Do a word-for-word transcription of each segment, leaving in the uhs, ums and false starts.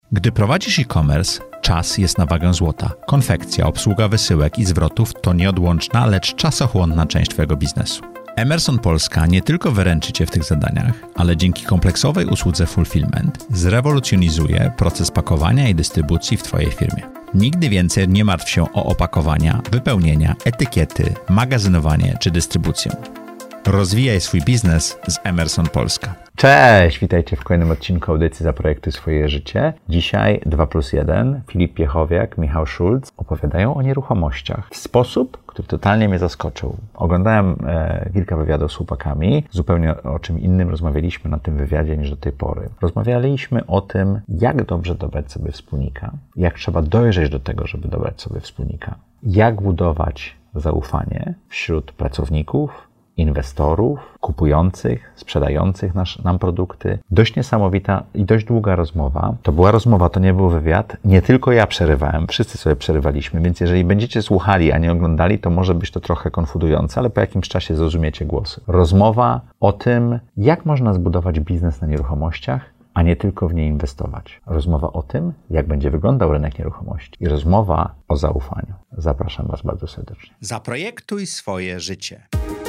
Gdy prowadzisz e-commerce, czas jest na wagę złota. Konfekcja, obsługa wysyłek i zwrotów to nieodłączna, lecz czasochłonna część Twojego biznesu. Emerson Polska nie tylko wyręczy Cię w tych zadaniach, ale dzięki kompleksowej usłudze Fulfillment zrewolucjonizuje proces pakowania i dystrybucji w Twojej firmie. Nigdy więcej nie martw się o opakowania, wypełnienia, etykiety, magazynowanie czy dystrybucję. Rozwijaj swój biznes z Emerson Polska. Cześć, witajcie w kolejnym odcinku audycji Zaprojektuj swoje życie. Dzisiaj dwa plus jeden, Filip Piechowiak, Michał Szulc opowiadają o nieruchomościach w sposób, który totalnie mnie zaskoczył. Oglądałem e, kilka wywiadów z chłopakami, zupełnie o czym innym rozmawialiśmy na tym wywiadzie niż do tej pory. Rozmawialiśmy o tym, jak dobrze dobrać sobie wspólnika, jak trzeba dojrzeć do tego, żeby dobrać sobie wspólnika, jak budować zaufanie wśród pracowników, inwestorów, kupujących, sprzedających nasz, nam produkty. Dość niesamowita i dość długa rozmowa. To była rozmowa, to nie był wywiad. Nie tylko ja przerywałem, wszyscy sobie przerywaliśmy, więc jeżeli będziecie słuchali, a nie oglądali, to może być to trochę konfudujące, ale po jakimś czasie zrozumiecie głosy. Rozmowa o tym, jak można zbudować biznes na nieruchomościach, a nie tylko w nie inwestować. Rozmowa o tym, jak będzie wyglądał rynek nieruchomości. I rozmowa o zaufaniu. Zapraszam Was bardzo serdecznie. Zaprojektuj swoje życie.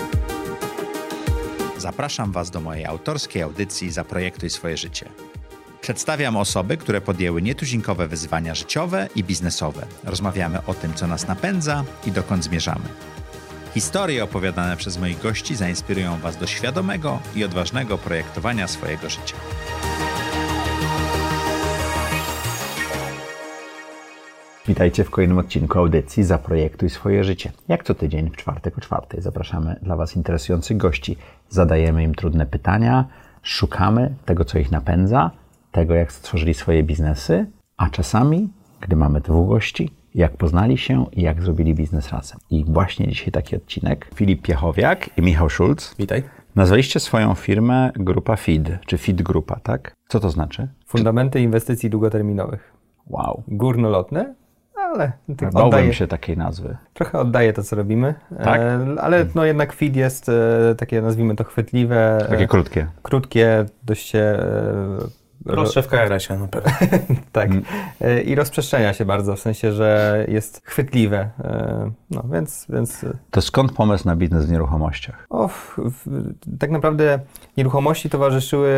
Zapraszam Was do mojej autorskiej audycji Zaprojektuj swoje życie. Przedstawiam osoby, które podjęły nietuzinkowe wyzwania życiowe i biznesowe. Rozmawiamy o tym, co nas napędza i dokąd zmierzamy. Historie opowiadane przez moich gości zainspirują Was do świadomego i odważnego projektowania swojego życia. Witajcie w kolejnym odcinku audycji Zaprojektuj swoje życie. Jak co tydzień w czwartek o czwartej zapraszamy dla Was interesujących gości. Zadajemy im trudne pytania, szukamy tego, co ich napędza, tego, jak stworzyli swoje biznesy, a czasami, gdy mamy dwóch gości, jak poznali się i jak zrobili biznes razem. I właśnie dzisiaj taki odcinek. Filip Piechowiak i Michał Szulc. Witaj. Nazwaliście swoją firmę Grupa F I D, czy F I D Grupa, tak? Co to znaczy? Fundamenty inwestycji długoterminowych. Wow. Górnolotne, ale Bałbym oddaję, się takiej nazwy. Trochę oddaję to, co robimy, tak? e, ale no jednak F I D jest e, takie, nazwijmy to, chwytliwe. Takie krótkie. E, krótkie, dość się... E, Prostsze w K R S-ie na pewno. Tak. Mm. I rozprzestrzenia się bardzo, w sensie, że jest chwytliwe. No, więc, więc... To skąd pomysł na biznes w nieruchomościach? O, w, w, tak naprawdę nieruchomości towarzyszyły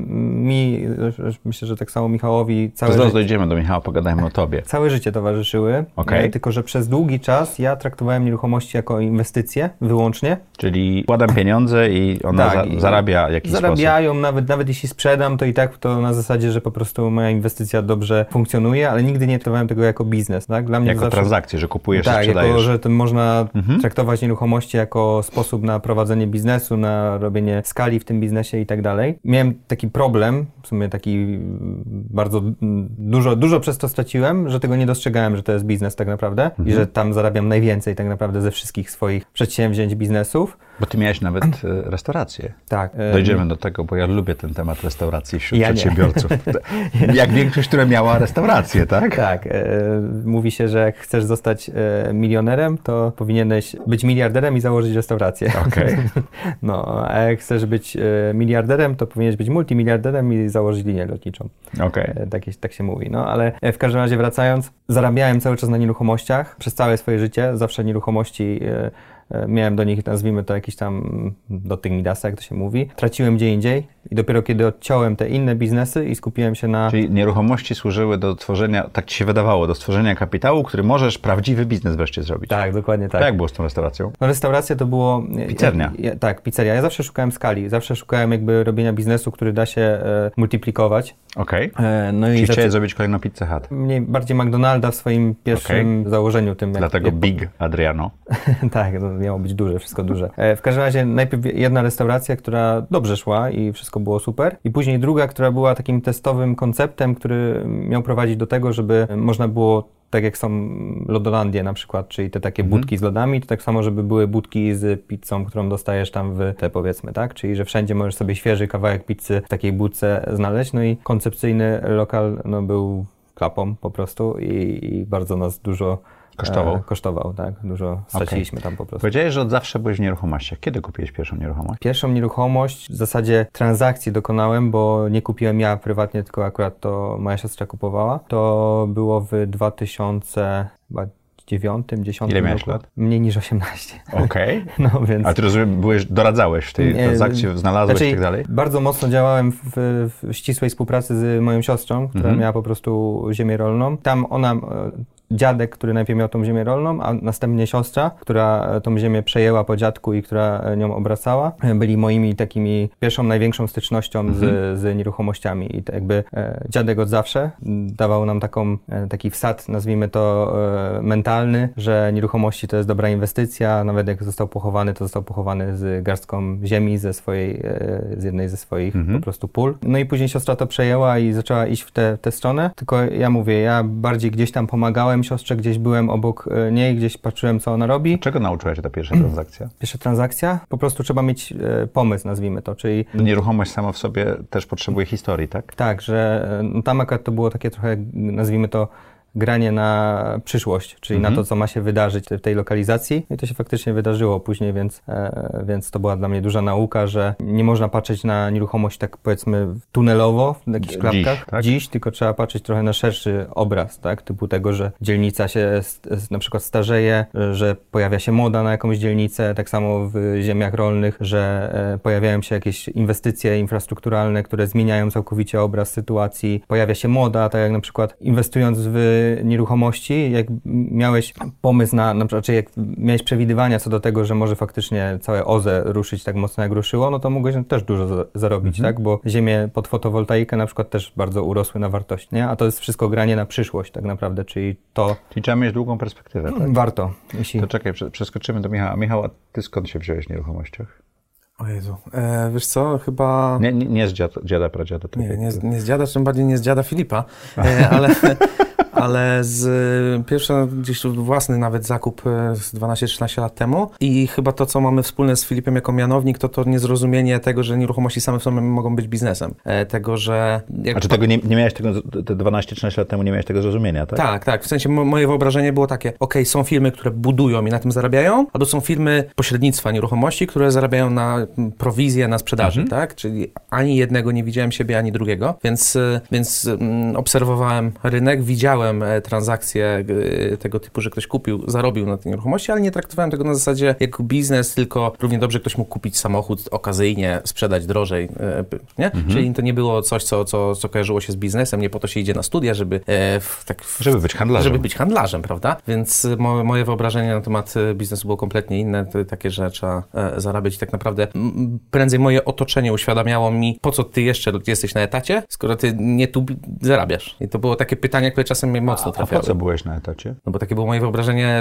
mi, myślę, że tak samo Michałowi, całe Zaraz życie. dojdziemy do Michała, pogadajmy o tobie. Całe życie towarzyszyły, okay. Tylko że przez długi czas ja traktowałem nieruchomości jako inwestycje wyłącznie. Czyli wkładam pieniądze i ona tak, za, zarabia w jakiś zarabiają, sposób. Nawet, nawet jeśli sprzedam, to i tak to na zasadzie, że po prostu moja inwestycja dobrze funkcjonuje, ale nigdy nie traktowałem tego jako biznes. Tak? Dla mnie jako zawsze... transakcję, że kupujesz tak, i sprzedajesz. Jako, że to można mhm. traktować nieruchomości jako sposób na prowadzenie biznesu, na robienie skali w tym biznesie i tak dalej. Miałem taki problem, w sumie taki bardzo dużo, dużo przez to straciłem, że tego nie dostrzegałem, że to jest biznes tak naprawdę mhm. i że tam zarabiam najwięcej tak naprawdę ze wszystkich swoich przedsięwzięć, biznesów. Bo ty miałeś nawet restaurację. Tak. Dojdziemy do tego, bo ja lubię ten temat restauracji wśród ja przedsiębiorców. Jak większość, która miała restaurację, tak? Tak. E, mówi się, że jak chcesz zostać e, milionerem, to powinieneś być miliarderem i założyć restaurację. Okay. No, a jak chcesz być e, miliarderem, to powinieneś być multimiliarderem i założyć linię lotniczą. Okay. E, tak, tak się mówi. No, ale w każdym razie wracając, zarabiałem cały czas na nieruchomościach. Przez całe swoje życie zawsze nieruchomości e, miałem do nich, nazwijmy to, jakiś tam dotyk Midasa, jak to się mówi. Traciłem gdzie indziej i dopiero kiedy odciąłem te inne biznesy i skupiłem się na... Czyli nieruchomości służyły do tworzenia, tak ci się wydawało, do stworzenia kapitału, który możesz prawdziwy biznes wreszcie zrobić. Tak, dokładnie tak. Tak jak było z tą restauracją? No restauracja to było... Pizzeria. Ja, ja, tak, pizzeria. Ja zawsze szukałem skali, zawsze szukałem jakby robienia biznesu, który da się e, multiplikować. Okej. Okay. E, no Czyli chciałeś zrobić kolejną Pizza Hut? Mniej, bardziej McDonalda w swoim pierwszym okay. założeniu. Tym, jak, Dlatego jak... Big Adriano. Tak, no, miało być duże, wszystko duże. E, w każdym razie najpierw jedna restauracja, która dobrze szła i wszystko było super. I później druga, która była takim testowym konceptem, który miał prowadzić do tego, żeby można było, tak jak są lodolandie na przykład, czyli te takie mhm. budki z lodami, to tak samo, żeby były budki z pizzą, którą dostajesz tam w te, powiedzmy, tak? Czyli, że wszędzie możesz sobie świeży kawałek pizzy w takiej budce znaleźć. No i koncepcyjny lokal no, był klapą po prostu i, i bardzo nas dużo Kosztował? E, kosztował, tak. Dużo straciliśmy okay. tam po prostu. Powiedziałeś, że od zawsze byłeś w nieruchomościach. Kiedy kupiłeś pierwszą nieruchomość? Pierwszą nieruchomość w zasadzie transakcji dokonałem, bo nie kupiłem ja prywatnie, tylko akurat to moja siostra kupowała. To było w dwa tysiące dziewiątym, dziesiątym Ile miałeś roku. lat? Mniej niż osiemnaście. Okej. Okay. No więc... A ty rozumiem, byłeś, doradzałeś w tej transakcji, znalazłeś znaczy, i tak dalej? Bardzo mocno działałem w, w ścisłej współpracy z moją siostrą, która mhm. miała po prostu ziemię rolną. Tam ona... Dziadek, który najpierw miał tą ziemię rolną, a następnie siostra, która tą ziemię przejęła po dziadku i która nią obracała, byli moimi takimi pierwszą, największą stycznością mhm. z, z nieruchomościami. I to jakby e, dziadek od zawsze dawał nam taką, e, taki wsad, nazwijmy to e, mentalny, że nieruchomości to jest dobra inwestycja. Nawet jak został pochowany, to został pochowany z garstką ziemi ze swojej, e, z jednej ze swoich mhm. po prostu pól. No i później siostra to przejęła i zaczęła iść w tę te stronę. Tylko ja mówię, ja bardziej gdzieś tam pomagałem siostrze, gdzieś byłem obok niej, gdzieś patrzyłem, co ona robi. Czego nauczyła się ta pierwsza transakcja? Pierwsza transakcja? Po prostu trzeba mieć e, pomysł, nazwijmy to, czyli... Nieruchomość sama w sobie też potrzebuje historii, tak? Tak, że no, tam akurat to było takie trochę, nazwijmy to, granie na przyszłość, czyli mhm. na to, co ma się wydarzyć w tej lokalizacji. I to się faktycznie wydarzyło później, więc, e, więc to była dla mnie duża nauka, że nie można patrzeć na nieruchomość tak powiedzmy tunelowo, w jakichś klapkach, dziś, tak? dziś, tylko trzeba patrzeć trochę na szerszy obraz, tak? Typu tego, że dzielnica się st- na przykład starzeje, że pojawia się moda na jakąś dzielnicę, tak samo w ziemiach rolnych, że e, pojawiają się jakieś inwestycje infrastrukturalne, które zmieniają całkowicie obraz sytuacji. Pojawia się moda, tak jak na przykład inwestując w nieruchomości, jak miałeś pomysł na, na przykład, czy jak miałeś przewidywania co do tego, że może faktycznie całe O Z E ruszyć tak mocno jak ruszyło, no to mogłeś też dużo za, zarobić, mhm. tak? Bo ziemie pod fotowoltaikę na przykład też bardzo urosły na wartości, nie? A to jest wszystko granie na przyszłość tak naprawdę, czyli to... Czyli trzeba mieć długą perspektywę, tak? Warto. Jeśli... To czekaj, przeskoczymy do Michała. Michał, a ty skąd się wziąłeś w nieruchomościach? O Jezu, e, wiesz co, chyba... Nie, nie, nie z dziada, dziada pradziada. Tak nie, nie, z, nie z dziada, czym bardziej nie z dziada Filipa, e, ale... ale z pierwszy gdzieś tu własny nawet zakup z dwanaście trzynaście lat temu i chyba to, co mamy wspólne z Filipem jako mianownik, to to niezrozumienie tego, że nieruchomości same w sobie mogą być biznesem. E, tego, że... Jak... A czy tego nie, nie miałeś tego, te dwanaście trzynaście lat temu nie miałeś tego zrozumienia, tak? Tak, tak. W sensie mo- moje wyobrażenie było takie, okej, okay, są firmy, które budują i na tym zarabiają, albo są firmy pośrednictwa nieruchomości, które zarabiają na prowizję, na sprzedaży, mhm. tak? Czyli ani jednego nie widziałem siebie, ani drugiego, więc, więc mm, obserwowałem rynek, widziałem transakcje tego typu, że ktoś kupił, zarobił na tej nieruchomości, ale nie traktowałem tego na zasadzie jako biznes, tylko równie dobrze ktoś mógł kupić samochód okazyjnie, sprzedać drożej, nie? Mhm. Czyli to nie było coś, co, co, co kojarzyło się z biznesem, nie po to się idzie na studia, żeby e, w, tak, w, żeby być handlarzem. Żeby być handlarzem, prawda? Więc mo, moje wyobrażenie na temat biznesu było kompletnie inne, to, takie, że trzeba e, zarabiać i tak naprawdę m, prędzej moje otoczenie uświadamiało mi, po co ty jeszcze jesteś na etacie, skoro ty nie tu zarabiasz. I to było takie pytanie, które czasem mnie mocno trafiały. A po co byłeś na etacie? No bo takie było moje wyobrażenie,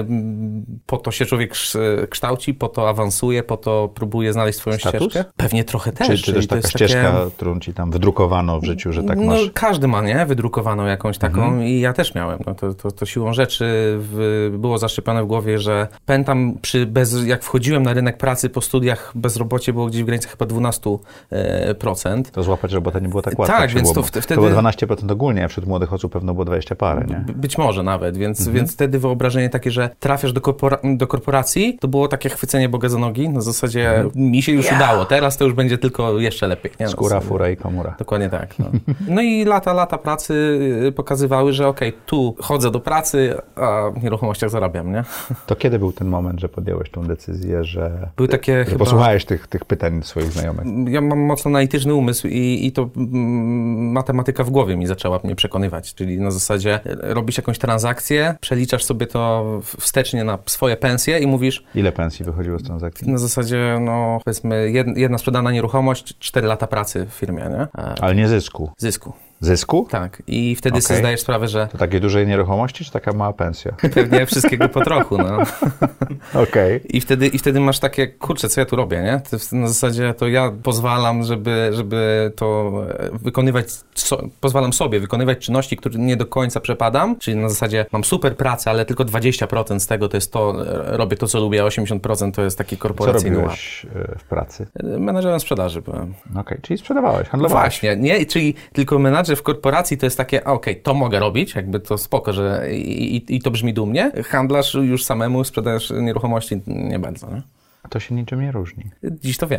po to się człowiek kształci, po to awansuje, po to próbuje znaleźć swoją Status? ścieżkę. Pewnie trochę też. Czy, czy też taka ścieżka, takie... którą ci tam wydrukowano w życiu, że tak no, masz? Każdy ma, nie? Wydrukowaną jakąś taką mhm. i ja też miałem. No to, to, to siłą rzeczy w, było zaszczepione w głowie, że pamiętam, przy bez, jak wchodziłem na rynek pracy po studiach, bezrobocie było gdzieś w granicach chyba dwanaście procent. To złapać robotę nie było tak łatwo. Tak, więc było, to wtedy... To było dwanaście procent ogólnie, a wśród młodych osób pewno było dwadzieścia parę, nie? Być może nawet, więc, mhm. więc wtedy wyobrażenie takie, że trafiasz do, korpora- do korporacji, to było takie chwycenie Boga za nogi, na zasadzie mhm. mi się już yeah. udało, teraz to już będzie tylko jeszcze lepiej. Nie? Skóra, fura i komura. Dokładnie tak. No, no i lata, lata pracy pokazywały, że okej, okay, tu chodzę do pracy, a w nieruchomościach zarabiam, nie? To kiedy był ten moment, że podjąłeś tą decyzję, że, Były takie że chyba... posłuchałeś tych, tych pytań swoich znajomych? Ja mam mocno analityczny umysł i, i to mm, matematyka w głowie mi zaczęła mnie przekonywać, czyli na zasadzie robisz jakąś transakcję, przeliczasz sobie to wstecznie na swoje pensje i mówisz... Ile pensji wychodziło z transakcji? Na zasadzie, no powiedzmy, jedna sprzedana nieruchomość, cztery lata pracy w firmie, nie? Ale nie zysku? Zysku. Zysku? Tak. I wtedy okay. sobie zdajesz sprawę, że... To takiej dużej nieruchomości, czy taka mała pensja? Pewnie wszystkiego po trochu, no. Okej. Okay. I wtedy, I wtedy masz takie, kurczę, co ja tu robię, nie? To na zasadzie to ja pozwalam, żeby, żeby to wykonywać, so, pozwalam sobie wykonywać czynności, które nie do końca przepadam, czyli na zasadzie mam super pracę, ale tylko dwadzieścia procent z tego to jest to, robię to, co lubię, a osiemdziesiąt procent to jest taki korporacyjny ład. Co robiłeś w pracy? Menadżerem sprzedaży byłem. Okej, okay. Czyli sprzedawałeś, handlowałeś. Właśnie, nie? Czyli tylko menadżer menadżer w korporacji to jest takie, okej, okay, to mogę robić, jakby to spoko, że i, i, i to brzmi dumnie. Handlarz już samemu, sprzedajesz nieruchomości, nie bardzo, nie? To się niczym nie różni. Dziś to wiem.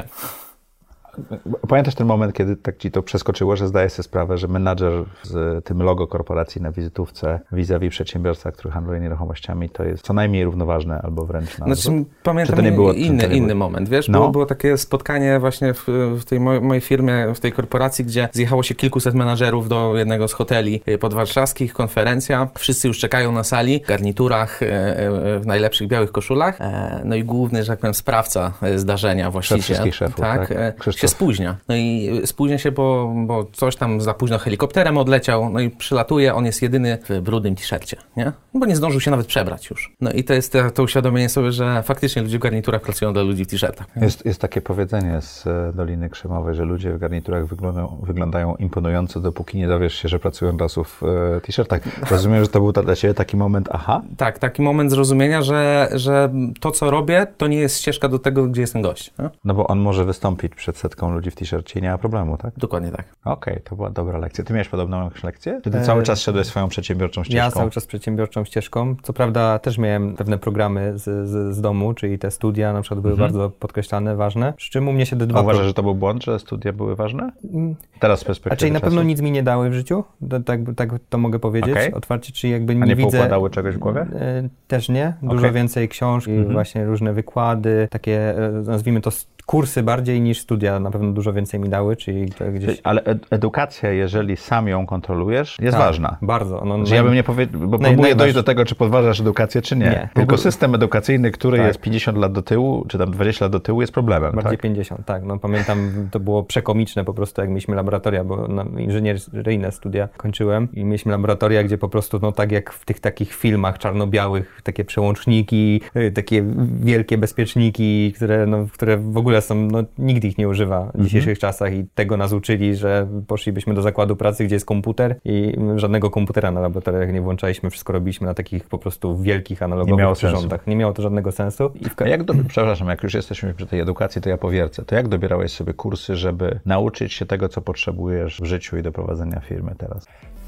Pamiętasz ten moment, kiedy tak ci to przeskoczyło, że zdajesz sobie sprawę, że menadżer z tym logo korporacji na wizytówce vis-a-vis przedsiębiorca, który handluje nieruchomościami, to jest co najmniej równoważne albo wręcz na Znaczy, pamiętam to nie było, inny, to nie inny było... moment, wiesz, no. było, było takie spotkanie właśnie w, w tej moj, mojej firmie, w tej korporacji, gdzie zjechało się kilkuset menadżerów do jednego z hoteli podwarszawskich, konferencja, wszyscy już czekają na sali, w garniturach, w najlepszych białych koszulach, no i główny, że tak powiem, sprawca zdarzenia, właściciel, wszystkich szefów, tak, tak? się spóźnia. No i spóźnia się, bo, bo coś tam za późno helikopterem odleciał, no i przylatuje, on jest jedyny w brudnym t-shircie, nie? Bo nie zdążył się nawet przebrać już. No i to jest to, to uświadomienie sobie, że faktycznie ludzie w garniturach pracują dla ludzi w t-shirtach. Jest, jest takie powiedzenie z Doliny Krzemowej, że ludzie w garniturach wyglądają, wyglądają imponująco, dopóki nie dowiesz się, że pracują dla osób w t-shirtach. Rozumiem, że to był dla Ciebie taki moment aha? Tak, taki moment zrozumienia, że, że to, co robię, to nie jest ścieżka do tego, gdzie jestem gość. Nie? No bo on może wystąpić przed setką ludzi w t-shircie i nie ma problemu, tak? Dokładnie tak. Okej, okay, to była dobra lekcja. Ty miałeś podobną jakąś lekcję? Czy ty cały czas szedłeś swoją przedsiębiorczą ścieżką? Ja cały czas przedsiębiorczą ścieżką. Co prawda też miałem pewne programy z, z, z domu, czyli te studia na przykład były mhm. bardzo podkreślane, ważne. Przy czym u mnie się te dwa... A uważasz, że to był błąd, że studia były ważne? Teraz z perspektywy A czyli na czasu? pewno nic mi nie dały w życiu, to, tak, tak to mogę powiedzieć okay. otwarcie, czyli jakby nie, A nie widzę... poukładały czegoś w głowie? Też nie. Dużo okay. więcej książek, mhm. właśnie różne wykłady, takie nazwijmy to kursy bardziej niż studia na pewno dużo więcej mi dały, czyli to gdzieś... Ale ed- edukacja, jeżeli sam ją kontrolujesz, jest tak, ważna. Bardzo. No, że ja bym nie powiedział, bo naj, próbuję dojść do tego, czy podważasz edukację, czy nie. nie. Tylko system edukacyjny, który tak. jest pięćdziesiąt lat do tyłu, czy tam dwadzieścia lat do tyłu, jest problemem. Bardziej tak? pięćdziesiąt, tak. No pamiętam, to było przekomiczne po prostu, jak mieliśmy laboratoria, bo inżynieryjne studia kończyłem i mieliśmy laboratoria, gdzie po prostu, no tak jak w tych takich filmach czarno-białych, takie przełączniki, takie wielkie bezpieczniki, które, no, które w ogóle są, no nikt ich nie używa w dzisiejszych mm-hmm. czasach i tego nas uczyli, że poszlibyśmy do zakładu pracy, gdzie jest komputer i żadnego komputera na laboratoriach nie włączaliśmy, wszystko robiliśmy na takich po prostu wielkich analogowych przyrządach. Nie miało to żadnego sensu. I w... A jak do... Przepraszam, jak już jesteśmy przy tej edukacji, to ja powiercę. To jak dobierałeś sobie kursy, żeby nauczyć się tego, co potrzebujesz w życiu i do prowadzenia firmy teraz?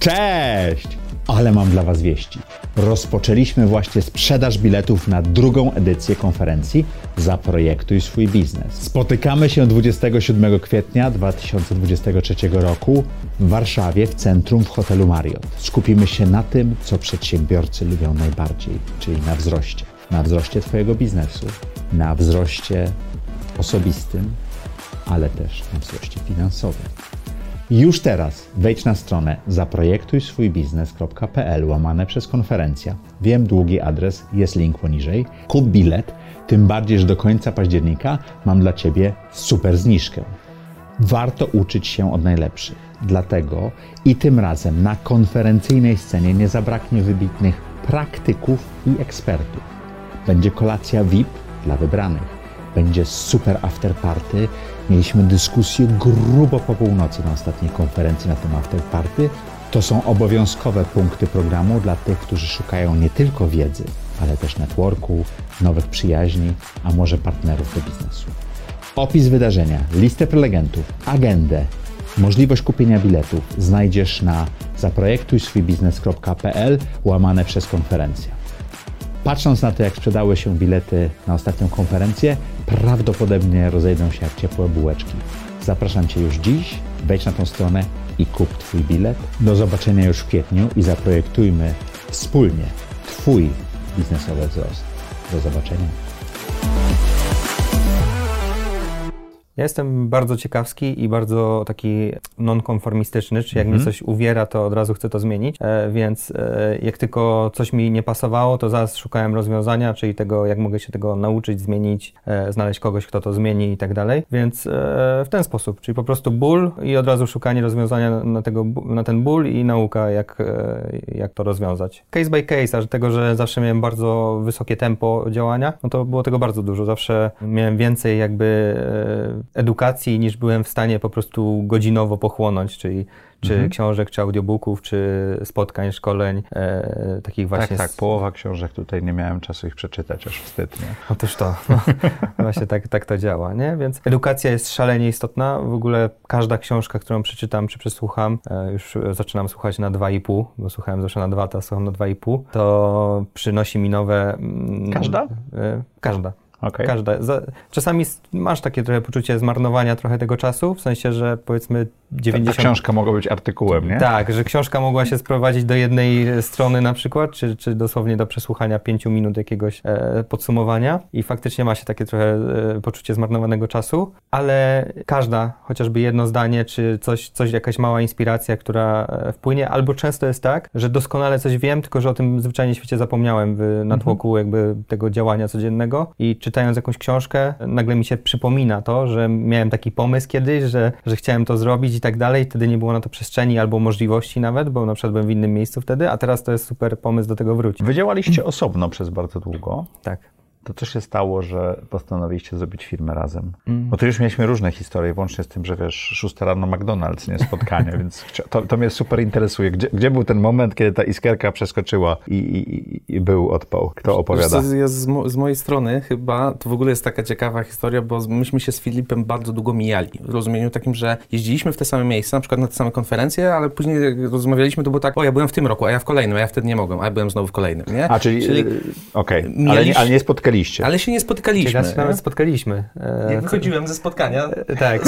Cześć! Ale mam dla Was wieści. Rozpoczęliśmy właśnie sprzedaż biletów na drugą edycję konferencji Zaprojektuj swój biznes. Spotykamy się dwudziestego siódmego kwietnia dwa tysiące dwudziestego trzeciego roku w Warszawie w centrum w hotelu Marriott. Skupimy się na tym, co przedsiębiorcy lubią najbardziej, czyli na wzroście. Na wzroście Twojego biznesu, na wzroście osobistym, ale też na wzroście finansowym. Już teraz wejdź na stronę zaprojektuj swój biznes kropka p l łamane przez konferencja. Wiem, długi adres, jest link poniżej. Kup bilet, tym bardziej, że do końca października mam dla Ciebie super zniżkę. Warto uczyć się od najlepszych. Dlatego i tym razem na konferencyjnej scenie nie zabraknie wybitnych praktyków i ekspertów. Będzie kolacja V I P dla wybranych. Będzie super afterparty. Mieliśmy dyskusję grubo po północy na ostatniej konferencji na tym afterparty. To są obowiązkowe punkty programu dla tych, którzy szukają nie tylko wiedzy, ale też networku, nowych przyjaźni, a może partnerów do biznesu. Opis wydarzenia, listę prelegentów, agendę, możliwość kupienia biletów znajdziesz na zaprojektuj swój biznes kropka p l łamane przez konferencję. Patrząc na to, jak sprzedały się bilety na ostatnią konferencję, prawdopodobnie rozejdą się jak ciepłe bułeczki. Zapraszam Cię już dziś, wejdź na tą stronę i kup Twój bilet. Do zobaczenia już w kwietniu i zaprojektujmy wspólnie Twój biznesowy wzrost. Do zobaczenia. Ja jestem bardzo ciekawski i bardzo taki nonkonformistyczny, czyli jak mm. mnie coś uwiera, to od razu chcę to zmienić, e, więc e, jak tylko coś mi nie pasowało, to zaraz szukałem rozwiązania, czyli tego, jak mogę się tego nauczyć, zmienić, e, znaleźć kogoś, kto to zmieni i tak dalej, więc e, w ten sposób, czyli po prostu ból i od razu szukanie rozwiązania na, tego, na ten ból i nauka, jak, e, jak to rozwiązać. Case by case, a tego, że zawsze miałem bardzo wysokie tempo działania, no to było tego bardzo dużo, zawsze miałem więcej jakby e, edukacji, niż byłem w stanie po prostu godzinowo pochłonąć, czyli czy mhm. książek, czy audiobooków, czy spotkań, szkoleń, e, takich właśnie... Tak, tak, połowa książek tutaj nie miałem czasu ich przeczytać, aż wstyd, nie? Otóż to, no, właśnie tak, tak to działa, nie? Więc edukacja jest szalenie istotna, w ogóle każda książka, którą przeczytam, czy przesłucham, e, już zaczynam słuchać na dwa i pół, bo słuchałem zawsze na dwa, teraz słucham na dwa i pół, to przynosi mi nowe... Mm, każda? E, każda. Okay. Każda. Za, czasami masz takie trochę poczucie zmarnowania trochę tego czasu, w sensie, że powiedzmy dziewięćdziesiąt... Ta książka mogła być artykułem, nie? Tak, że książka mogła się sprowadzić do jednej strony na przykład, czy, czy dosłownie do przesłuchania pięciu minut jakiegoś e, podsumowania i faktycznie ma się takie trochę e, poczucie zmarnowanego czasu, ale każda, chociażby jedno zdanie, czy coś, coś jakaś mała inspiracja, która e, wpłynie, albo często jest tak, że doskonale coś wiem, tylko że o tym zwyczajnie świecie zapomniałem w natłoku jakby tego działania codziennego i czytając jakąś książkę, nagle mi się przypomina to, że miałem taki pomysł kiedyś, że, że chciałem to zrobić i tak dalej, wtedy nie było na to przestrzeni albo możliwości nawet, bo na przykład byłem w innym miejscu wtedy, a teraz to jest super pomysł do tego wrócić. Wy działaliście osobno przez bardzo długo. Tak. To co się stało, że postanowiliście zrobić firmę razem? Mm. Bo tu już mieliśmy różne historie, włącznie z tym, że wiesz, szósta rano McDonald's, nie spotkanie, więc to, to mnie super interesuje. Gdzie, gdzie był ten moment, kiedy ta iskierka przeskoczyła i, i, i był odpał? Kto opowiada? Z, z, z mojej strony chyba to w ogóle jest taka ciekawa historia, bo myśmy się z Filipem bardzo długo mijali. W rozumieniu takim, że jeździliśmy w te same miejsca, na przykład na te same konferencje, ale później jak rozmawialiśmy, to było tak, o ja byłem w tym roku, a ja w kolejnym, a ja wtedy nie mogłem, a ja byłem znowu w kolejnym, nie? A, czyli, czyli okej, okay. ale, nie, ale nie spotkaliście. Ale się nie spotykaliśmy. Ciekawe, nawet spotkaliśmy. E, ja wychodziłem ze spotkania. E, tak.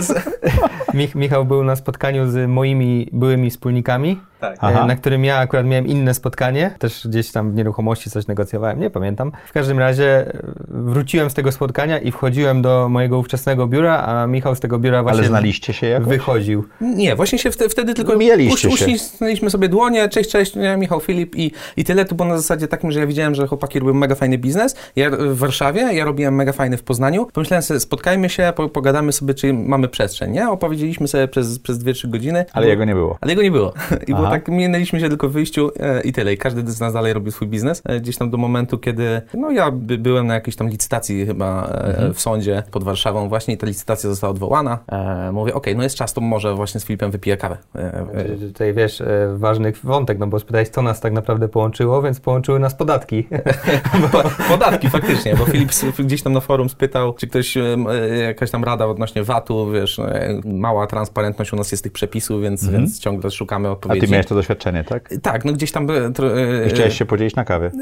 Mich, Michał był na spotkaniu z moimi byłymi wspólnikami, tak. e, na którym ja akurat miałem inne spotkanie. Też gdzieś tam w nieruchomości coś negocjowałem, nie pamiętam. W każdym razie wróciłem z tego spotkania i wchodziłem do mojego ówczesnego biura, a Michał z tego biura właśnie... Ale znaliście się jakoś? Wychodził. Nie, właśnie się wtedy, wtedy tylko Mijaliście uś, uścisnęliśmy sobie dłonie, cześć, cześć, ja, Michał, Filip i, i tyle. To było na zasadzie takim, że ja widziałem, że chłopaki robią mega fajny biznes. Ja w Warszawie, ja robiłem mega fajny w Poznaniu. Pomyślałem sobie, spotkajmy się, po, pogadamy sobie, czy mamy przestrzeń, nie? Opowiedzieliśmy sobie przez, przez dwie trzy godziny. Ale bo, jego nie było. Ale jego nie było. I było tak, minęliśmy się tylko w wyjściu e, i tyle. I każdy z nas dalej robił swój biznes. E, gdzieś tam do momentu, kiedy no ja by, byłem na jakiejś tam licytacji chyba e, mhm. w sądzie pod Warszawą właśnie i ta licytacja została odwołana. E, mówię, okej, okay, no jest czas, to może właśnie z Filipem wypiję kawę. E, e, Tutaj wiesz, e, ważny wątek, no bo spytałeś, co nas tak naprawdę połączyło, więc połączyły nas podatki. bo, podatki faktycznie, bo Filip gdzieś tam na forum spytał, czy ktoś, e, jakaś tam rada odnośnie V A T-u, wiesz, e, mała transparentność u nas jest tych przepisów, więc, mhm. więc ciągle szukamy odpowiedzi. A ty miałeś to doświadczenie, tak? Tak, no gdzieś tam... I chciałeś się podzielić na kawie?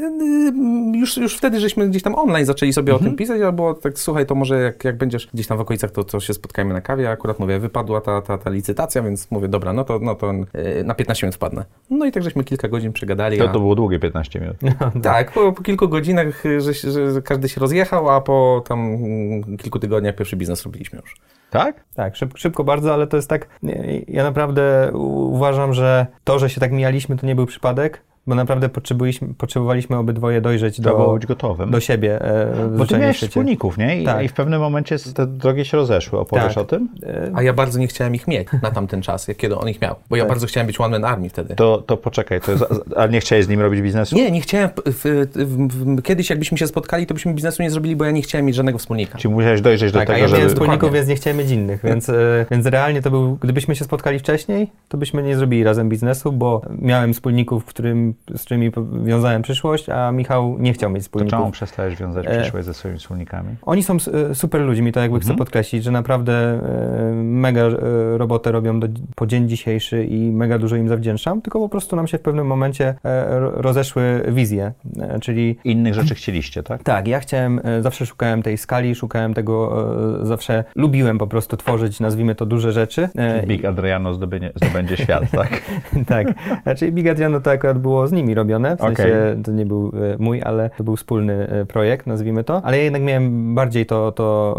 Już, już wtedy, żeśmy gdzieś tam online zaczęli sobie mhm. o tym pisać, albo tak, słuchaj, to może jak, jak będziesz gdzieś tam w okolicach, to, to się spotkajmy na kawie. Akurat mówię, wypadła ta, ta, ta licytacja, więc mówię, dobra, no to, no to na piętnaście minut wpadnę. No i tak żeśmy kilka godzin przegadali. To, a... to było długie piętnaście minut. No, tak, po, po kilku godzinach, że, że każdy się rozjechał, a po tam kilku tygodniach pierwszy biznes robiliśmy już. Tak? Tak, szybko, szybko bardzo, ale to jest tak, ja naprawdę uważam, że to, że się tak mijaliśmy, to nie był przypadek, bo naprawdę potrzebowaliśmy, potrzebowaliśmy obydwoje dojrzeć do, być gotowym. do siebie. E, bo ty miałeś wspólników, nie? I, tak. I w pewnym momencie te drogi się rozeszły. Opowiesz tak. o tym? A ja bardzo nie chciałem ich mieć na tamten czas, jak kiedy on ich miał. Bo ja tak. bardzo chciałem być one man army wtedy. To, to poczekaj, to jest, ale nie chciałeś z nim robić biznesu? Nie, nie chciałem. W, w, w, kiedyś jakbyśmy się spotkali, to byśmy biznesu nie zrobili, bo ja nie chciałem mieć żadnego wspólnika. Czyli musiałeś dojrzeć tak, do tego, a ja żeby... miałem wspólników, więc nie chciałem mieć innych. Więc, e, więc realnie to był, gdybyśmy się spotkali wcześniej, to byśmy nie zrobili razem biznesu, bo miałem wspólników, którym, z którymi wiązałem przyszłość, a Michał nie chciał mieć wspólników. To czemu przestałeś wiązać przyszłość ze swoimi wspólnikami? Oni są super ludźmi, to jakby mhm. chcę podkreślić, że naprawdę mega robotę robią do, po dzień dzisiejszy i mega dużo im zawdzięczam, tylko po prostu nam się w pewnym momencie rozeszły wizje, czyli... Innych rzeczy chcieliście, tak? Tak, ja chciałem, zawsze szukałem tej skali, szukałem tego, zawsze lubiłem po prostu tworzyć, nazwijmy to, duże rzeczy. Big Adriano zdobędzie, zdobędzie świat, tak? Tak, znaczy Big Adriano to akurat było z nimi robione, w sensie okay. to nie był mój, ale to był wspólny projekt, nazwijmy to, ale ja jednak miałem bardziej to,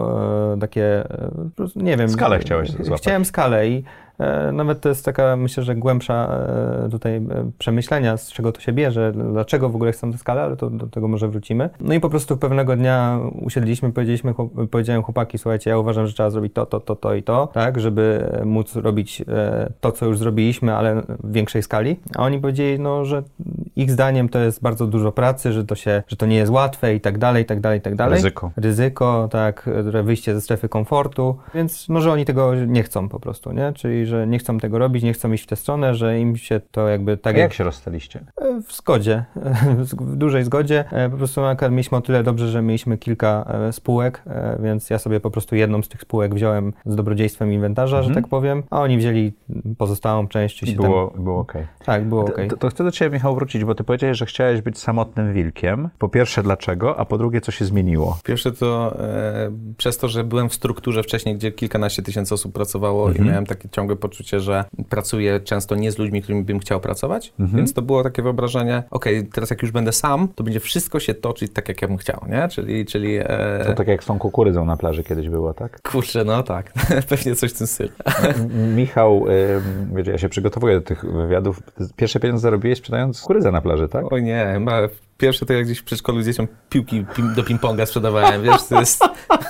to takie, nie wiem... Skalę chciałeś złapać. Chciałem skalę i nawet to jest taka, myślę, że głębsza tutaj przemyślenia, z czego to się bierze, dlaczego w ogóle chcę tę skalę, ale to do tego może wrócimy. No i po prostu pewnego dnia usiedliśmy, powiedzieliśmy, powiedziałem chłopaki, słuchajcie, ja uważam, że trzeba zrobić to, to, to, to i to, tak, żeby móc robić to, co już zrobiliśmy, ale w większej skali. A oni powiedzieli, no, że ich zdaniem to jest bardzo dużo pracy, że to się, że to nie jest łatwe i tak dalej, i tak dalej, i tak dalej. Ryzyko. Ryzyko, tak, wyjście ze strefy komfortu, więc może oni tego nie chcą po prostu, nie? Czyli, że nie chcą tego robić, nie chcą iść w tę stronę, że im się to jakby tak... A jak się rozstaliście? W zgodzie, w dużej zgodzie. Po prostu mieliśmy o tyle dobrze, że mieliśmy kilka spółek, więc ja sobie po prostu jedną z tych spółek wziąłem z dobrodziejstwem inwentarza, mhm. że tak powiem, a oni wzięli pozostałą część. Czy I się było, tam... było okej. Okay. Tak, było okej. Okay. To, to chcę do Ciebie, Michał, wrócić, bo Ty powiedziałeś, że chciałeś być samotnym wilkiem. Po pierwsze, dlaczego? A po drugie, co się zmieniło? Pierwsze to e, przez to, że byłem w strukturze wcześniej, gdzie kilkanaście tysięcy osób pracowało mhm. i miałem takie ciągłe poczucie, że pracuję często nie z ludźmi, którymi bym chciał pracować, mhm. więc to było takie wyobrażenie, okej, okay, teraz jak już będę sam, to będzie wszystko się toczyć tak, jak ja bym chciał, nie? Czyli... czyli e... To tak jak z tą kukurydzą na plaży kiedyś było, tak? Kurczę, no tak, pewnie coś w tym stylu. Michał, y, wiecie, ja się przygotowuję do tych wywiadów. Pierwsze pieniądze zarobiłeś sprzedając kukurydzę na plaży, tak? O nie, chyba pierwsze to jak gdzieś w przedszkolu dzieciom piłki pim, do ping-ponga sprzedawałem, wiesz, to jest...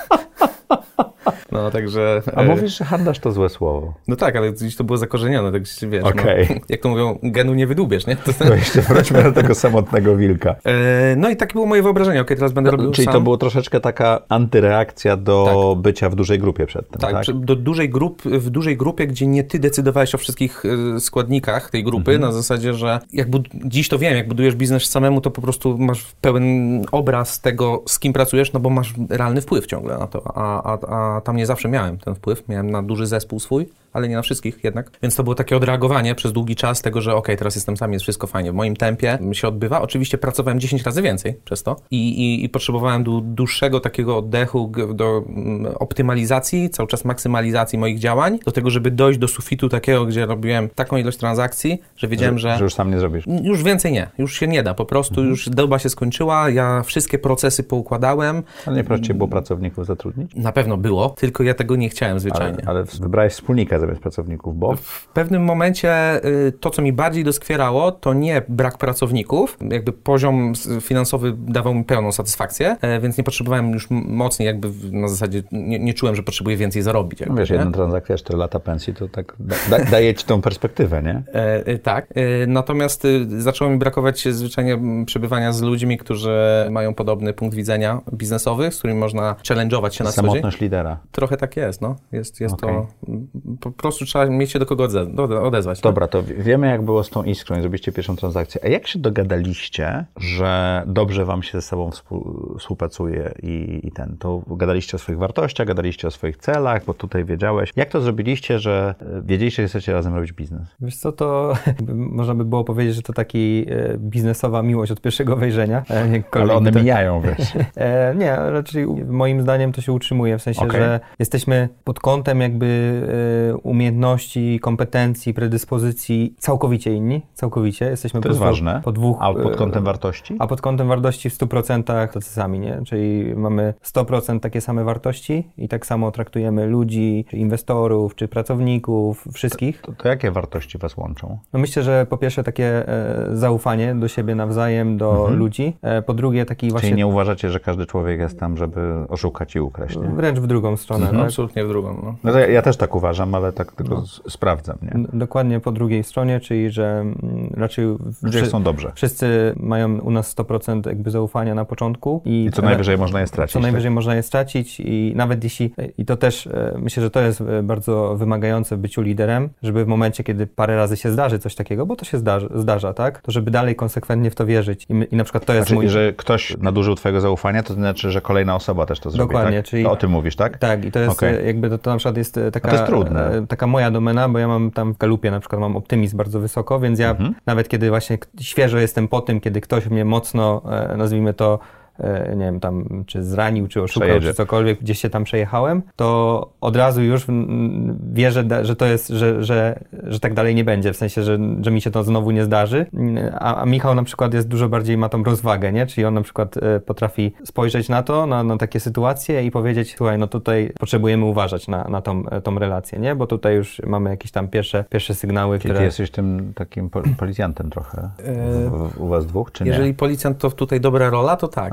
No, także... A mówisz, że handlarz to złe słowo. No tak, ale gdzieś to było zakorzenione, tak wiesz, okay. no, jak to mówią, genu nie wydłubiesz, nie? To, to jeszcze wróćmy do tego samotnego wilka. E, no i takie było moje wyobrażenie, okej, okay, teraz będę no, robił Czyli sam. to było troszeczkę taka antyreakcja do tak. bycia w dużej grupie przedtem, tak? Tak, do dużej grup, w dużej grupie, gdzie nie ty decydowałeś o wszystkich składnikach tej grupy, mhm. na zasadzie, że jak bud- dziś to wiem, jak budujesz biznes samemu, to po prostu masz pełen obraz tego, z kim pracujesz, no bo masz realny wpływ ciągle na to, a, a, a tam nie zawsze miałem ten wpływ, miałem na duży zespół swój, ale nie na wszystkich jednak. Więc to było takie odreagowanie przez długi czas tego, że okej, okay, teraz jestem sam, jest wszystko fajnie. W moim tempie się odbywa. Oczywiście pracowałem dziesięć razy więcej przez to i, i, i potrzebowałem du, dłuższego takiego oddechu do mm, optymalizacji, cały czas maksymalizacji moich działań, do tego, żeby dojść do sufitu takiego, gdzie robiłem taką ilość transakcji, że wiedziałem, że... Że już sam nie zrobisz. Już więcej nie. Już się nie da. Po prostu mhm. już doba się skończyła. Ja wszystkie procesy poukładałem. A nie prościej było pracowników zatrudnić? Na pewno było, tylko ja tego nie chciałem zwyczajnie. Ale, ale wybrałeś wspólnika zamiast pracowników, bo... W pewnym momencie y, to, co mi bardziej doskwierało, to nie brak pracowników. Jakby poziom finansowy dawał mi pełną satysfakcję, y, więc nie potrzebowałem już mocniej jakby na zasadzie, nie, nie czułem, że potrzebuję więcej zarobić. Jakby, no wiesz, nie? jedna transakcja, cztery lata pensji, to tak da, da, daje ci tą perspektywę, nie? E, y, tak. Y, natomiast y, zaczęło mi brakować zwyczajnie przebywania z ludźmi, którzy mają podobny punkt widzenia biznesowy, z którym można challenge'ować się na co dzień. Samotność lidera. Trochę tak jest, no. Jest, jest okay. to... Po prostu trzeba mieć się do kogo odezwać. Dobra, to wiemy, jak było z tą Iskrą i zrobiliście pierwszą transakcję. A jak się dogadaliście, że dobrze wam się ze sobą współ, współpracuje i, i ten? To gadaliście o swoich wartościach, gadaliście o swoich celach, bo tutaj wiedziałeś. Jak to zrobiliście, że wiedzieliście, że chcecie razem robić biznes? Wiesz co, to można by było powiedzieć, że to taki biznesowa miłość od pierwszego wejrzenia. Ale one to... mijają, wiesz. Nie, raczej moim zdaniem to się utrzymuje, w sensie, okay. że jesteśmy pod kątem jakby umiejętności, kompetencji, predyspozycji całkowicie inni, całkowicie. Jesteśmy to jest po, ważne. Po dwóch, a pod kątem wartości? A pod kątem wartości w stu procentach tacy sami, nie? Czyli mamy sto procent takie same wartości i tak samo traktujemy ludzi, czy inwestorów, czy pracowników, wszystkich. To, to, to jakie wartości was łączą? No myślę, że po pierwsze takie e, zaufanie do siebie nawzajem, do mhm. ludzi. E, po drugie taki właśnie... Czyli nie uważacie, że każdy człowiek jest tam, żeby oszukać i ukraść, nie? Wręcz w drugą stronę. Mhm. Tak? Absolutnie w drugą. No. No to ja, ja też tak uważam, ale tak tylko no. sprawdzam, nie? Dokładnie po drugiej stronie, czyli że raczej ludzie wszy- są dobrze. Wszyscy mają u nas sto procent jakby zaufania na początku. I, I co najwyżej można je stracić. Co tak? najwyżej można je stracić i nawet jeśli, i to też myślę, że to jest bardzo wymagające w byciu liderem, żeby w momencie, kiedy parę razy się zdarzy coś takiego, bo to się zdarza, zdarza tak? To żeby dalej konsekwentnie w to wierzyć. I, my, i na przykład to jest znaczy, mój... że ktoś nadużył twojego zaufania, to znaczy, że kolejna osoba też to zrobi, Dokładnie, tak? czyli... To o tym mówisz, tak? Tak, i to jest okay. jakby to, to na przykład jest taka, to jest trudne. taka moja domena, bo ja mam tam w galupie na przykład mam optymizm bardzo wysoko, więc ja mhm. nawet kiedy właśnie świeżo jestem po tym, kiedy ktoś mnie mocno, nazwijmy to, nie wiem, tam czy zranił, czy oszukał, Przejedzie. czy cokolwiek, gdzieś się tam przejechałem, to od razu już wierzę, że to jest, że, że, że tak dalej nie będzie, w sensie, że, że mi się to znowu nie zdarzy, a, a Michał na przykład jest dużo bardziej, ma tą rozwagę, nie? Czyli on na przykład potrafi spojrzeć na to, na, na takie sytuacje i powiedzieć, słuchaj, no tutaj potrzebujemy uważać na, na tą, tą relację, nie? Bo tutaj już mamy jakieś tam pierwsze, pierwsze sygnały, Czyli które... ty jesteś tym takim policjantem trochę, u was dwóch, czy nie? Jeżeli policjant to tutaj dobra rola, to tak. No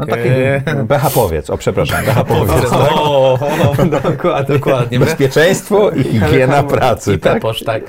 taki behapowiec, o przepraszam, behapowiec. Tak? O, o, dokładnie. Dokładnie. Bezpieczeństwo i higiena pracy, I tak? Peposz, tak.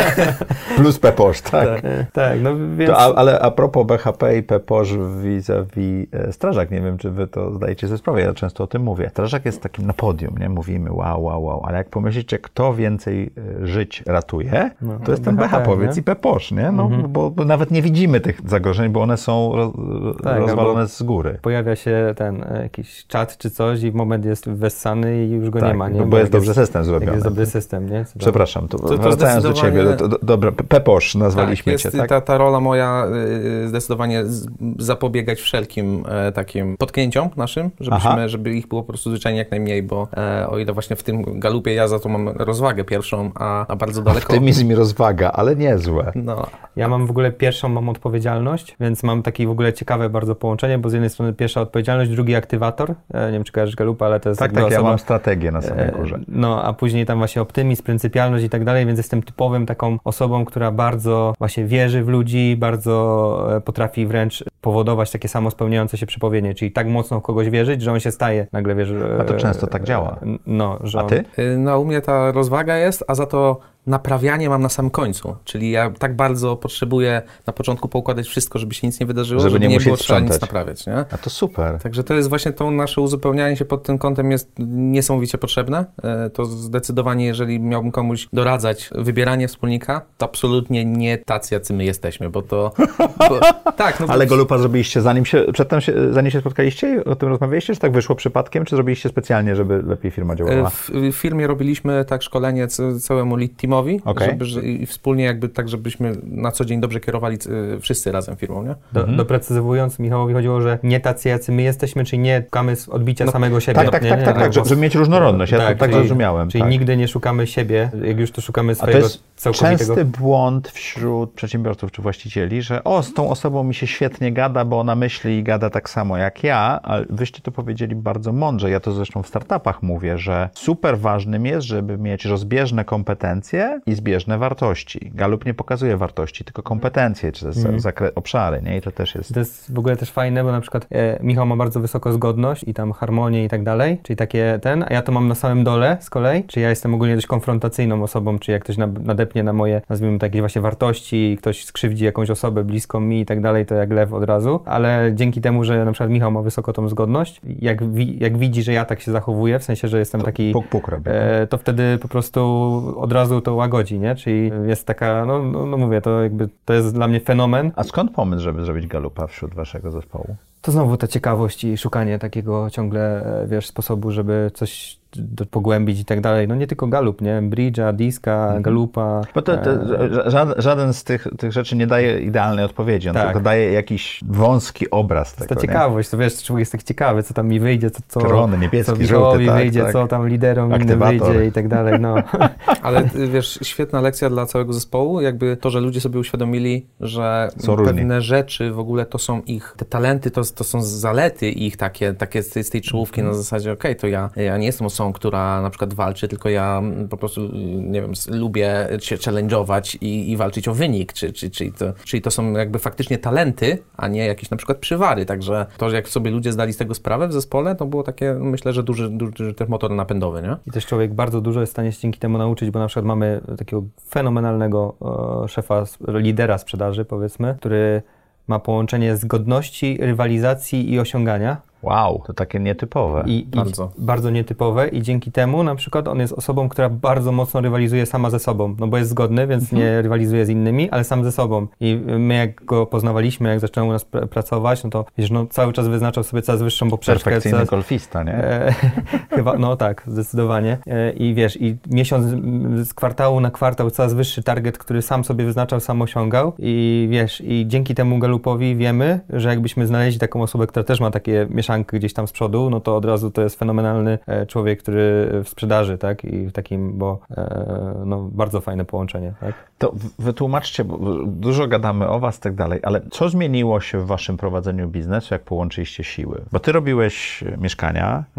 Plus Peposz, tak. Tak, tak, no więc... To, a, ale a propos B H P i Peposz vis-a-vis e, strażak, nie wiem, czy wy to zdajecie sobie sprawę, ja często o tym mówię. Strażak jest takim na podium, nie? Mówimy wow, wow, wow, ale jak pomyślicie, kto więcej e, żyć ratuje, no, to jest ten B H P, behapowiec nie? i Peposz, nie? No, Mhm. bo, bo nawet nie widzimy tych zagrożeń, bo one są roz, Tak, rozwalone albo z góry. Pojawia się ten e, jakiś czat czy coś i w moment jest wessany i już go Tak, nie ma, nie? bo, bo jest jak dobrze system zrobiony. Jak jest dobry system, nie? Co Przepraszam, to, to wracając do ciebie, do, do, do, dobra, Peposz nazwaliśmy tak, cię, jest tak? Ta, ta rola moja y, zdecydowanie z, zapobiegać wszelkim e, takim potknięciom naszym, żebyśmy, żeby ich było po prostu zwyczajnie jak najmniej, bo e, o ile właśnie w tym galupie ja za to mam rozwagę pierwszą, a, a bardzo daleko... Optymizm i rozwaga, ale niezłe. No. Ja mam w ogóle pierwszą mam odpowiedzialność, więc mam takie w ogóle ciekawe bardzo połączenie, bo z jednej strony pierwsza odpowiedzialność, drugi aktywator. E, nie wiem, czy kojarzysz Galupa, ale to jest Tak, jakby tak, ja osoba, mam strategię na samej górze. E, no, a później tam właśnie optymizm, pryncypialność i tak dalej, więc jestem typowym taką osobą, która bardzo właśnie wierzy w ludzi, bardzo e, potrafi wręcz powodować takie samo spełniające się przepowiednie, czyli tak mocno w kogoś wierzyć, że on się staje, nagle wiesz... A to często tak działa. No, że A ty? Y, No u mnie ta rozwaga jest, a za to naprawianie mam na samym końcu. Czyli ja tak bardzo potrzebuję na początku poukładać wszystko, żeby się nic nie wydarzyło, Żeby żeby, nie nie, musieć było trzeba nic sprzątać. naprawiać. Nie? A to super. Także to jest właśnie to nasze uzupełnianie się pod tym kątem jest niesamowicie potrzebne. E, To zdecydowanie, jeżeli miałbym komuś doradzać wybieranie wspólnika, to absolutnie nie tacy, jacy my jesteśmy, bo to... Bo, tak, no bo, Ale Galupa zrobiliście zanim się, przedtem się, zanim się spotkaliście i o tym rozmawialiście, czy tak wyszło przypadkiem, czy zrobiliście specjalnie, żeby lepiej firma działała? w, w firmie robiliśmy tak szkolenie c- całemu lead teamowi, Okej. żeby, że- i wspólnie jakby tak, żebyśmy na co dzień dobrze kierowali y, wszyscy razem firmą, nie? Do, Mhm. Doprecyzowując, Michałowi chodziło, że nie tacy, jacy my jesteśmy, czyli nie szukamy z odbicia No, samego siebie. Tak, tak, nie, tak, nie, tak, nie, tak, bo- żeby mieć różnorodność, ja to tak czyli- zrozumiałem. Czyli tak. nigdy nie szukamy siebie, jak już to szukamy A to swojego jest całkowitego... częsty błąd wśród przedsiębiorców czy właścicieli, że o, z tą osobą mi się świetnie gada, bo ona myśli i gada tak samo jak ja, ale wyście to powiedzieli bardzo mądrze. Ja to zresztą w startupach mówię, że super ważnym jest, żeby mieć rozbieżne kompetencje i zbieżne wartości. Galup nie pokazuje wartości, tylko kompetencje, czy też Mhm. zakre- obszary, nie? I to też jest... To jest w ogóle też fajne, bo na przykład e, Michał ma bardzo wysoką zgodność i tam harmonię i tak dalej, czyli takie ten, a ja to mam na samym dole z kolei, czyli ja jestem ogólnie dość konfrontacyjną osobą, czyli jak ktoś na, nadepnie na moje, nazwijmy takie właśnie wartości, ktoś skrzywdzi jakąś osobę bliską mi i tak dalej, to jak lew od razu, ale dzięki temu, że na przykład Michał ma wysoką tą zgodność, jak, wi, jak widzi, że ja tak się zachowuję, w sensie, że jestem taki... Puk, puk robię. E, to wtedy po prostu od razu to łagodzi, nie? Czyli jest taka, no, no, no mówię, to jakby to jest dla mnie fenomen. A skąd pomysł, żeby zrobić Galupa wśród waszego zespołu? To znowu ta ciekawość i szukanie takiego ciągle, e, wiesz, sposobu, żeby coś do, pogłębić i tak dalej. No nie tylko Galup, nie? Bridge'a, Diska, Mhm. Galupa. Bo to, to, e, żaden, żaden z tych, tych rzeczy nie daje idealnej odpowiedzi, on Tak. tylko daje jakiś wąski obraz to jest tego, ta nie? ciekawość, to wiesz, człowiek jest tak ciekawy, co tam mi wyjdzie, co, co, Czerwony, niebieski, co Michałowi żółty, tak, wyjdzie, tak. co tam liderom innym Aktywator. wyjdzie i tak dalej, no. Ale y, wiesz, świetna lekcja dla całego zespołu, jakby to, że ludzie sobie uświadomili, że Są różni. pewne rzeczy w ogóle to są ich, te talenty to, to są zalety ich takie, takie z tej, z tej czołówki na zasadzie, okej, to ja, ja nie jestem osobą, która na przykład walczy, tylko ja mm, po prostu, y, nie wiem, s- lubię się challenge'ować i, i walczyć o wynik, czy, czy, czyli, to, czyli to są jakby faktycznie talenty, a nie jakieś na przykład przywary, także to, że jak sobie ludzie zdali z tego sprawę w zespole, to było takie, myślę, że duży, duży też motor napędowy, nie? I też człowiek bardzo dużo jest w stanie się dzięki temu nauczyć, bo na przykład mamy takiego fenomenalnego e, szefa, lidera sprzedaży, powiedzmy, który ma połączenie zgodności, rywalizacji i osiągania. Wow, to takie nietypowe. I, Bardzo. I bardzo nietypowe i dzięki temu na przykład on jest osobą, która bardzo mocno rywalizuje sama ze sobą, no bo jest zgodny, więc Mhm. nie rywalizuje z innymi, ale sam ze sobą. I my jak go poznawaliśmy, jak zacząłem u nas pr- pracować, no to wiesz, no cały czas wyznaczał sobie coraz wyższą poprzeczkę. Perfekcyjny coraz, golfista, nie? E, chyba, no tak, zdecydowanie. E, I wiesz, i miesiąc m, z kwartału na kwartał coraz wyższy target, który sam sobie wyznaczał, sam osiągał. I wiesz, i dzięki temu Galupowi wiemy, że jakbyśmy znaleźli taką osobę, która też ma takie mieszanki gdzieś tam z przodu, no to od razu to jest fenomenalny e, człowiek, który w sprzedaży, tak? I w takim, bo e, no bardzo fajne połączenie, tak? To w- wytłumaczcie, bo dużo gadamy o was i tak dalej, ale co zmieniło się w waszym prowadzeniu biznesu, jak połączyliście siły? Bo ty robiłeś e, mieszkania, Mhm.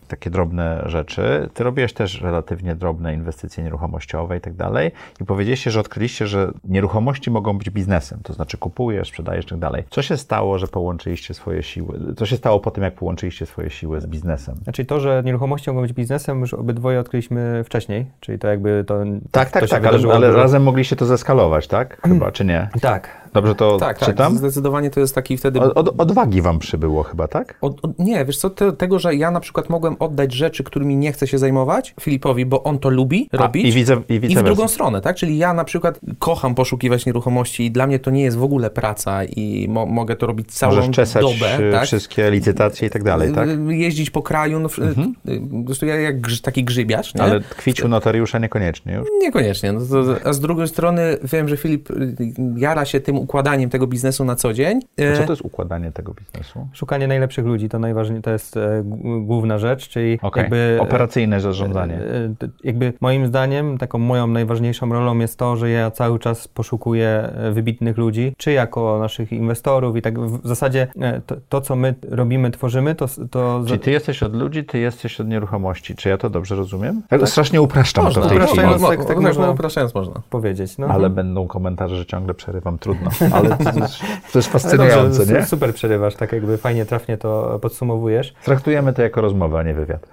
takie drobne rzeczy. Ty robiłeś też relatywnie drobne inwestycje nieruchomościowe i tak dalej i powiedzieliście, że odkryliście, że nieruchomości mogą być biznesem, to znaczy kupujesz, sprzedajesz i tak dalej. Co się stało, że połączyliście swoje siły? Co się stało po tym, jak połączyliście swoje siły z biznesem? Znaczy to, że nieruchomości mogą być biznesem, już obydwoje odkryliśmy wcześniej, czyli to jakby to Tak, tak, to tak, ale, ale razem mogliście to zeskalować, tak? Chyba, czy nie? Tak. Dobrze to tak, czytam? Tak, zdecydowanie to jest taki wtedy... Od, od, odwagi wam przybyło chyba, tak? Od, od, nie, wiesz co, te, tego, że ja na przykład mogłem oddać rzeczy, którymi nie chcę się zajmować Filipowi, bo on to lubi A, robić. I, widzę, i, I w drugą stronę, tak? Czyli ja na przykład kocham poszukiwać nieruchomości i dla mnie to nie jest w ogóle praca i mo, mogę to robić całą Możesz czesać dobę. Tak? wszystkie licytacje i tak dalej, tak? Jeździć po kraju, no, mhm. po prostu ja jak grz, taki grzybiarz. Nie? Ale tkwić u notariusza niekoniecznie już. Niekoniecznie. No to, a z drugiej strony wiem, że Filip jara się tym układaniem tego biznesu na co dzień. A co to jest układanie tego biznesu? Szukanie najlepszych ludzi, to najważniejsze, to jest e, główna rzecz, czyli okay. jakby... Operacyjne zarządzanie. E, e, jakby moim zdaniem taką moją najważniejszą rolą jest to, że ja cały czas poszukuję wybitnych ludzi, czy jako naszych inwestorów i tak w zasadzie e, to, to, co my robimy, tworzymy, to... to Czyli ty jesteś od ludzi, ty jesteś od nieruchomości. Czy ja to dobrze rozumiem? Tak? Strasznie upraszczam można, to w tej chwili. Tak, tak można, można upraszczając można powiedzieć. No. Ale będą komentarze, że ciągle przerywam. Trudno. Ale to jest, to jest fascynujące, dobrze, nie? Super przerywasz, tak jakby fajnie, trafnie to podsumowujesz. Traktujemy to jako rozmowę, a nie wywiad.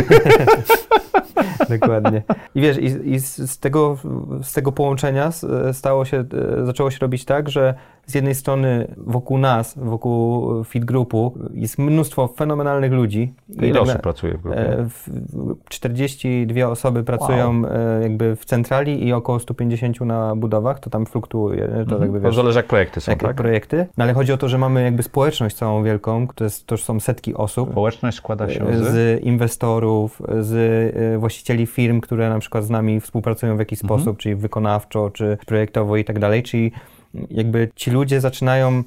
Dokładnie. I wiesz, i, i z, tego, z tego połączenia stało się, zaczęło się robić tak, że z jednej strony wokół nas, wokół Fit Groupu jest mnóstwo fenomenalnych ludzi. Ile tak osób na, pracuje w grupie? czterdzieści dwie osoby pracują wow. jakby w centrali i około sto pięćdziesiąt na budowach, to tam fluktuuje. To mhm. jakby, wiesz, to zależy jak projekty są, jak tak? projekty. No ale chodzi o to, że mamy jakby społeczność całą wielką, to, jest, to już są setki osób. Społeczność składa się z? Z inwestorów, z właścicieli firm, które na przykład z nami współpracują w jakiś mhm. sposób, czyli wykonawczo, czy projektowo i tak dalej, czyli jakby ci ludzie zaczynają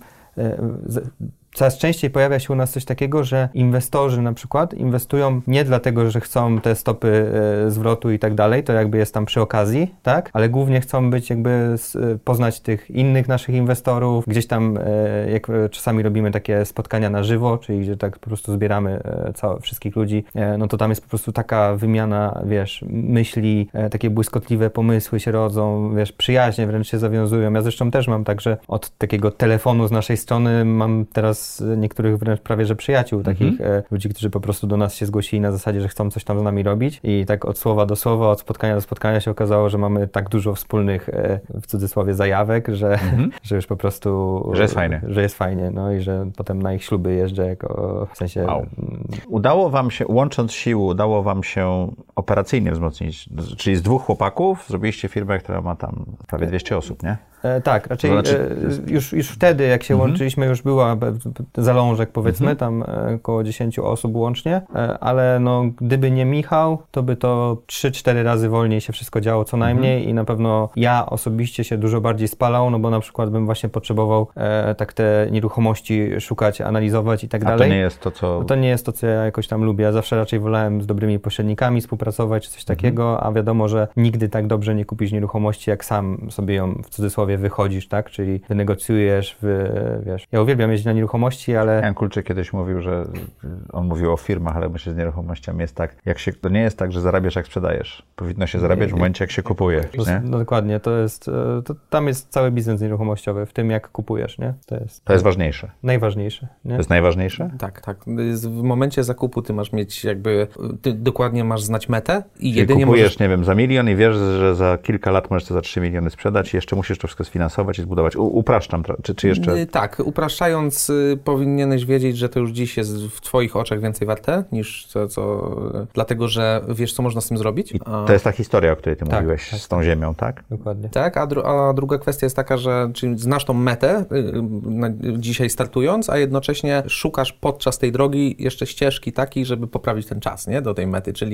coraz częściej pojawia się u nas coś takiego, że inwestorzy na przykład inwestują nie dlatego, że chcą te stopy e, zwrotu i tak dalej, to jakby jest tam przy okazji, tak? Ale głównie chcą być jakby s, poznać tych innych naszych inwestorów, gdzieś tam e, jak czasami robimy takie spotkania na żywo, czyli gdzie tak po prostu zbieramy e, całe, wszystkich ludzi, e, no to tam jest po prostu taka wymiana, wiesz, myśli, e, takie błyskotliwe pomysły się rodzą, wiesz, przyjaźnie wręcz się zawiązują. Ja zresztą też mam tak, że od takiego telefonu z naszej strony mam teraz niektórych wręcz prawie, że przyjaciół, mm-hmm. takich e, ludzi, którzy po prostu do nas się zgłosili na zasadzie, że chcą coś tam z nami robić i tak od słowa do słowa, od spotkania do spotkania się okazało, że mamy tak dużo wspólnych, e, w cudzysłowie, zajawek, że, mm-hmm. że już po prostu... Że jest fajnie. Że jest fajnie, no i że potem na ich śluby jeżdżę jako, w sensie... Wow. Udało wam się, łącząc siły, udało wam się operacyjnie wzmocnić, czyli z dwóch chłopaków zrobiliście firmę, która ma tam prawie dwieście osób, nie? E, tak, raczej to znaczy... e, już, już wtedy, jak się mm-hmm. łączyliśmy, już była zalążek, powiedzmy, mm-hmm. tam e, około dziesięć osób łącznie, e, ale no, gdyby nie Michał, to by to trzy cztery razy wolniej się wszystko działo co najmniej mm-hmm. i na pewno ja osobiście się dużo bardziej spalał, no bo na przykład bym właśnie potrzebował e, tak te nieruchomości szukać, analizować i tak A dalej. to nie jest to, co... No to nie jest to, co ja jakoś tam lubię. Ja zawsze raczej wolałem z dobrymi pośrednikami współpracować, czy coś takiego, mm-hmm. a wiadomo, że nigdy tak dobrze nie kupisz nieruchomości, jak sam sobie ją w cudzysłowie wychodzisz, tak? Czyli wynegocjujesz, wy, wiesz. Ja uwielbiam jeździć na nieruchomości, ale... Jan Kulczyk kiedyś mówił, że on mówił o firmach, ale myślę, że z nieruchomościami jest tak, jak się, to nie jest tak, że zarabiasz jak sprzedajesz. Powinno się zarabiać w momencie, jak się kupuje, nie? No dokładnie, to jest, to, tam jest cały biznes nieruchomościowy, w tym jak kupujesz, nie? To jest... To jest ważniejsze. Najważniejsze, nie? To jest najważniejsze? Tak, tak. W momencie zakupu ty masz mieć jakby, ty dokładnie masz znać metę i Czyli jedynie kupujesz, możesz... nie wiem, za milion i wiesz, że za kilka lat możesz to za trzy miliony sprzedać i jeszcze musisz to wszystko sfinansować i zbudować. U, upraszczam, czy, czy jeszcze... Tak, upraszczając powinieneś wiedzieć, że to już dziś jest w twoich oczach więcej warte niż to, co... Dlatego, że wiesz, co można z tym zrobić. I to jest ta historia, o której ty tak, mówiłeś tak, z tą ziemią, tak? Dokładnie. Tak, a, dru a druga kwestia jest taka, że czyli znasz tą metę yy, dzisiaj startując, a jednocześnie szukasz podczas tej drogi jeszcze ścieżki takiej, żeby poprawić ten czas, nie? Do tej mety, czyli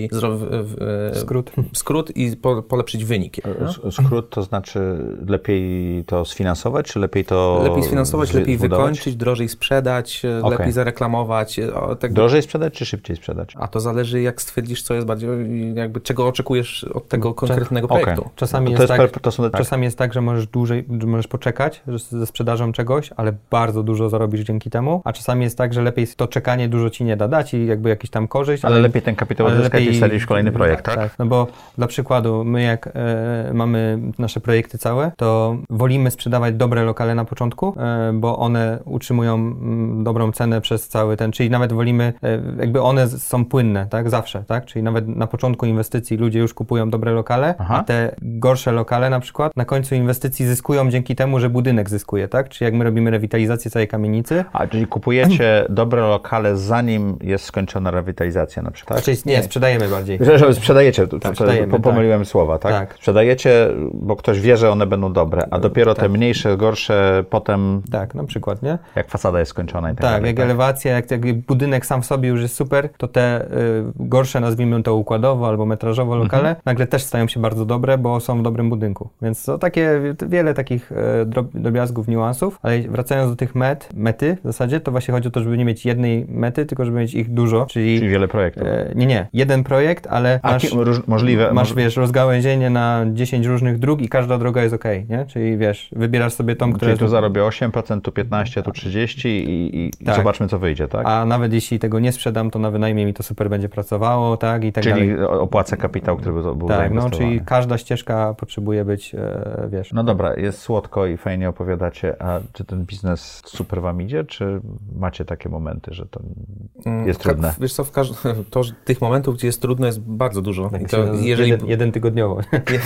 w, skrót. skrót i po, polepszyć wynik. No? Skrót to znaczy lepiej to sfinansować, czy lepiej to Lepiej sfinansować, lepiej zbudować? wykończyć, drożej sprzedać, Okay. lepiej zareklamować. O, tak... Drożej sprzedać, czy szybciej sprzedać? A to zależy, jak stwierdzisz, co jest bardziej, jakby czego oczekujesz od tego konkretnego okay. projektu. Czasami, to jest, jest tak, per, to są, tak. czasami jest tak, że możesz dłużej, że możesz poczekać ze sprzedażą czegoś, ale bardzo dużo zarobisz dzięki temu, a czasami jest tak, że lepiej to czekanie dużo ci nie da, da ci jakby jakiś tam korzyść. Ale, ale lepiej ten kapitał odzyskać i wsadzić w kolejny projekt, tak? tak? No bo dla przykładu, my jak e, mamy nasze projekty całe, to wolimy sprzedawać dobre lokale na początku, e, bo one utrzymują m, dobrą cenę przez cały ten, czyli nawet wolimy, e, jakby one są płynne, tak? Zawsze, tak? Czyli nawet na początku inwestycji ludzie już kupują dobre lokale, Aha. a te gorsze lokale na przykład na końcu inwestycji zyskują dzięki temu, że budynek zyskuje, tak? Czyli jak my robimy rewitalizację całej kamienicy. A, czyli kupujecie dobre lokale, zanim jest skończona rewitalizacja na przykład? Czyli nie, sprzedajemy bardziej. Że, że sprzedajecie, tak, to, sprzedajemy, pomyliłem tak. słowa, tak? tak? Sprzedajecie, bo ktoś wie, że one będą dobre, a dopiero tak. te mniejsze, gorsze potem... Tak, na przykład, nie? Jak fasada jest skończona i tak, tak dalej. Jak tak, elewacja, jak, jak budynek sam w sobie już jest super, to te y, gorsze, nazwijmy to układowo albo metrażowo lokale, mhm. nagle też stają się bardzo dobre, bo są w dobrym budynku. Więc to takie, wiele takich y, drob, drobiazgów, niuansów, ale wracając do tych met, mety w zasadzie, to właśnie chodzi o to, żeby nie mieć jednej mety, tylko żeby mieć ich dużo, czyli... Czyli wiele projektów. Y, nie, nie. Jeden projekt, ale A, masz, róż, możliwe, masz, wiesz, rozgałęzienie na dziesięć różnych dróg i każda droga jest okej, nie? Czyli, wiesz, wybierasz sobie tą, która... Czyli tu zarobię osiem procent, tu piętnaście procent, tu trzydzieści procent i, i, tak. i zobaczmy, co wyjdzie, tak? A nawet jeśli tego nie sprzedam, to na wynajmie mi to super będzie pracowało, tak? I tak czyli dalej. opłacę kapitał, który był tak, zainwestowany. No, czyli każda ścieżka potrzebuje być, e, wiesz... No dobra, jest słodko i fajnie opowiadacie, a czy ten biznes super wam idzie, czy macie takie momenty, że to jest Ka- trudne? Wiesz co, w każ- to, że tych momentów, gdzie jest trudno, jest bardzo dużo. Tak, I to, jeżeli, jeden, jeden tygodniowo.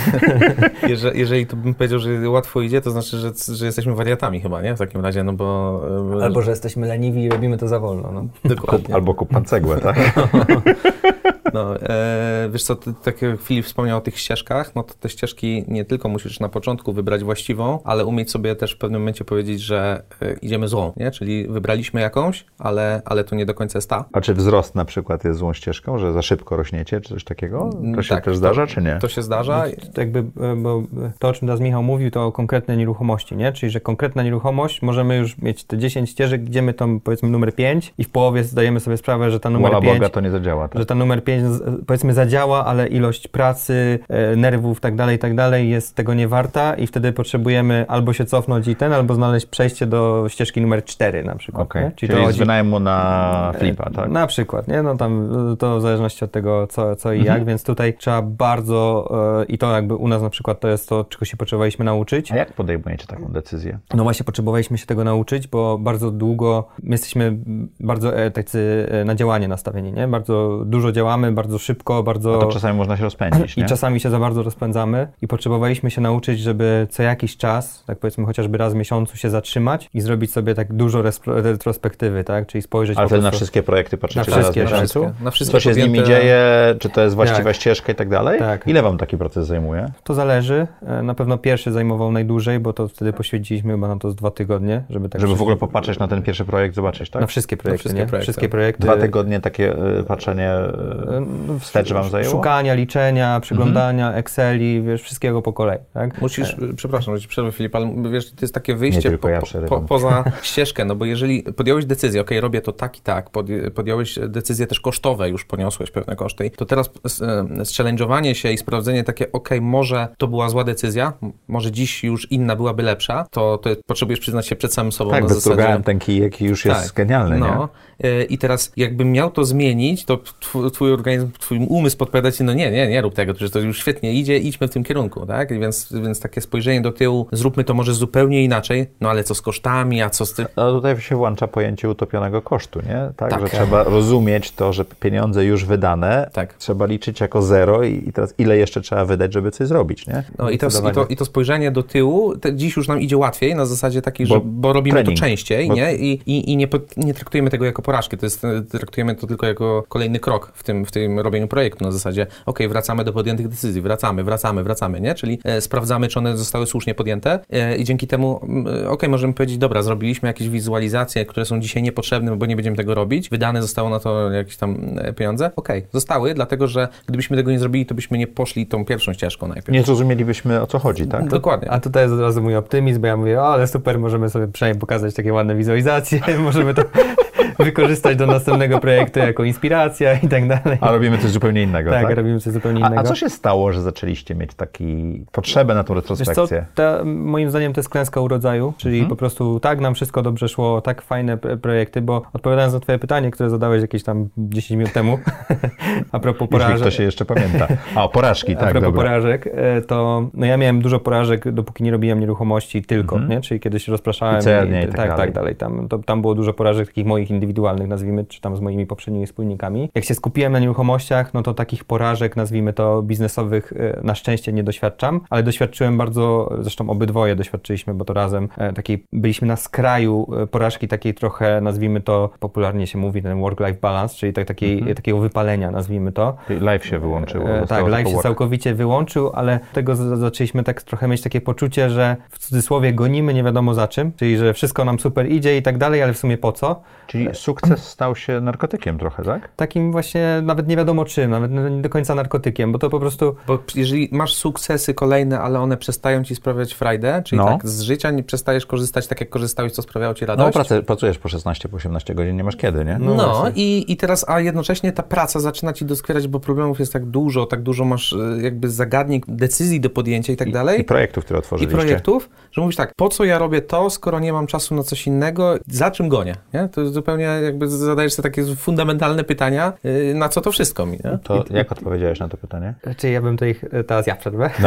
jeżeli, jeżeli to bym powiedział, że łatwo idzie, to znaczy, że, że jesteśmy wariatami chyba, nie? W takim razie, no bo... Albo, że jesteśmy leniwi i robimy to za wolno, no. Dokładnie. Albo kup pan cegłę, tak? No, e, wiesz co, ty, tak jak Filip wspomniał o tych ścieżkach, no to te ścieżki nie tylko musisz na początku wybrać właściwą, ale umieć sobie też w pewnym momencie powiedzieć, że e, idziemy złą, nie? Czyli wybraliśmy jakąś, ale, ale to nie do końca jest ta. A czy wzrost na przykład jest złą ścieżką, że za szybko rośniecie, czy coś takiego? To się tak, też zdarza, czy nie? To się zdarza. To jakby, bo to, o czym teraz Michał mówił, to o konkretnej nieruchomości, nie? Czyli, że konkretna nieruchomość, możemy już mieć te dziesięć ścieżek, gdzie my tam, powiedzmy, numer pięć i w połowie zdajemy sobie sprawę, że ta numer Wola pięć... Boga to nie zadziała, tak? Że ta numer pięć, powiedzmy, zadziała, ale ilość pracy, e, nerwów, tak dalej, tak dalej jest tego nie warta i wtedy potrzebujemy albo się cofnąć i ten, albo znaleźć przejście do ścieżki numer cztery na przykład. Okay. Nie? Czyli, Czyli to z chodzi... wynajmu na flipa, tak? Na przykład, nie? No tam to w zależności od tego, co, co i mhm. jak, więc tutaj trzeba bardzo e, i to jakby u nas na przykład to jest to, czego się potrzebowaliśmy nauczyć. A jak podejmujecie taką decyzję? No właśnie potrzebowaliśmy się tego nauczyć, bo bardzo długo, my jesteśmy bardzo e, tacy e, na działanie nastawieni, nie? Bardzo dużo działamy, bardzo szybko, bardzo... A to czasami można się rozpędzić, nie? I czasami się za bardzo rozpędzamy i potrzebowaliśmy się nauczyć, żeby co jakiś czas, tak powiedzmy chociażby raz w miesiącu się zatrzymać i zrobić sobie tak dużo retrospektywy, tak? Czyli spojrzeć Ale po wtedy prostu... na wszystkie projekty patrzycie na wszystkie, raz w miesiącu? Na wszystkie Co się podjęte... z nimi dzieje? Czy to jest właściwa tak. ścieżka i tak dalej? Tak. Ile wam taki proces zajmuje? To zależy. Na pewno pierwszy zajmował najdłużej, bo to wtedy poświęciliśmy chyba na to z dwa tygodnie, żeby tak... Żeby wszystko... w ogóle popatrzeć na ten pierwszy projekt, zobaczyć, tak? Na wszystkie projekty, wszystkie nie? projekty. Wszystkie projekty. Dwa tygodnie takie y, patrzenie y, wstecz wam zajęło? Szukania, liczenia, przyglądania, mhm. Exceli, wiesz, wszystkiego po kolei, tak? Musisz, e... przepraszam, że ci przerwę, Filip, ale wiesz, to jest takie wyjście po, ja po, poza ścieżkę, no bo jeżeli podjąłeś decyzję, ok, robię to tak i tak, podjąłeś decyzje też kosztowe, już poniosłeś pewne koszty, to teraz zchallenge'owanie się i sprawdzenie takie, ok, może to była zła decyzja, może dziś już inna byłaby lepsza, to, to potrzebujesz przyznać się przed samym sobą tak, na zasadzie. zasadzie... Tak, ten kijek już tak, jest genialny, no. nie? I teraz jakbym miał to zmienić, to twój, twój organizm, twój umysł podpowiada ci, no nie, nie, nie rób tego, przecież to już świetnie idzie, idźmy w tym kierunku, tak? Więc, więc takie spojrzenie do tyłu, zróbmy to może zupełnie inaczej, no ale co z kosztami, a co z tym... No tutaj się włącza pojęcie utopionego kosztu, nie? Tak, tak. że trzeba rozumieć to, że pieniądze już wydane, tak. trzeba liczyć jako zero i, i teraz ile jeszcze trzeba wydać, żeby coś zrobić, nie? No i to, i, to, i to spojrzenie do tyłu, te, dziś już nam idzie łatwiej, na zasadzie takiej, bo, że, bo robimy trening, to częściej, bo... nie? I, i, i nie, nie traktujemy tego jako porażkę, to jest, traktujemy to tylko jako kolejny krok w tym, w tym robieniu projektu na zasadzie, ok, wracamy do podjętych decyzji, wracamy, wracamy, wracamy, nie? Czyli e, sprawdzamy, czy one zostały słusznie podjęte e, i dzięki temu, e, ok, możemy powiedzieć, dobra, zrobiliśmy jakieś wizualizacje, które są dzisiaj niepotrzebne, bo nie będziemy tego robić, wydane zostało na to jakieś tam e, pieniądze, ok, zostały, dlatego, że gdybyśmy tego nie zrobili, to byśmy nie poszli tą pierwszą ścieżką najpierw. Nie zrozumielibyśmy, o co chodzi, tak? Dokładnie. A tutaj jest od razu mój optymizm, bo ja mówię, o, ale super, możemy sobie przynajmniej pokazać takie ładne wizualizacje, możemy to wykorzystać do następnego projektu jako inspiracja i tak dalej. A robimy coś zupełnie innego, tak? Tak, robimy coś zupełnie innego. A, a co się stało, że zaczęliście mieć taki potrzebę na tą retrospekcję? Wiesz co, ta, moim zdaniem to jest klęska urodzaju, czyli mhm. po prostu tak nam wszystko dobrze szło, tak fajne p- projekty, bo odpowiadając na twoje pytanie, które zadałeś jakieś tam dziesięć minut temu, a propos porażek. Jeśli ktoś się jeszcze pamięta. A, o porażki, tak, A propos dobra. porażek, to no ja miałem dużo porażek, dopóki nie robiłem nieruchomości tylko, Mhm. nie? Czyli kiedyś rozpraszałem. Pizzernie i, i tak tak, dalej. tak dalej. Tam, to, tam było dużo porażek takich moich indywidualnych, nazwijmy, czy tam z moimi poprzednimi wspólnikami. Jak się skupiłem na nieruchomościach, no to takich porażek, nazwijmy to biznesowych, na szczęście nie doświadczam, ale doświadczyłem bardzo, zresztą obydwoje doświadczyliśmy, bo to razem takiej, byliśmy na skraju porażki takiej trochę, nazwijmy to, popularnie się mówi, ten work-life balance, czyli tak, takiej, mhm. takiego wypalenia, nazwijmy to. Live się wyłączyło. E, tak, live się całkowicie wyłączył, ale tego z- zaczęliśmy tak trochę mieć takie poczucie, że w cudzysłowie gonimy nie wiadomo za czym, czyli że wszystko nam super idzie i tak dalej, ale w sumie po co? Czyli sukces stał się narkotykiem trochę, tak? Takim właśnie nawet nie wiadomo czym, nawet nie do końca narkotykiem, bo to po prostu... Bo jeżeli masz sukcesy kolejne, ale one przestają ci sprawiać frajdę, czyli no. tak z życia nie przestajesz korzystać tak, jak korzystałeś, co sprawiało ci radość. No pracy, pracujesz po szesnaście, po osiemnaście godzin, nie masz kiedy, nie? No, no i, i teraz, a jednocześnie ta praca zaczyna ci doskwierać, bo problemów jest tak dużo, tak dużo masz jakby zagadnień, decyzji do podjęcia i tak dalej. I projektów, które I otworzyliście. projektów, że mówisz tak, po co ja robię to, skoro nie mam czasu na coś innego, za czym gonię, nie? To jest zupełnie jakby zadajesz sobie takie fundamentalne pytania, yy, na co to wszystko mi, nie? To jak odpowiedziałeś na to pytanie? Czy ja bym tutaj, teraz ja przerwę? No.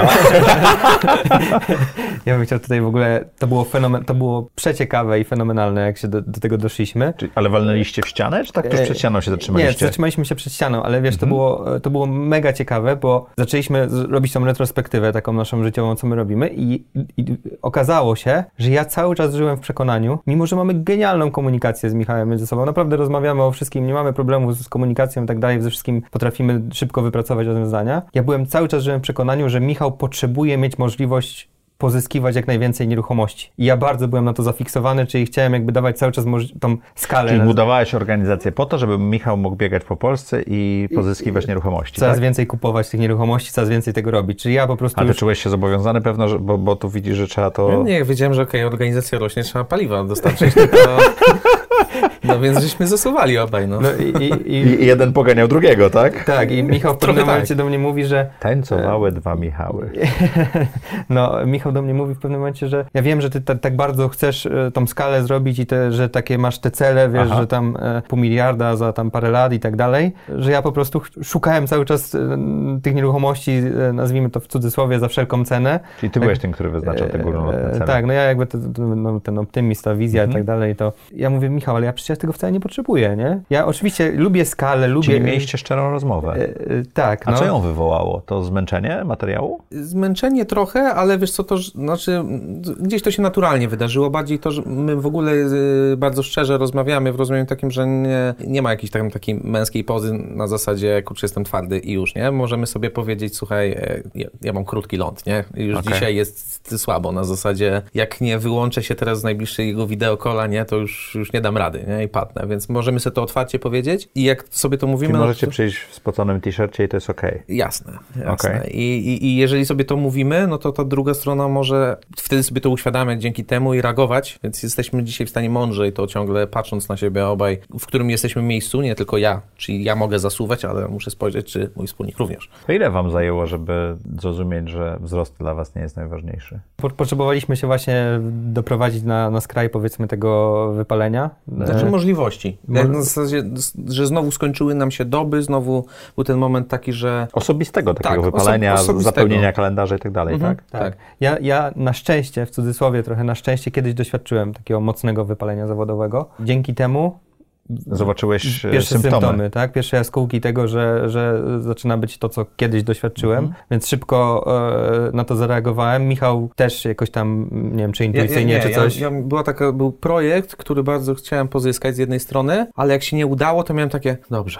Ja bym chciał tutaj w ogóle, to było fenomen, to było przeciekawe i fenomenalne, jak się do, do tego doszliśmy. Czy, ale walnęliście w ścianę, czy tak tuż przed ścianą się zatrzymaliście? Nie, zatrzymaliśmy się przed ścianą, ale wiesz, Mhm. to, było, to było mega ciekawe, bo zaczęliśmy z- robić tą retrospektywę taką naszą życiową, co my robimy i, i okazało się, że ja cały czas żyłem w przekonaniu, mimo że mamy genialną komunikację z Michałem między sobą, naprawdę rozmawiamy o wszystkim, nie mamy problemu z komunikacją i tak dalej, ze wszystkim potrafimy szybko wypracować rozwiązania. Ja byłem cały czas żyłem w przekonaniu, że Michał potrzebuje mieć możliwość pozyskiwać jak najwięcej nieruchomości. I ja bardzo byłem na to zafiksowany, czyli chciałem jakby dawać cały czas moż- tą skalę. Czyli na... budowałeś organizację po to, żeby Michał mógł biegać po Polsce i pozyskiwać I, nieruchomości, Coraz tak? więcej kupować tych nieruchomości, coraz więcej tego robić. Czyli ja po prostu A ty już... czułeś się zobowiązany pewno, że, bo, bo tu widzisz, że trzeba to... Ja nie, wiedziałem, że okej, okay, organizacja rośnie, trzeba paliwa dostarczyć, tylko... No więc żeśmy zasuwali obaj, no. No i, i, I, I jeden poganiał drugiego, tak? tak, i Michał w Trochę pewnym tak. momencie do mnie mówi, że... Tańcowały dwa Michały. No, Michał do mnie mówi w pewnym momencie, że ja wiem, że ty ta, tak bardzo chcesz e, tą skalę zrobić i te, że takie masz te cele, wiesz, Aha. że tam e, pół miliarda za tam parę lat i tak dalej, że ja po prostu ch- szukałem cały czas e, tych nieruchomości, e, nazwijmy to w cudzysłowie, za wszelką cenę. Czyli ty byłeś tym, który wyznaczał te górnolotne cele. Tak, no ja jakby te, te, no, ten optymizm, ta wizja Mhm. i tak dalej, to ja mówię, Michał, ale ja przecież tego wcale nie potrzebuję, nie? Ja oczywiście lubię skalę, lubię... Czyli mieliście szczerą rozmowę. E, e, tak, A no. co ją wywołało? To zmęczenie materiału? Zmęczenie trochę, ale wiesz co, to że- znaczy gdzieś to się naturalnie wydarzyło, bardziej to, że my w ogóle y, bardzo szczerze rozmawiamy w rozumieniu takim, że nie, nie ma jakiejś tam takiej męskiej pozy na zasadzie, kurczę, jestem twardy i już, nie? Możemy sobie powiedzieć, słuchaj, e, ja, ja mam krótki ląd, nie? I już Okej. dzisiaj jest słabo, na zasadzie, jak nie wyłączę się teraz z najbliższego wideokola, nie? To już, już nie dam rady, nie? I padnę, więc możemy sobie to otwarcie powiedzieć i jak sobie to mówimy... Czyli no możecie to... przyjść w spoconym t-shircie i to jest okej. Jasne, jasne. Okej. I, i, I jeżeli sobie to mówimy, no to ta druga strona może wtedy sobie to uświadamiać dzięki temu i reagować, więc jesteśmy dzisiaj w stanie mądrzej to ciągle patrząc na siebie obaj, w którym jesteśmy miejscu, nie tylko ja, czyli ja mogę zasuwać, ale muszę spojrzeć, czy mój wspólnik również. To ile wam zajęło, żeby zrozumieć, że wzrost dla was nie jest najważniejszy? Po- Potrzebowaliśmy się właśnie doprowadzić na, na skraj, powiedzmy, tego wypalenia. Znaczy E, możliwości. Mo- Jak na zasadzie, że znowu skończyły nam się doby, znowu był ten moment taki, że... Osobistego takiego Tak, wypalenia, oso- osobistego. zapełnienia kalendarza i tak dalej, Mhm. tak? Tak. Tak. Ja, ja na szczęście, w cudzysłowie trochę na szczęście, kiedyś doświadczyłem takiego mocnego wypalenia zawodowego. Dzięki temu Zobaczyłeś e, pierwsze symptomy. symptomy, tak? Pierwsze jaskółki tego, że, że zaczyna być to, co kiedyś doświadczyłem, Mhm. więc szybko e, na to zareagowałem. Michał też jakoś tam, nie wiem, czy intuicyjnie, ja, ja, czy nie, coś. Ja, ja, była taka, był projekt, który bardzo chciałem pozyskać z jednej strony, ale jak się nie udało, to miałem takie, dobrze,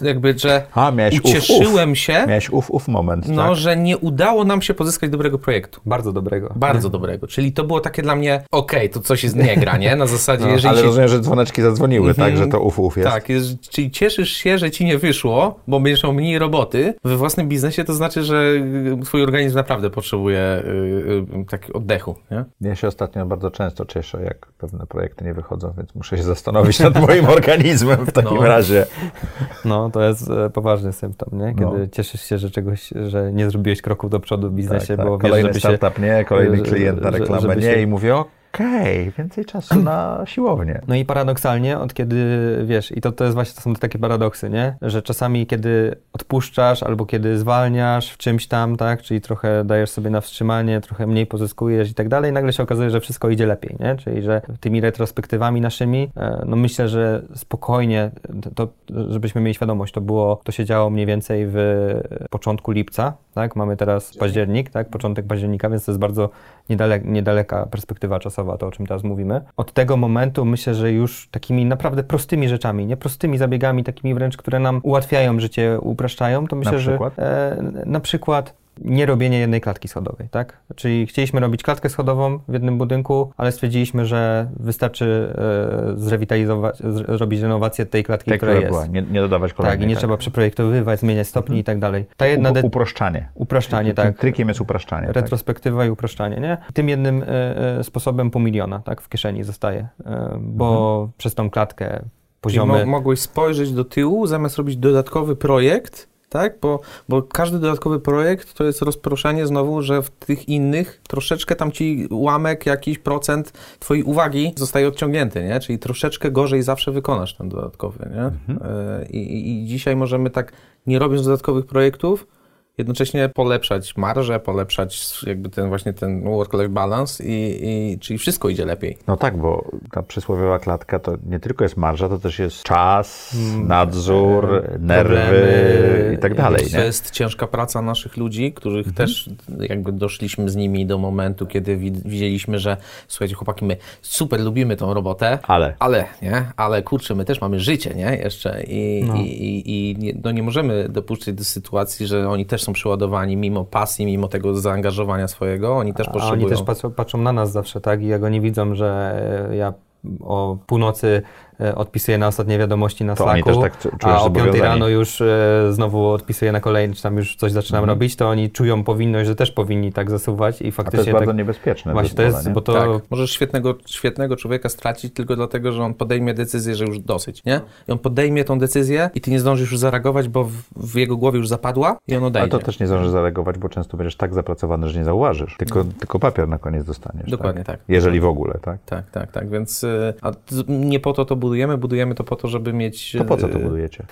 jakby, że A, miałeś ucieszyłem uf, uf. się, miałeś uf, uf moment, no, tak? że nie udało nam się pozyskać dobrego projektu. Bardzo dobrego. Bardzo nie. dobrego. Czyli to było takie dla mnie, okej, okay, to coś jest nie gra, nie? Na zasadzie, no, jeżeli ale się... rozumiem, że dzwoneczki zadzwoniły, mm-hmm. tak, że to uf, uf jest. Tak, jest, czyli cieszysz się, że ci nie wyszło, bo będziesz miał mniej roboty we własnym biznesie, to znaczy, że twój organizm naprawdę potrzebuje yy, yy, tak oddechu, nie? Ja się ostatnio bardzo często cieszę, jak pewne projekty nie wychodzą, więc muszę się zastanowić nad moim organizmem w takim no. razie. No, to jest e, poważny symptom, nie? Kiedy no. cieszysz się, że czegoś, że nie zrobiłeś kroku do przodu w biznesie, tak, tak. bo Kolejny wiesz, żeby startup się, nie, kolejny że, klient na reklamę nie się... i mówię, okej, okay, więcej czasu na siłownię. No i paradoksalnie, od kiedy, wiesz, i to, to jest właśnie, to są takie paradoksy, nie? Że czasami, kiedy odpuszczasz albo kiedy zwalniasz w czymś tam, tak? Czyli trochę dajesz sobie na wstrzymanie, trochę mniej pozyskujesz i tak dalej, nagle się okazuje, że wszystko idzie lepiej, nie? Czyli, że tymi retrospektywami naszymi, no myślę, że spokojnie, to, żebyśmy mieli świadomość, to było, to się działo mniej więcej w początku lipca, tak? Mamy teraz październik, tak? Początek października, więc to jest bardzo niedaleka, niedaleka perspektywa czasowa, to o czym teraz mówimy. Od tego momentu myślę, że już takimi naprawdę prostymi rzeczami, nie prostymi zabiegami, takimi wręcz, które nam ułatwiają życie, upraszczają, to myślę, na przykład? że e, na przykład nie robienie jednej klatki schodowej, tak? Czyli chcieliśmy robić klatkę schodową w jednym budynku, ale stwierdziliśmy, że wystarczy e, zrewitalizować, z, zrobić renowację tej klatki, tej, która jest. Była. Nie, nie dodawać kolejnej. Tak, i nie tak. trzeba przeprojektowywać, zmieniać stopni i tak dalej. Ta jedna de... Uproszczanie. Uproszczanie, tak. Trykiem jest upraszczanie. Retrospektywa tak. i uproszczanie, nie? Tym jednym e, e, sposobem pół miliona, tak? W kieszeni zostaje, e, bo mhm. przez tą klatkę poziomy... Mo- mogłeś spojrzeć do tyłu, zamiast robić dodatkowy projekt, tak? Bo, bo każdy dodatkowy projekt to jest rozproszenie znowu, że w tych innych troszeczkę tam ci ułamek, jakiś procent twojej uwagi zostaje odciągnięty, nie? Czyli troszeczkę gorzej zawsze wykonasz ten dodatkowy, nie? Mhm. I, i, I dzisiaj możemy tak, nie robiąc dodatkowych projektów, jednocześnie polepszać marżę, polepszać jakby ten właśnie ten work-life balance i, i czyli wszystko idzie lepiej. No tak, bo ta przysłowiowa klatka to nie tylko jest marża, to też jest czas, nadzór, hmm, nerwy problemy, i tak dalej. To nie? jest ciężka praca naszych ludzi, których mhm. też jakby doszliśmy z nimi do momentu, kiedy widzieliśmy, że słuchajcie chłopaki, my super lubimy tą robotę, ale, ale, nie? ale kurczę, my też mamy życie, nie? Jeszcze i, no. i, i, i nie, no nie możemy dopuszczać do sytuacji, że oni też są przeładowani mimo pasji, mimo tego zaangażowania swojego, oni też potrzebują. A oni też patrzą, patrzą na nas zawsze, tak? I jak oni widzą, że ja o północy odpisuję na ostatnie wiadomości na Slacku, to oni też tak czują, a o piątej rano już e, znowu odpisuję na kolejny, czy tam już coś zaczynam mm. robić, to oni czują powinność, że też powinni tak zasuwać i faktycznie... A to jest bardzo tak, niebezpieczne. Właśnie to jest, bo to... Tak. Możesz świetnego, świetnego człowieka stracić tylko dlatego, że on podejmie decyzję, że już dosyć, nie? I on podejmie tą decyzję i ty nie zdążysz już zareagować, bo w, w jego głowie już zapadła i on odejdzie. Ale to też nie zdążysz zareagować, bo często będziesz tak zapracowany, że nie zauważysz, tylko, no. tylko papier na koniec dostaniesz. Dokładnie tak. tak. Jeżeli w ogóle, tak? Tak, tak, tak, więc a nie po to to budujemy, budujemy to po to, żeby mieć... To po co to budujecie?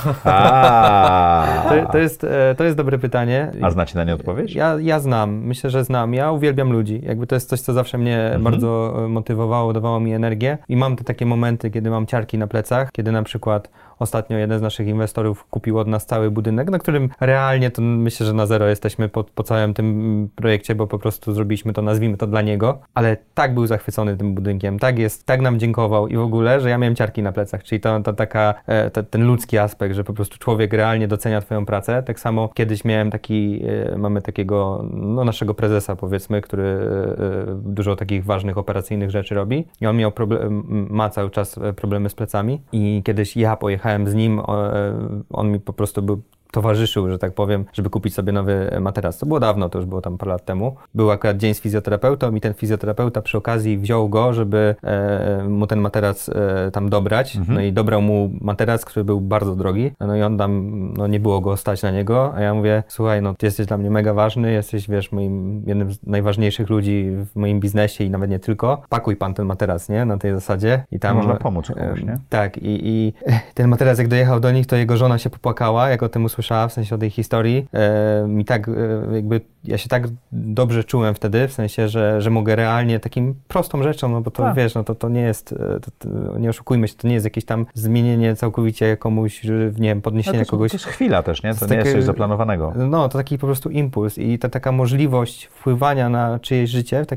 to, to, jest, to jest dobre pytanie. A znacie na nie odpowiedź? Ja, ja znam, myślę, że znam. Ja uwielbiam ludzi. Jakby to jest coś, co zawsze mnie mhm. bardzo motywowało, dawało mi energię. I mam te takie momenty, kiedy mam ciarki na plecach, kiedy na przykład ostatnio jeden z naszych inwestorów kupił od nas cały budynek, na którym realnie to myślę, że na zero jesteśmy po, po całym tym projekcie, bo po prostu zrobiliśmy to, nazwijmy to dla niego, ale tak był zachwycony tym budynkiem, tak jest, tak nam dziękował i w ogóle, że ja miałem ciarki na plecach, czyli to, to taka, to, ten ludzki aspekt, że po prostu człowiek realnie docenia twoją pracę. Tak samo kiedyś miałem taki, mamy takiego, no naszego prezesa powiedzmy, który dużo takich ważnych operacyjnych rzeczy robi i on miał problem, ma cały czas problemy z plecami i kiedyś ja pojechałem z nim, on mi po prostu był towarzyszył, że tak powiem, żeby kupić sobie nowy materac. To było dawno, to już było tam parę lat temu. Był akurat dzień z fizjoterapeutą i ten fizjoterapeuta przy okazji wziął go, żeby e, mu ten materac e, tam dobrać. Mhm. No i dobrał mu materac, który był bardzo drogi. No i on tam, no nie było go stać na niego, a ja mówię, słuchaj, no ty jesteś dla mnie mega ważny, jesteś, wiesz, moim, jednym z najważniejszych ludzi w moim biznesie i nawet nie tylko. Pakuj pan ten materac, nie? Na tej zasadzie. I tam można pomóc komuś, nie? E, tak. I, i ten materac jak dojechał do nich, to jego żona się popłakała, jak o tym usłyszała, w sensie o tej historii. E, mi tak, e, jakby, ja się tak dobrze czułem wtedy, w sensie, że, że mogę realnie takim prostą rzeczą, no bo to tak. wiesz, no to, to nie jest, to, to, nie oszukujmy się, to nie jest jakieś tam zmienienie całkowicie komuś, nie wiem, podniesienie to, kogoś. To jest chwila też, nie? To, to nie takie, jest coś zaplanowanego. No, to taki po prostu impuls i ta taka możliwość wpływania na czyjeś życie w taki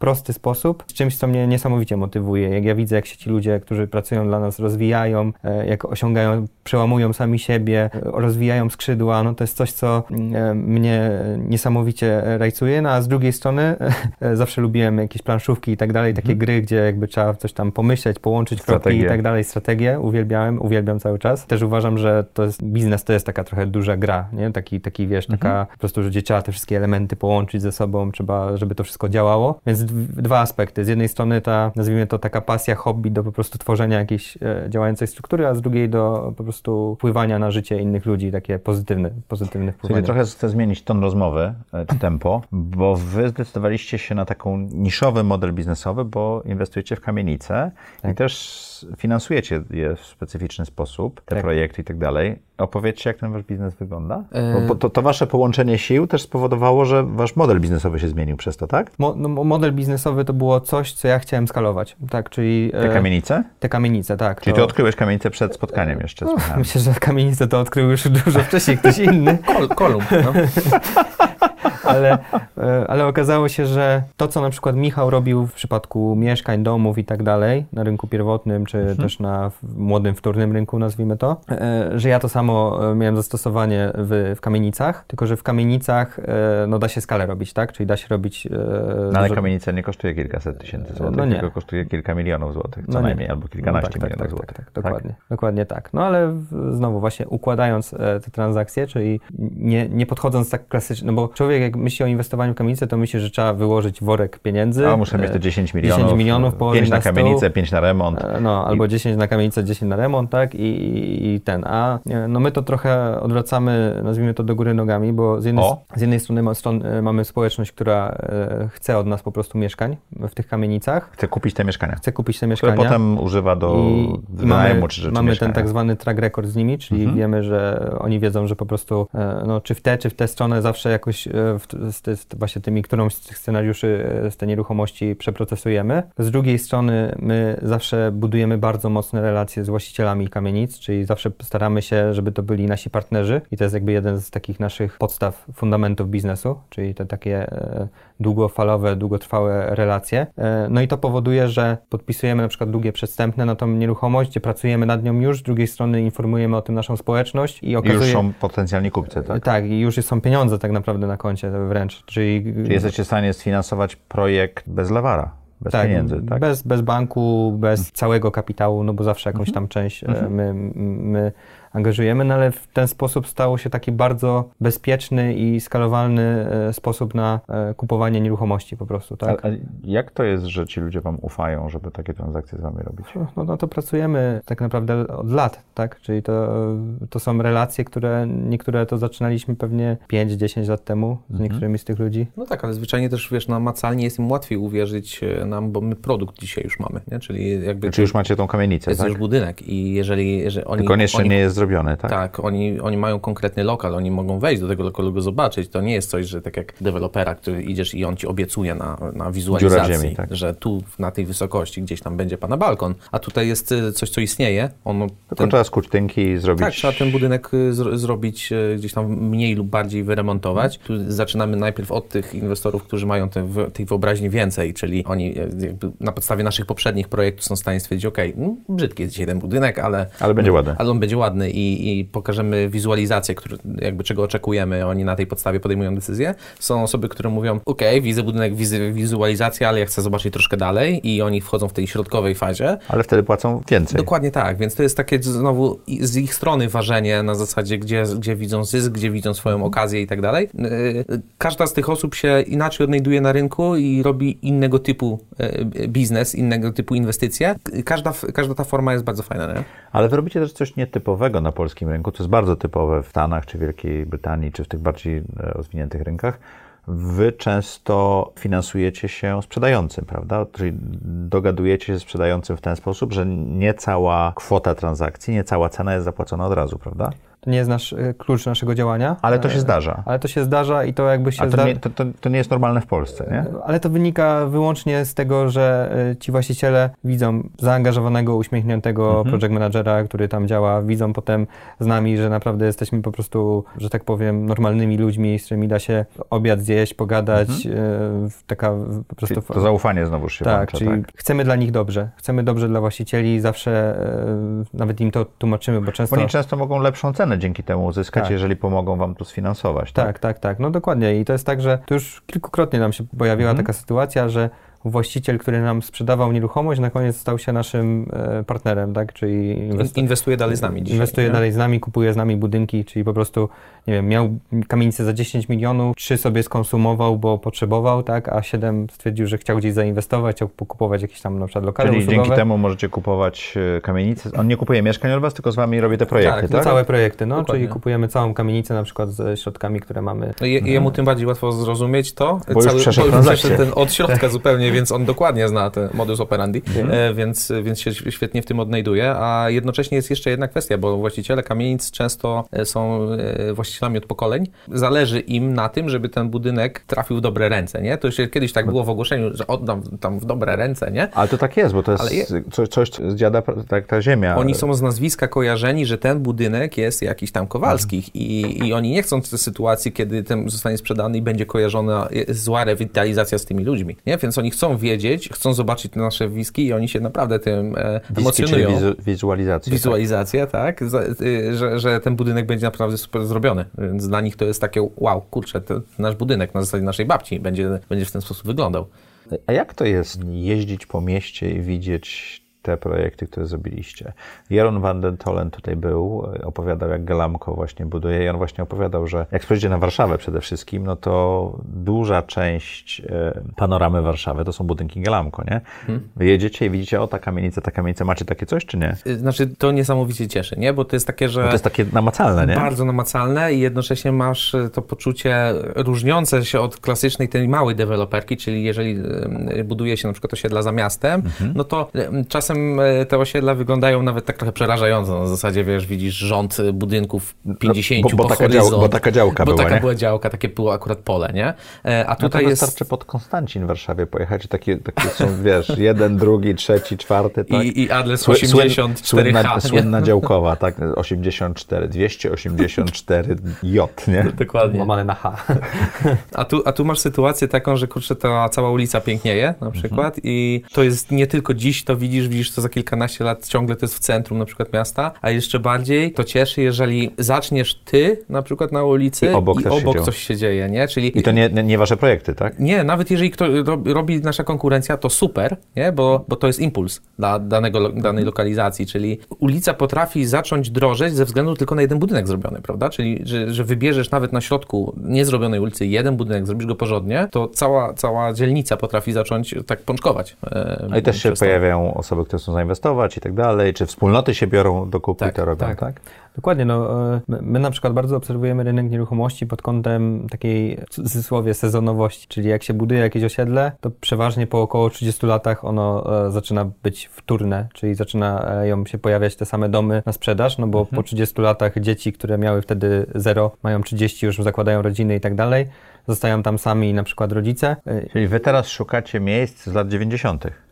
prosty sposób, z czymś, co mnie niesamowicie motywuje. Jak ja widzę, jak się ci ludzie, którzy pracują dla nas, rozwijają, jak osiągają, przełamują sami siebie, rozwijają skrzydła, no to jest coś, co mnie niesamowicie rajcuje, no a z drugiej strony zawsze lubiłem jakieś planszówki i tak dalej, takie hmm. gry, gdzie jakby trzeba coś tam pomyśleć, połączyć kropki i tak dalej, strategię, uwielbiałem, uwielbiam cały czas. Też uważam, że to jest, biznes to jest taka trochę duża gra, nie? Taki, taki wiesz, taka hmm. po prostu, że trzeba te wszystkie elementy połączyć ze sobą, trzeba, żeby to wszystko działało. Więc dwa aspekty. Z jednej strony ta, nazwijmy to taka pasja, hobby do po prostu tworzenia jakiejś e, działającej struktury, a z drugiej do po prostu wpływania na życie innych ludzi, takie pozytywne, pozytywne wpływanie. Czyli trochę chcę zmienić ton rozmowy, czy tempo, bo wy zdecydowaliście się na taką niszowy model biznesowy, bo inwestujecie w kamienice tak. i też finansujecie je w specyficzny sposób, te tak. projekty i tak dalej. Opowiedzcie, jak ten wasz biznes wygląda? Bo to, to wasze połączenie sił też spowodowało, że wasz model biznesowy się zmienił przez to, tak? Mo, no, model biznesowy to było coś, co ja chciałem skalować, tak, czyli... Te kamienice? Te kamienice, tak. Czyli to... ty odkryłeś kamienicę przed spotkaniem jeszcze, no, myślę, że kamienicę to odkrył już dużo wcześniej ktoś inny. Kol, Kolumb, no. ale, ale okazało się, że to, co na przykład Michał robił w przypadku mieszkań, domów i tak dalej, na rynku pierwotnym, czy mhm. też na młodym, wtórnym rynku, nazwijmy to, że ja to samo miałem zastosowanie w, w kamienicach, tylko że w kamienicach no, da się skalę robić, tak? Czyli da się robić... No, ale dużo... kamienica nie kosztuje kilkaset tysięcy złotych, no nie. tylko kosztuje kilka milionów złotych, co no najmniej, albo kilkanaście no tak, milionów tak, złotych. Tak, tak, tak, dokładnie, tak? dokładnie tak. No ale znowu właśnie układając te transakcje, czyli nie, nie podchodząc tak klasycznie, no bo człowiek jak myśli o inwestowaniu w kamienicę, to myśli, że trzeba wyłożyć worek pieniędzy. A muszę mieć te dziesięć milionów, dziesięć milionów pięć na, na kamienicę, pięć na remont. No, albo I... dziesięć na kamienicę, dziesięć na remont, tak? I, i ten. A no my to trochę odwracamy, nazwijmy to do góry nogami, bo z jednej, z jednej strony, strony mamy społeczność, która chce od nas po prostu mieszkań w tych kamienicach. Chce kupić te mieszkania. Chce kupić te mieszkania. Które potem używa do I, wynajmu czy rzeczy Mamy mieszkania. ten tak zwany track record z nimi, czyli mhm. wiemy, że oni wiedzą, że po prostu no, czy w tę, czy w tę stronę zawsze jakoś w, z, z, właśnie tymi, którąś z tych scenariuszy z tej nieruchomości przeprocesujemy. Z drugiej strony my zawsze budujemy bardzo mocne relacje z właścicielami kamienic, czyli zawsze staramy się, żeby to byli nasi partnerzy i to jest jakby jeden z takich naszych podstaw, fundamentów biznesu, czyli te takie e, długofalowe, długotrwałe relacje. E, no i to powoduje, że podpisujemy na przykład długie przedwstępne na tą nieruchomość, gdzie pracujemy nad nią już, z drugiej strony informujemy o tym naszą społeczność i okazuje... I już są potencjalni kupcy, tak? Tak, i już są pieniądze tak naprawdę na koncie wręcz, czyli... Czyli jesteście w stanie sfinansować projekt bez lewara? Bez tak, pieniędzy, tak? Bez, bez banku, bez hmm. całego kapitału, no bo zawsze jakąś tam część hmm. my, my angażujemy, no ale w ten sposób stało się taki bardzo bezpieczny i skalowalny sposób na kupowanie nieruchomości po prostu, tak? A, a jak to jest, że ci ludzie wam ufają, żeby takie transakcje z wami robić? No, no to pracujemy tak naprawdę od lat, tak? Czyli to, to są relacje, które niektóre to zaczynaliśmy pewnie pięć dziesięć lat temu z mhm. niektórymi z tych ludzi. No tak, ale zwyczajnie też, wiesz, namacalnie jest im łatwiej uwierzyć nam, bo my produkt dzisiaj już mamy, nie? Czyli jakby... Czy już macie tą kamienicę, jest tak? już budynek i jeżeli... jeżeli oni, Tylko jeszcze oni, nie jest zrobione, tak? Tak, oni, oni mają konkretny lokal, oni mogą wejść do tego lokalu, go zobaczyć. To nie jest coś, że tak jak dewelopera, który idziesz i on ci obiecuje na, na wizualizacji, ziemi, tak. że tu na tej wysokości gdzieś tam będzie pana balkon, a tutaj jest coś, co istnieje. On, Tylko ten, trzeba skuć tynki i zrobić... Tak, trzeba ten budynek z, zrobić gdzieś tam mniej lub bardziej wyremontować. Tu zaczynamy najpierw od tych inwestorów, którzy mają te, tej wyobraźni więcej, czyli oni jakby na podstawie naszych poprzednich projektów są w stanie stwierdzić, ok, no, brzydki jest dzisiaj ten budynek, ale... Ale będzie ładny. Ale on będzie ładny i, i pokażemy wizualizację, który, jakby czego oczekujemy, oni na tej podstawie podejmują decyzję. Są osoby, które mówią, ok, widzę budynek, widzę wizualizację, ale ja chcę zobaczyć troszkę dalej i oni wchodzą w tej środkowej fazie. Ale wtedy płacą więcej. Dokładnie tak, więc to jest takie znowu z ich strony ważenie na zasadzie, gdzie, gdzie widzą zysk, gdzie widzą swoją mhm. okazję i tak dalej. Każda z tych osób się inaczej odnajduje na rynku i robi innego typu biznes, innego typu inwestycje. Każda, każda ta forma jest bardzo fajna, nie? Ale wy robicie też coś nietypowego na polskim rynku, co jest bardzo typowe w Stanach, czy Wielkiej Brytanii, czy w tych bardziej rozwiniętych rynkach. Wy często finansujecie się sprzedającym, prawda? Czyli dogadujecie się z sprzedającym w ten sposób, że nie cała kwota transakcji, nie cała cena jest zapłacona od razu, prawda? to nie jest nasz klucz naszego działania. Ale to się zdarza. Ale to się zdarza i to jakby się A to, zda... nie, to, to, to nie jest normalne w Polsce, nie? Ale to wynika wyłącznie z tego, że ci właściciele widzą zaangażowanego, uśmiechniętego mhm. project managera, który tam działa, widzą potem z nami, że naprawdę jesteśmy po prostu, że tak powiem, normalnymi ludźmi, z którymi da się obiad zjeść, pogadać, mhm. taka po prostu... Czyli to zaufanie znowuż się tak, włącza, czyli tak? chcemy dla nich dobrze. Chcemy dobrze dla właścicieli, zawsze nawet im to tłumaczymy, bo często... Oni często mogą lepszą cenę dzięki temu uzyskać, tak. jeżeli pomogą wam to sfinansować, tak? Tak, tak, tak. No dokładnie. I to jest tak, że to już kilkukrotnie nam się pojawiła mhm. taka sytuacja, że właściciel, który nam sprzedawał nieruchomość, na koniec stał się naszym e, partnerem, tak? Czyli inwestu- inwestuje dalej z nami dzisiaj. Inwestuje nie? dalej z nami, kupuje z nami budynki, czyli po prostu, nie wiem, miał kamienicę za dziesięć milionów, trzy sobie skonsumował, bo potrzebował, tak? A siedem stwierdził, że chciał gdzieś zainwestować, chciał kupować jakieś tam na przykład lokale Czyli usługowe. dzięki temu możecie kupować kamienice. On nie kupuje mieszkań od was, tylko z wami robi te projekty, tak? tak? Całe projekty, no, Dokładnie. czyli kupujemy całą kamienicę na przykład ze środkami, które mamy. No je, jemu tym bardziej łatwo zrozumieć to. Bo już Cały, przeszedł bo już transakcję. przeszedł ten od środka zupełnie, więc on dokładnie zna ten modus operandi, Mhm. e, więc, więc się świetnie w tym odnajduje, a jednocześnie jest jeszcze jedna kwestia, bo właściciele kamienic często są e, właścicielami od pokoleń. Zależy im na tym, żeby ten budynek trafił w dobre ręce, nie? To już kiedyś tak było w ogłoszeniu, że oddam tam w dobre ręce, nie? Ale to tak jest, bo to jest je... coś, coś z dziada, tak ta ziemia. Oni są z nazwiska kojarzeni, że ten budynek jest jakiś tam Kowalskich i, i oni nie chcą tej sytuacji, kiedy ten zostanie sprzedany i będzie kojarzona zła rewitalizacja z tymi ludźmi, nie? Więc oni chcą wiedzieć, chcą zobaczyć te nasze wizki i oni się naprawdę tym e, emocjonują. Czyli wizu, wizualizacja. Wizualizacja, tak, tak Z, y, że, że ten budynek będzie naprawdę super zrobiony. Więc dla nich to jest takie, wow, kurczę, to nasz budynek na zasadzie naszej babci będzie, będzie w ten sposób wyglądał. A jak to jest jeździć po mieście i widzieć te projekty, które zrobiliście? Jeroen van den Tolen tutaj był, opowiadał, jak Galamco właśnie buduje i on właśnie opowiadał, że jak spojrzycie na Warszawę przede wszystkim, no to duża część e, panoramy Warszawy to są budynki Galamco, nie? Hmm. Wy jedziecie i widzicie, o ta kamienica, ta kamienica, macie takie coś, czy nie? Znaczy, to niesamowicie cieszy, nie? Bo to jest takie, że... No to jest takie namacalne, nie? Bardzo namacalne i jednocześnie masz to poczucie różniące się od klasycznej tej małej deweloperki, czyli jeżeli buduje się na przykład osiedla za miastem, mhm. no to czasem te osiedla wyglądają nawet tak trochę przerażająco. Na zasadzie, wiesz, widzisz rząd budynków pięćdziesięciu no, bo, bo, po taka dział, bo taka działka bo była, taka nie? była działka, takie było akurat pole, nie? A tutaj no to jest... wystarczy pod Konstancin w Warszawie pojechać. Takie, takie są, wiesz, jeden, drugi, trzeci, czwarty, tak? I, i adres osiemdziesiąt cztery H. Słynna, słynna działkowa, tak? osiemdziesiąt cztery, dwieście osiemdziesiąt cztery J, nie? Dokładnie. Łamane na H. A tu, a tu masz sytuację taką, że kurczę, ta cała ulica pięknieje na przykład mhm. i to jest nie tylko dziś to widzisz, widzisz to za kilkanaście lat, ciągle to jest w centrum na przykład miasta, a jeszcze bardziej to cieszy, jeżeli zaczniesz ty na przykład na ulicy i obok, i obok się coś się dzieje, nie? Czyli I to nie, nie, nie wasze projekty, tak? Nie, nawet jeżeli kto robi nasza konkurencja, to super, nie? Bo, bo to jest impuls dla danego, danej lokalizacji, czyli ulica potrafi zacząć drożeć ze względu tylko na jeden budynek zrobiony, prawda? Czyli, że, że wybierzesz nawet na środku niezrobionej ulicy jeden budynek, zrobisz go porządnie, to cała, cała dzielnica potrafi zacząć tak pączkować. E, no i też się pojawiają osoby, które chcą zainwestować i tak dalej, czy wspólnoty się biorą do kupy tak, i to robią, tak? tak? Dokładnie, no, my, my na przykład bardzo obserwujemy rynek nieruchomości pod kątem takiej, w cudzysłowie, sezonowości, czyli jak się buduje jakieś osiedle, to przeważnie po około trzydziestu latach ono e, zaczyna być wtórne, czyli zaczynają się pojawiać te same domy na sprzedaż, no bo mhm. po trzydziestu latach dzieci, które miały wtedy zero, mają trzydzieści, już zakładają rodziny i tak dalej, zostają tam sami na przykład rodzice. Czyli wy teraz szukacie miejsc z lat dziewięćdziesiątych.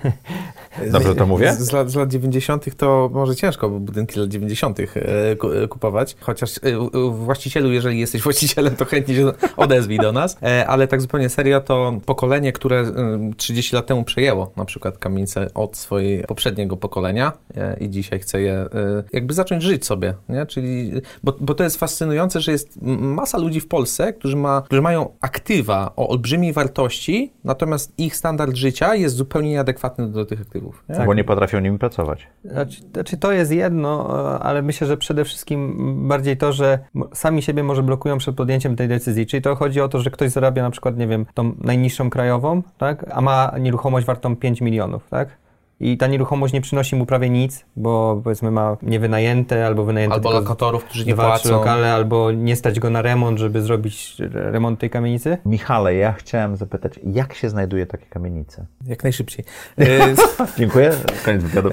Dobrze to mówię? Z, z, lat, z lat dziewięćdziesiątych to może ciężko budynki z lat dziewięćdziesiątych kupować, chociaż właścicielu, jeżeli jesteś właścicielem, to chętnie się odezwij do nas, ale tak zupełnie serio, to pokolenie, które trzydzieści lat temu przejęło na przykład kamienicę od swojego poprzedniego pokolenia i dzisiaj chce je jakby zacząć żyć sobie, nie? Czyli, bo, bo to jest fascynujące, że jest masa ludzi w Polsce, którzy, ma, którzy mają aktywa o olbrzymiej wartości, natomiast ich standard życia jest zupełnie nieadekwatny do tych aktywów. Nie? Tak. Bo nie potrafią nimi pracować. Znaczy, znaczy to jest jedno, ale myślę, że przede wszystkim bardziej to, że sami siebie może blokują przed podjęciem tej decyzji. Czyli to chodzi o to, że ktoś zarabia na przykład, nie wiem, tą najniższą krajową, tak, a ma nieruchomość wartą pięć milionów, tak? i ta nieruchomość nie przynosi mu prawie nic, bo powiedzmy ma niewynajęte albo wynajęte albo tylko lokatorów, którzy nie dwa, płacą. trzy lokale, albo nie stać go na remont, żeby zrobić remont tej kamienicy. Michale, ja chciałem zapytać, jak się znajduje takie kamienice? Jak najszybciej. Dziękuję. Koniec wywiadu.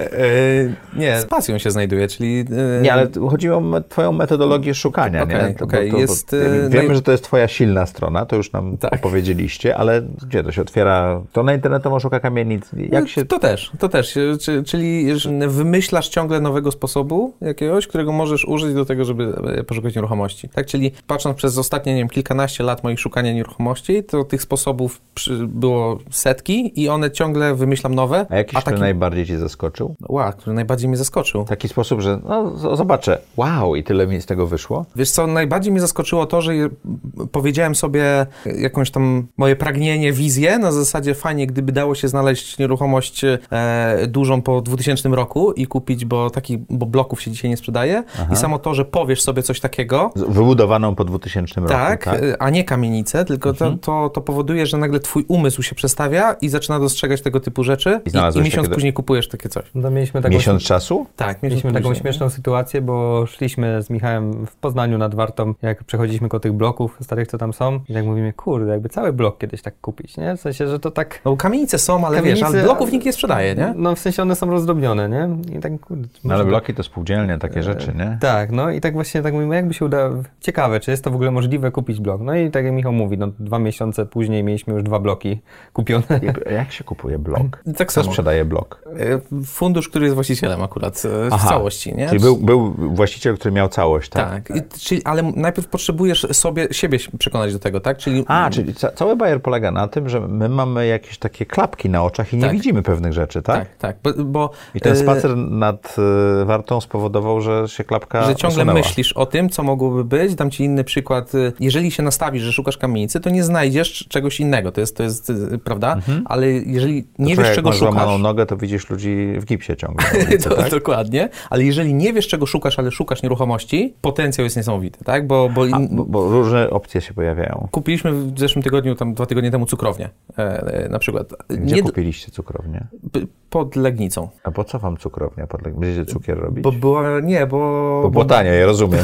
Nie, z pasją się znajduje, czyli... Nie, ale chodziło o twoją metodologię szukania, okay, nie? To, okay. to, to, Jest, to, wiemy, naj... że to jest twoja silna strona, to już nam tak. opowiedzieliście, ale gdzie to się otwiera? Stronę internetową szuka kamienic. Jak się... To też, to też. Czyli wymyślasz ciągle nowego sposobu jakiegoś, którego możesz użyć do tego, żeby poszukać nieruchomości. Tak, czyli patrząc przez ostatnie, nie wiem, kilkanaście lat moich szukania nieruchomości, to tych sposobów było setki i one ciągle wymyślam nowe. A jakiś, a który taki... najbardziej cię zaskoczył? Wow, który najbardziej mnie zaskoczył. W taki sposób, że no zobaczę, wow, i tyle mi z tego wyszło. Wiesz co, najbardziej mnie zaskoczyło to, że powiedziałem sobie jakąś tam moje pragnienie, wizję, na zasadzie fajnie, gdyby dało się znaleźć nieruchomość e, dużą po dwutysięcznym roku i kupić, bo takich, bo bloków się dzisiaj nie sprzedaje. Aha. I samo to, że powiesz sobie coś takiego. Wybudowaną po dwutysięcznym tak, roku, tak? A nie kamienicę, tylko mhm. to, to, to powoduje, że nagle twój umysł się przestawia i zaczyna dostrzegać tego typu rzeczy i, i, i miesiąc później do... kupujesz takie coś. No, mieliśmy taką... Miesiąc czasu? Tak, mieliśmy później. taką śmieszną sytuację, bo szliśmy z Michałem w Poznaniu nad Wartą, jak przechodziliśmy koło tych bloków starych, co tam są i tak mówimy, kurde, jakby cały blok kiedyś tak kupić, nie? W sensie, że to tak... No kamienice są, ale kamienice, wiesz, ale bloków nikt nie sprzedaje, nie? No w sensie one są rozdrobnione, nie? I tak, kurde... No, ale bloki to spółdzielnie, takie rzeczy, nie? Tak, no i tak właśnie tak mówimy, jakby się udało... Ciekawe, czy jest to w ogóle możliwe kupić blok. No i tak jak Michał mówi, no dwa miesiące później mieliśmy już dwa bloki kupione. I jak się kupuje blok? Tak Kto samo. sprzedaje blok? Fundusz, który jest właścicielem akurat w Aha, całości, nie? Czyli był, był właściciel, który miał całość, tak? Tak, I, czyli, ale najpierw potrzebujesz sobie, siebie przekonać do tego, tak? Czyli... A, czyli ca- cały bajer polega na tym, że my mamy jakieś takie klapki na oczach i nie tak. widzimy pewnych rzeczy, tak? Tak, tak. Bo, bo, I ten spacer nad y, Wartą spowodował, że się klapka Że ciągle usunęła. myślisz o tym, co mogłoby być. Dam ci inny przykład. Jeżeli się nastawisz, że szukasz kamienicy, to nie znajdziesz czegoś innego. To jest, to jest prawda? Mhm. Ale jeżeli nie to wiesz, jak czego masz szukasz... złamaną nogę, to widzisz ludzi w gipsie ciągle. Ulicy, to, tak? Dokładnie. Ale jeżeli nie wiesz, czego szukasz, ale szukasz nieruchomości, potencjał jest niesamowity, tak? Bo, bo, A, bo, bo różne opcje się pojawiają. Kupiliśmy w zeszłym tygodniu, tam dwa tygodnie temu cukrownię e, e, na przykład. Gdzie nie kupiliście cukrownię? P- pod Legnicą. A po co wam cukrownia? Pod Leg- Będziecie cukier robić? Bo była, nie, bo... Bo było tanie, ja rozumiem.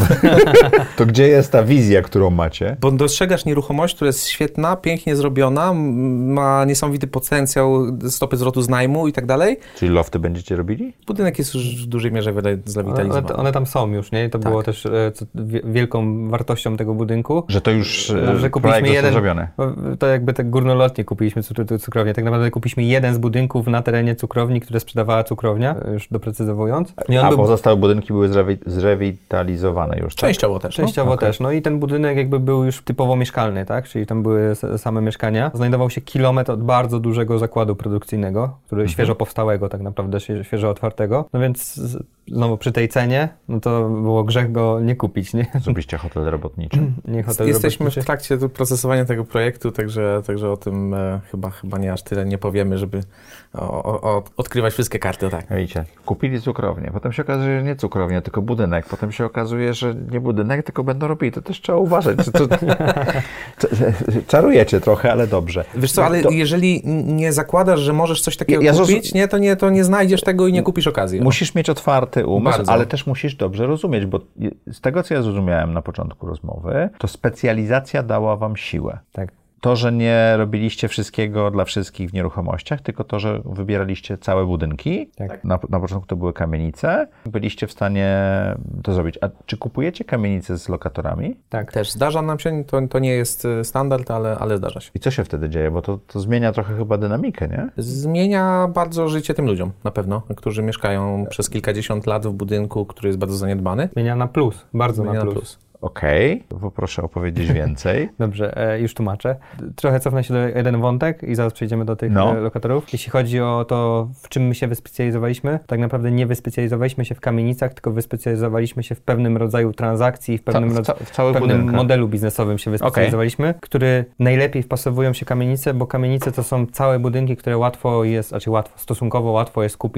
To gdzie jest ta wizja, którą macie? Bo dostrzegasz nieruchomość, która jest świetna, pięknie zrobiona, ma niesamowity potencjał stopy zwrotu z najmu i tak dalej. Czyli lofty będziecie robili? Budynek jest już w dużej mierze zrewitalizowany. One, one tam są już, nie? I to tak. było też e, co, wielką wartością tego budynku. Że to już e, że kupiliśmy jeden, zrobione. To jakby tak górnolotnie kupiliśmy cukrownię. Tak naprawdę kupiliśmy jeden z budynków na terenie cukrowni, które sprzedawała cukrownia, już doprecyzowując. A był... pozostałe budynki były zrewi- zrewitalizowane już, tak? Częściowo też. Częściowo no? też. Okay. No i ten budynek jakby był już typowo mieszkalny, tak? Czyli tam były same mieszkania. Znajdował się kilometr od bardzo dużego zakładu produkcyjnego, który mhm. świeżo powstałego, tak naprawdę świeżo otwartego. No więc znowu przy tej cenie, no to było grzech go nie kupić, nie? Zrobiliście hotel robotniczy. Nie hotel Jesteśmy robotniczy. w trakcie procesowania tego projektu, także, także o tym e, chyba, chyba nie aż tyle nie powiemy, żeby o, o, odkrywać wszystkie karty, tak. Widzicie, kupili cukrownię, potem się okazuje, że nie cukrownia, tylko budynek, potem się okazuje, że nie budynek, tylko będą robili, to też trzeba uważać. To, to, to, czarujecie trochę, ale dobrze. Wiesz co, ale to... jeżeli nie zakładasz, że możesz coś takiego ja, ja kupić, zrozum... nie, to nie, to nie znajdziesz tego i nie kupisz okazji. Musisz mieć otwarty umysł, Bardzo. Ale też musisz dobrze rozumieć, bo z tego, co ja zrozumiałem na początku rozmowy, to specjalizacja dała wam siłę. Tak. To, że nie robiliście wszystkiego dla wszystkich w nieruchomościach, tylko to, że wybieraliście całe budynki. Tak. Na, na początku to były kamienice. Byliście w stanie to zrobić. A czy kupujecie kamienice z lokatorami? Tak. Też zdarza nam się, to, to nie jest standard, ale, ale zdarza się. I co się wtedy dzieje? Bo to, to zmienia trochę chyba dynamikę, nie? Zmienia bardzo życie tym ludziom, na pewno, którzy mieszkają przez kilkadziesiąt lat w budynku, który jest bardzo zaniedbany. Zmienia na plus, bardzo Zmienia na plus. Na plus. Okej, okay. Poproszę opowiedzieć więcej. Dobrze, e, już tłumaczę. Trochę cofnę się do jeden wątek i zaraz przejdziemy do tych no. lokatorów. Jeśli chodzi o to, w czym my się wyspecjalizowaliśmy, tak naprawdę nie wyspecjalizowaliśmy się w kamienicach, tylko wyspecjalizowaliśmy się w pewnym rodzaju transakcji, w pewnym, ca, ca, w ca, w pewnym modelu biznesowym się wyspecjalizowaliśmy, okay. który najlepiej wpasowują się kamienice, bo kamienice to są całe budynki, które łatwo jest, znaczy łatwo, stosunkowo łatwo jest kupić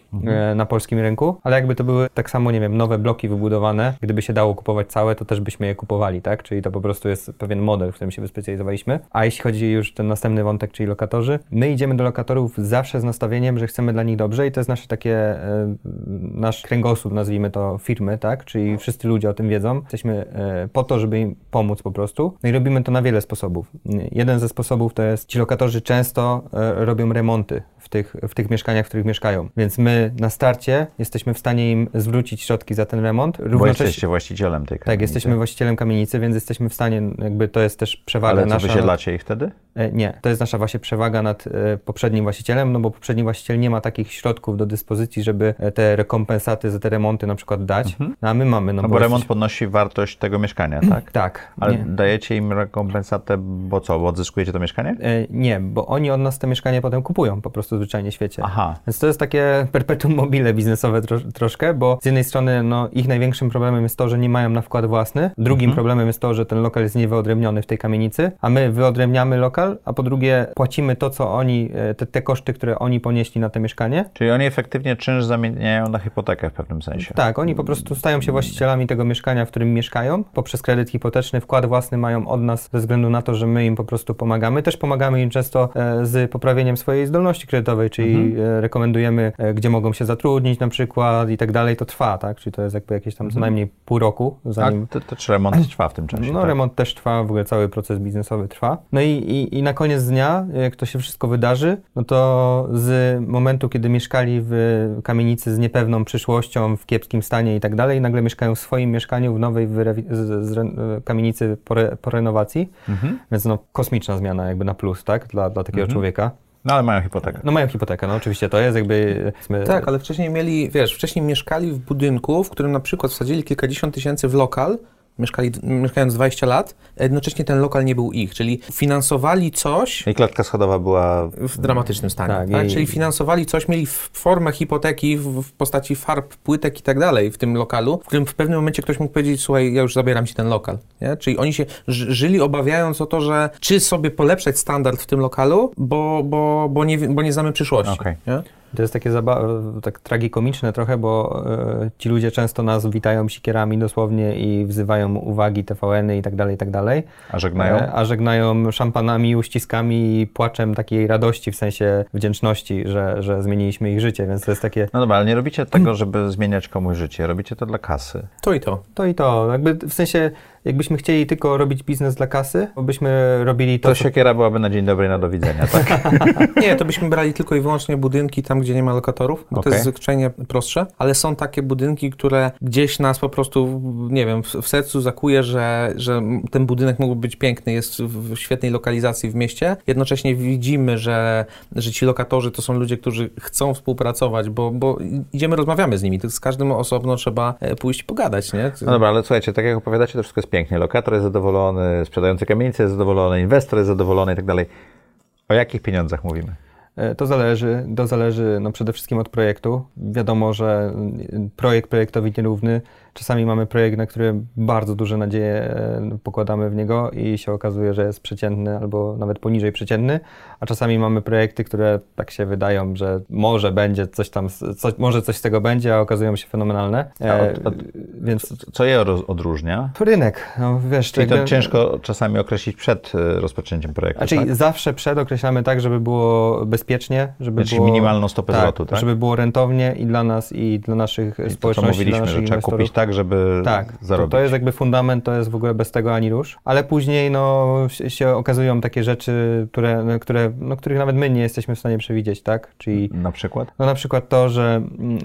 mhm. na polskim rynku, ale jakby to były tak samo, nie wiem, nowe bloki wybudowane, gdyby się dało kupować całe, to też byśmy je kupowali, tak? Czyli to po prostu jest pewien model, w którym się wyspecjalizowaliśmy. A jeśli chodzi już ten następny wątek, czyli lokatorzy, my idziemy do lokatorów zawsze z nastawieniem, że chcemy dla nich dobrze i to jest nasze takie, e, nasz kręgosłup, nazwijmy to firmy, tak? Czyli wszyscy ludzie o tym wiedzą. Jesteśmy e, po to, żeby im pomóc po prostu. No i robimy to na wiele sposobów. Jeden ze sposobów to jest, ci lokatorzy często e, robią remonty w tych, w tych mieszkaniach, w których mieszkają. Więc my na starcie jesteśmy w stanie im zwrócić środki za ten remont. Bo jesteście właścicielem tej kamienicy. Tak, jesteśmy właścicielem kamienicy, więc jesteśmy w stanie, jakby to jest też przewaga Ale co, nasza. wysiedlacie ich wtedy? E, nie, to jest nasza właśnie przewaga nad e, poprzednim właścicielem, no bo poprzedni właściciel nie ma takich środków do dyspozycji, żeby te rekompensaty za te remonty na przykład dać, mhm. no, a my mamy. No, no bo, bo remont jesteś... podnosi wartość tego mieszkania, tak? Tak. Ale nie. dajecie im rekompensatę, bo co, bo odzyskujecie to mieszkanie? E, nie, bo oni od nas te mieszkanie potem kupują po prostu zwyczajnie w świecie. Aha. Więc to jest takie perpetuum mobile biznesowe tro, troszkę, bo z jednej strony no, ich największym problemem jest to, że nie mają na wkład własny, drugim mhm. problemem jest to, że ten lokal jest niewyodrębniony w tej kamienicy, a my wyodrębniamy lokal, a po drugie płacimy to, co oni, te, te koszty, które oni ponieśli na to mieszkanie. Czyli oni efektywnie czynsz zamieniają na hipotekę w pewnym sensie. Tak, oni po prostu stają się właścicielami tego mieszkania, w którym mieszkają. Poprzez kredyt hipoteczny wkład własny mają od nas ze względu na to, że my im po prostu pomagamy. Też pomagamy im często e, z poprawieniem swojej zdolności kredytowej, czyli mhm. e, rekomendujemy, e, gdzie mogą się zatrudnić na przykład i tak dalej. To trwa, tak? Czyli to jest jakby jakieś tam co najmniej pół roku. Zanim... A to, to czy remont trwa w tym czasie? No tak? remont też trwa, w ogóle cały proces biznesowy trwa. No i, i, i na koniec dnia, jak to się wszystko wydarzy, no to z momentu, kiedy mieszkali w kamienicy z niepewną przyszłością, w kiepskim stanie i tak dalej, nagle mieszkają w swoim mieszkaniu w nowej wyrewi- z, z re- kamienicy po, re- po renowacji, mhm. więc no kosmiczna zmiana jakby na plus, tak, dla, dla takiego mhm. człowieka. No ale mają hipotekę. No mają hipotekę, no oczywiście to jest jakby... Tak, ale wcześniej mieli, wiesz, wcześniej mieszkali w budynku, w którym na przykład wsadzili kilkadziesiąt tysięcy w lokal, mieszkali, mieszkając dwadzieścia lat, jednocześnie ten lokal nie był ich, czyli finansowali coś... I klatka schodowa była... W dramatycznym stanie, tak, tak? I... Czyli finansowali coś, mieli formę hipoteki w, w postaci farb, płytek i tak dalej w tym lokalu, w którym w pewnym momencie ktoś mógł powiedzieć, słuchaj, ja już zabieram ci ten lokal, nie? Czyli oni się żyli obawiając o to, że czy sobie polepszać standard w tym lokalu, bo, bo, bo, nie, bo nie znamy przyszłości, okay. nie? To jest takie zaba- tak tragikomiczne trochę, bo y, ci ludzie często nas witają sikierami dosłownie i wzywają uwagi, T V N-y i tak dalej, i tak dalej. A żegnają? E, a żegnają szampanami, uściskami i płaczem takiej radości, w sensie wdzięczności, że, że zmieniliśmy ich życie, więc to jest takie... No dobra, ale nie robicie tego, żeby zmieniać komuś życie, robicie to dla kasy. To i to. To i to. Jakby w sensie, jakbyśmy chcieli tylko robić biznes dla kasy, to byśmy robili to... To siekiera byłaby na dzień dobry, na do widzenia, tak? Nie, to byśmy brali tylko i wyłącznie budynki tam, gdzie nie ma lokatorów, bo okay. to jest zwyczajnie prostsze, ale są takie budynki, które gdzieś nas po prostu, nie wiem, w, w sercu zakuje, że, że ten budynek mógłby być piękny, jest w świetnej lokalizacji w mieście. Jednocześnie widzimy, że, że ci lokatorzy to są ludzie, którzy chcą współpracować, bo, bo idziemy, rozmawiamy z nimi, to z każdym osobno trzeba pójść i pogadać, nie? No dobra, ale słuchajcie, tak jak opowiadacie, to wszystko jest pięknie. Lokator jest zadowolony, sprzedający kamienicę jest zadowolony, inwestor jest zadowolony i tak dalej. O jakich pieniądzach mówimy? To zależy, to zależy no przede wszystkim od projektu. Wiadomo, że projekt projektowi nierówny. Czasami mamy projekt, na który bardzo duże nadzieje pokładamy w niego i się okazuje, że jest przeciętny albo nawet poniżej przeciętny, a czasami mamy projekty, które tak się wydają, że może będzie coś tam, coś, może coś z tego będzie, a okazują się fenomenalne. E, od, od, więc co je odróżnia? Rynek, no wiesz. Czyli jakby, to ciężko czasami określić przed rozpoczęciem projektu, Znaczy tak? zawsze przed określamy tak, żeby było bezpiecznie, żeby Czyli było... minimalną stopę tak, zwrotu, tak? żeby było rentownie i dla nas, i dla naszych I społeczności, to, co mówiliśmy, dla naszych że trzeba inwestorów. kupić tak, żeby tak, zarobić. To, to jest jakby fundament, to jest w ogóle bez tego ani rusz, ale później no, się okazują takie rzeczy, które, które, no, których nawet my nie jesteśmy w stanie przewidzieć, tak? Czyli na przykład? No na przykład to, że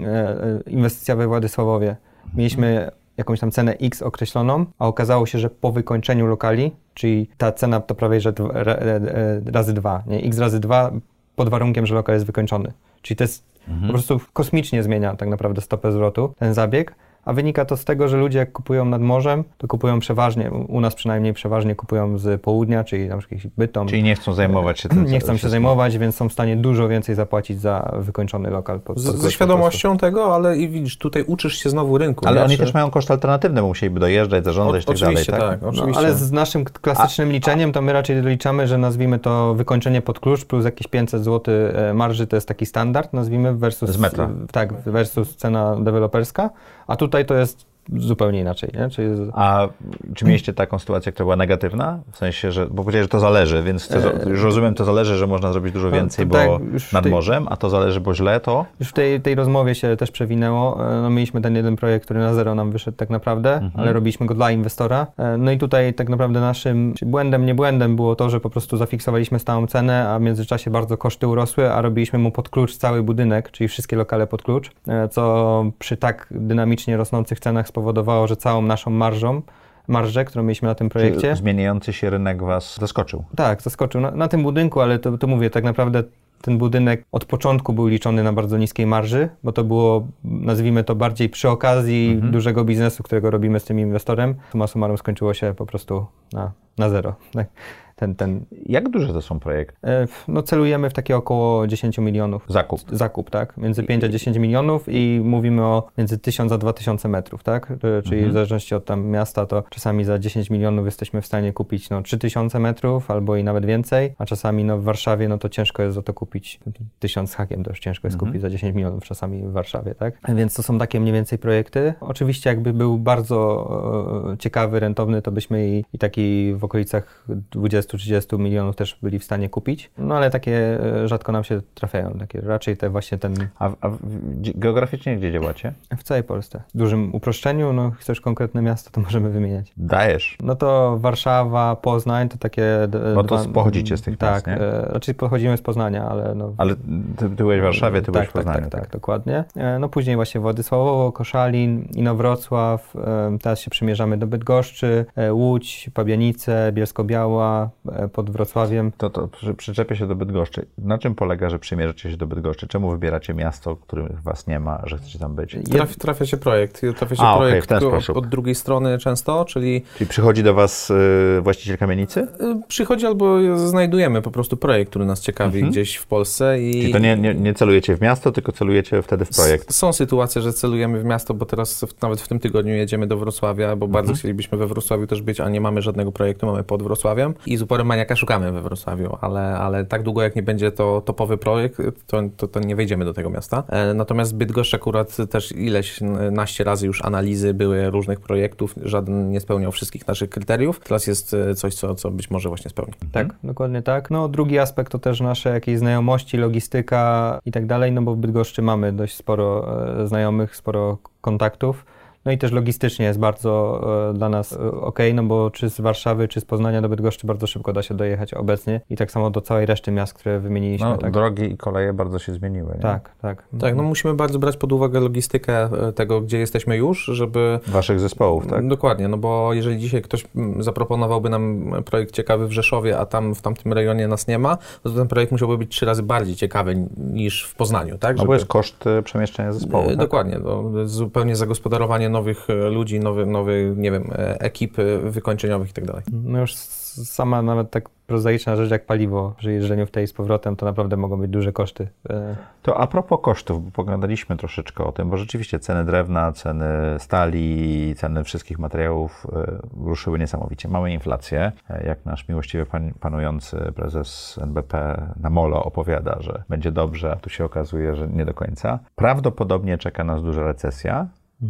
e, inwestycja we Władysławowie. Mieliśmy jakąś tam cenę X określoną, a okazało się, że po wykończeniu lokali, czyli ta cena to prawie że dwa, razy dwa, nie? X razy dwa pod warunkiem, że lokal jest wykończony. Czyli to jest mhm. po prostu kosmicznie zmienia tak naprawdę stopę zwrotu, ten zabieg. A wynika to z tego, że ludzie jak kupują nad morzem, to kupują przeważnie, u nas przynajmniej przeważnie kupują z południa, czyli na przykład jakiś Bytom. Czyli nie chcą zajmować się tym. Nie chcą się zajmować, więc są w stanie dużo więcej zapłacić za wykończony lokal. Pod, z, ze świadomością tego, ale i widzisz, tutaj uczysz się znowu rynku. Ale nie? oni Czy... też mają koszty alternatywne, bo musieliby dojeżdżać, zarządzać i tak dalej, tak? tak oczywiście. No, ale z naszym klasycznym a, liczeniem to my raczej doliczamy, że nazwijmy to wykończenie pod klucz plus jakieś pięćset złotych marży, to jest taki standard, nazwijmy, versus, z metra. Tak, versus cena deweloperska, a tutaj to jest zupełnie inaczej, nie? Czyli... A czy mieliście taką sytuację, która była negatywna? W sensie, że, bo powiedziałeś, że to zależy, więc to, już rozumiem, to zależy, że można zrobić dużo więcej, no, tak, bo nad tej, morzem, a to zależy, bo źle to? Już w tej, tej rozmowie się też przewinęło. No, mieliśmy ten jeden projekt, który na zero nam wyszedł tak naprawdę, mhm. ale robiliśmy go dla inwestora. No i tutaj tak naprawdę naszym błędem, nie błędem było to, że po prostu zafiksowaliśmy stałą cenę, a w międzyczasie bardzo koszty urosły, a robiliśmy mu pod klucz cały budynek, czyli wszystkie lokale pod klucz, co przy tak dynamicznie rosnących cenach spowodowało, że całą naszą marżą, marżę, którą mieliśmy na tym projekcie... Czyli zmieniający się rynek was zaskoczył? Tak, zaskoczył. Na, na tym budynku, ale to, to mówię, tak naprawdę ten budynek od początku był liczony na bardzo niskiej marży, bo to było, nazwijmy to, bardziej przy okazji mhm. dużego biznesu, którego robimy z tym inwestorem. Summa summarum skończyło się po prostu na, na zero. Ten, ten... Jak duże to są projekty? No celujemy w takie około dziesięć milionów. Zakup. Zakup, tak. Między pięć a dziesięć milionów i mówimy o między tysiąc a dwa tysiące metrów, tak. Czyli mhm. w zależności od tam miasta, to czasami za dziesięć milionów jesteśmy w stanie kupić no trzy tysiące metrów albo i nawet więcej, a czasami no w Warszawie no to ciężko jest za to kupić. Tysiąc z hakiem to już ciężko jest mhm. kupić za dziesięć milionów czasami w Warszawie, tak. Więc to są takie mniej więcej projekty. Oczywiście jakby był bardzo e, ciekawy, rentowny, to byśmy i, i taki w okolicach dwudziestu trzydziestu milionów też byli w stanie kupić, no ale takie rzadko nam się trafiają, takie raczej te właśnie ten... A, a geograficznie gdzie działacie? W całej Polsce. W dużym uproszczeniu, no chcesz konkretne miasto, to możemy wymieniać. Dajesz. No to Warszawa, Poznań, to takie... No to dwa, pochodzicie z tych tak, miast, nie? Tak, raczej pochodzimy z Poznania, ale no... Ale ty, ty byłeś w Warszawie, ty tak, byłeś w tak, Poznaniu. Tak, tak, tak, dokładnie. No później właśnie Władysławowo, Koszalin, Inowrocław, teraz się przymierzamy do Bydgoszczy, Łódź, Pabianice, Bielsko-Biała, pod Wrocławiem. To, to przy, przyczepię się do Bydgoszczy. Na czym polega, że przymierzacie się do Bydgoszczy? Czemu wybieracie miasto, w którym was nie ma, że chcecie tam być? Traf, trafia się projekt. Trafia się A, projekt okay, od, od drugiej strony często, czyli... Czyli przychodzi do was y, właściciel kamienicy? Y, przychodzi albo znajdujemy po prostu projekt, który nas ciekawi mhm. gdzieś w Polsce. I... Czyli to nie, nie, nie celujecie w miasto, tylko celujecie wtedy w projekt? S- są sytuacje, że celujemy w miasto, bo teraz w, nawet w tym tygodniu jedziemy do Wrocławia, bo mhm. bardzo chcielibyśmy we Wrocławiu też być, a nie mamy żadnego projektu, mamy pod Wrocławiem i z uporem maniaka szukamy we Wrocławiu, ale, ale tak długo jak nie będzie to topowy projekt, to, to, to nie wejdziemy do tego miasta. E, natomiast Bydgoszcz akurat też ileś naście razy już analizy były różnych projektów, żaden nie spełniał wszystkich naszych kryteriów. Teraz jest coś, co, co być może właśnie spełni. Tak, mhm. dokładnie tak. No drugi aspekt to też nasze jakieś znajomości, logistyka i tak dalej, no bo w Bydgoszczy mamy dość sporo e, znajomych, sporo kontaktów. No i też logistycznie jest bardzo e, dla nas e, ok, no bo czy z Warszawy, czy z Poznania do Bydgoszczy bardzo szybko da się dojechać obecnie i tak samo do całej reszty miast, które wymieniliśmy. No, tak. Drogi i koleje bardzo się zmieniły. Nie? Tak, tak. Tak, no musimy bardzo brać pod uwagę logistykę tego, gdzie jesteśmy już, żeby... Waszych zespołów, tak? Dokładnie, no bo jeżeli dzisiaj ktoś zaproponowałby nam projekt ciekawy w Rzeszowie, a tam w tamtym rejonie nas nie ma, to ten projekt musiałby być trzy razy bardziej ciekawy niż w Poznaniu, tak? No żeby... bo jest koszt przemieszczenia zespołu, tak? Dokładnie, no, zupełnie zagospodarowanie nowych ludzi, nowe, nowe, nie wiem, ekipy wykończeniowych i tak dalej. No już sama nawet tak prozaiczna rzecz jak paliwo przy jeżdżeniu w tej z powrotem, to naprawdę mogą być duże koszty. To a propos kosztów, bo pogadaliśmy troszeczkę o tym, bo rzeczywiście ceny drewna, ceny stali, ceny wszystkich materiałów ruszyły niesamowicie. Mamy inflację, jak nasz miłościwie pan, panujący prezes N B P na Molo opowiada, że będzie dobrze, a tu się okazuje, że nie do końca. Prawdopodobnie czeka nas duża recesja.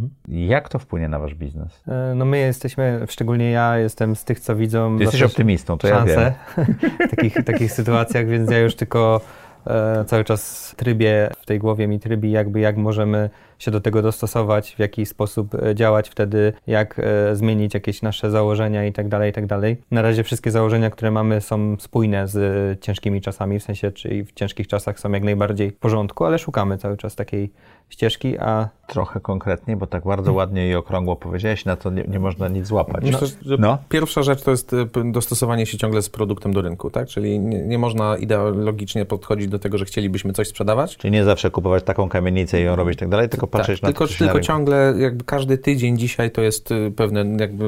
Jak to wpłynie na wasz biznes? No my jesteśmy, szczególnie ja jestem z tych, co widzą... Ty jesteś optymistą, to ja wiem. w takich, takich sytuacjach, więc ja już tylko e, cały czas trybię, w tej głowie mi trybi jakby jak możemy się do tego dostosować, w jaki sposób działać wtedy, jak e, zmienić jakieś nasze założenia i tak dalej, i tak dalej. Na razie wszystkie założenia, które mamy, są spójne z e, ciężkimi czasami, w sensie, czyli w ciężkich czasach są jak najbardziej w porządku, ale szukamy cały czas takiej ścieżki, a... Trochę konkretniej, bo tak bardzo ładnie i okrągło powiedziałeś, na to nie, nie można nic złapać. Myślę, że no. Pierwsza rzecz to jest dostosowanie się ciągle z produktem do rynku, tak? Czyli nie, nie można ideologicznie podchodzić do tego, że chcielibyśmy coś sprzedawać. Czyli nie zawsze kupować taką kamienicę i ją robić tak dalej, tylko patrzeć tak, na tylko, to, co tylko na ciągle jakby każdy tydzień dzisiaj to jest pewne jakby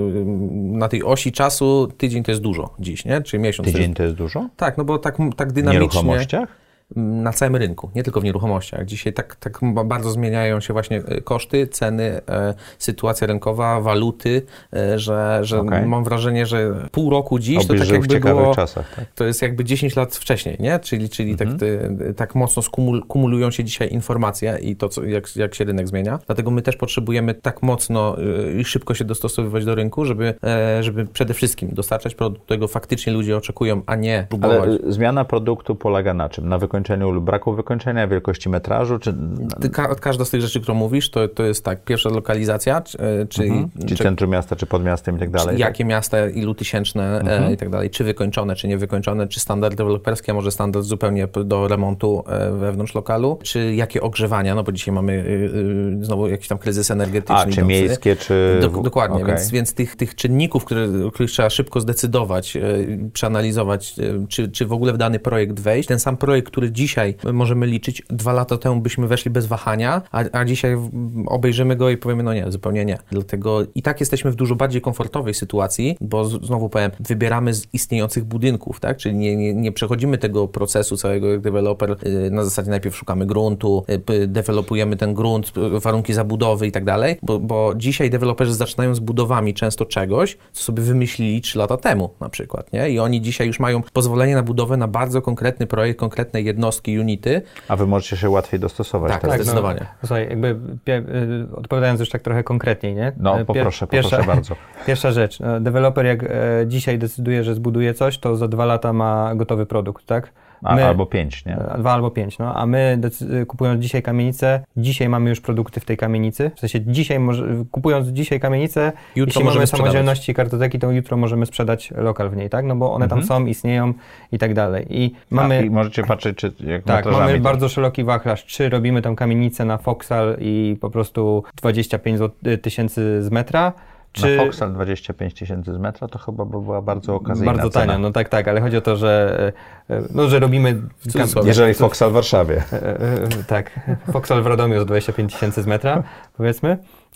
na tej osi czasu tydzień to jest dużo dziś, nie? Czyli miesiąc. Tydzień to jest, to jest dużo? Tak, no bo tak, tak W dynamicznie. nieruchomościach? Na całym rynku, nie tylko w nieruchomościach. Dzisiaj tak, tak bardzo zmieniają się właśnie koszty, ceny, e, sytuacja rynkowa, waluty, e, że, że okay. mam wrażenie, że pół roku dziś Obyś to tak jakby w było, czasach, tak? to jest jakby dziesięć lat wcześniej, nie? Czyli, czyli mhm. tak, ty, tak mocno skumul, kumulują się dzisiaj informacje i to, co, jak, jak się rynek zmienia. Dlatego my też potrzebujemy tak mocno i y, szybko się dostosowywać do rynku, żeby, e, żeby przede wszystkim dostarczać produkt, którego faktycznie ludzie oczekują, a nie próbować. Ale zmiana produktu polega na czym? Na wykończeniu lub braku wykończenia, wielkości metrażu? Czy... Ka- każda z tych rzeczy, którą mówisz, to, to jest tak, pierwsza lokalizacja, czy, czyli... Mhm. Czy, czy centrum miasta, czy pod miastem i tak dalej? Jakie tak? miasta, ilu tysięczne mhm. e, i tak dalej, czy wykończone, czy niewykończone, czy standard deweloperski, a może standard zupełnie do remontu e, wewnątrz lokalu, czy jakie ogrzewania, no bo dzisiaj mamy y, y, znowu jakiś tam kryzys energetyczny. A, czy idący. miejskie, czy... Do, dokładnie, okay. więc, więc tych, tych czynników, które, o których trzeba szybko zdecydować, y, przeanalizować, y, czy, czy w ogóle w dany projekt wejść. Ten sam projekt, który dzisiaj możemy liczyć, dwa lata temu byśmy weszli bez wahania, a, a dzisiaj obejrzymy go i powiemy, no nie, zupełnie nie. Dlatego i tak jesteśmy w dużo bardziej komfortowej sytuacji, bo z, znowu powiem, wybieramy z istniejących budynków, tak? Czyli nie, nie, nie przechodzimy tego procesu całego jak deweloper, yy, na zasadzie najpierw szukamy gruntu, yy, dewelopujemy ten grunt, yy, warunki zabudowy i tak dalej, bo, bo dzisiaj deweloperzy zaczynają z budowami często czegoś, co sobie wymyślili trzy lata temu na przykład, nie? I oni dzisiaj już mają pozwolenie na budowę na bardzo konkretny projekt, konkretne jednostki, unity. A wy możecie się łatwiej dostosować. Tak, tak? zdecydowanie. No, słuchaj, jakby pie, odpowiadając już tak trochę konkretniej, nie? No, poproszę, Pier, poproszę pierwsza, bardzo. Pierwsza rzecz. Deweloper jak e, dzisiaj decyduje, że zbuduje coś, to za dwa lata ma gotowy produkt, tak? A, my, albo pięć, nie? Dwa albo pięć, no. A my decy- kupując dzisiaj kamienicę, dzisiaj mamy już produkty w tej kamienicy. W sensie dzisiaj, może, kupując dzisiaj kamienicę, jutro jeśli mamy samodzielności i kartoteki, to jutro możemy sprzedać lokal w niej, tak? No bo one mhm. tam są, istnieją i tak dalej. I mamy... A, i możecie patrzeć, czy jak tak, mamy to... bardzo szeroki wachlarz. Czy robimy tą kamienicę na Foxal i po prostu dwadzieścia pięć tysięcy z metra, czy... Na Foxal dwadzieścia pięć tysięcy z metra to chyba by była bardzo okazyjna Bardzo cena. tanio, no tak, tak, ale chodzi o to, że, no, że robimy... Kam... Jeżeli Foxal w Warszawie. Tak, Foxal w Radomiu za dwadzieścia pięć tysięcy z metra, powiedzmy.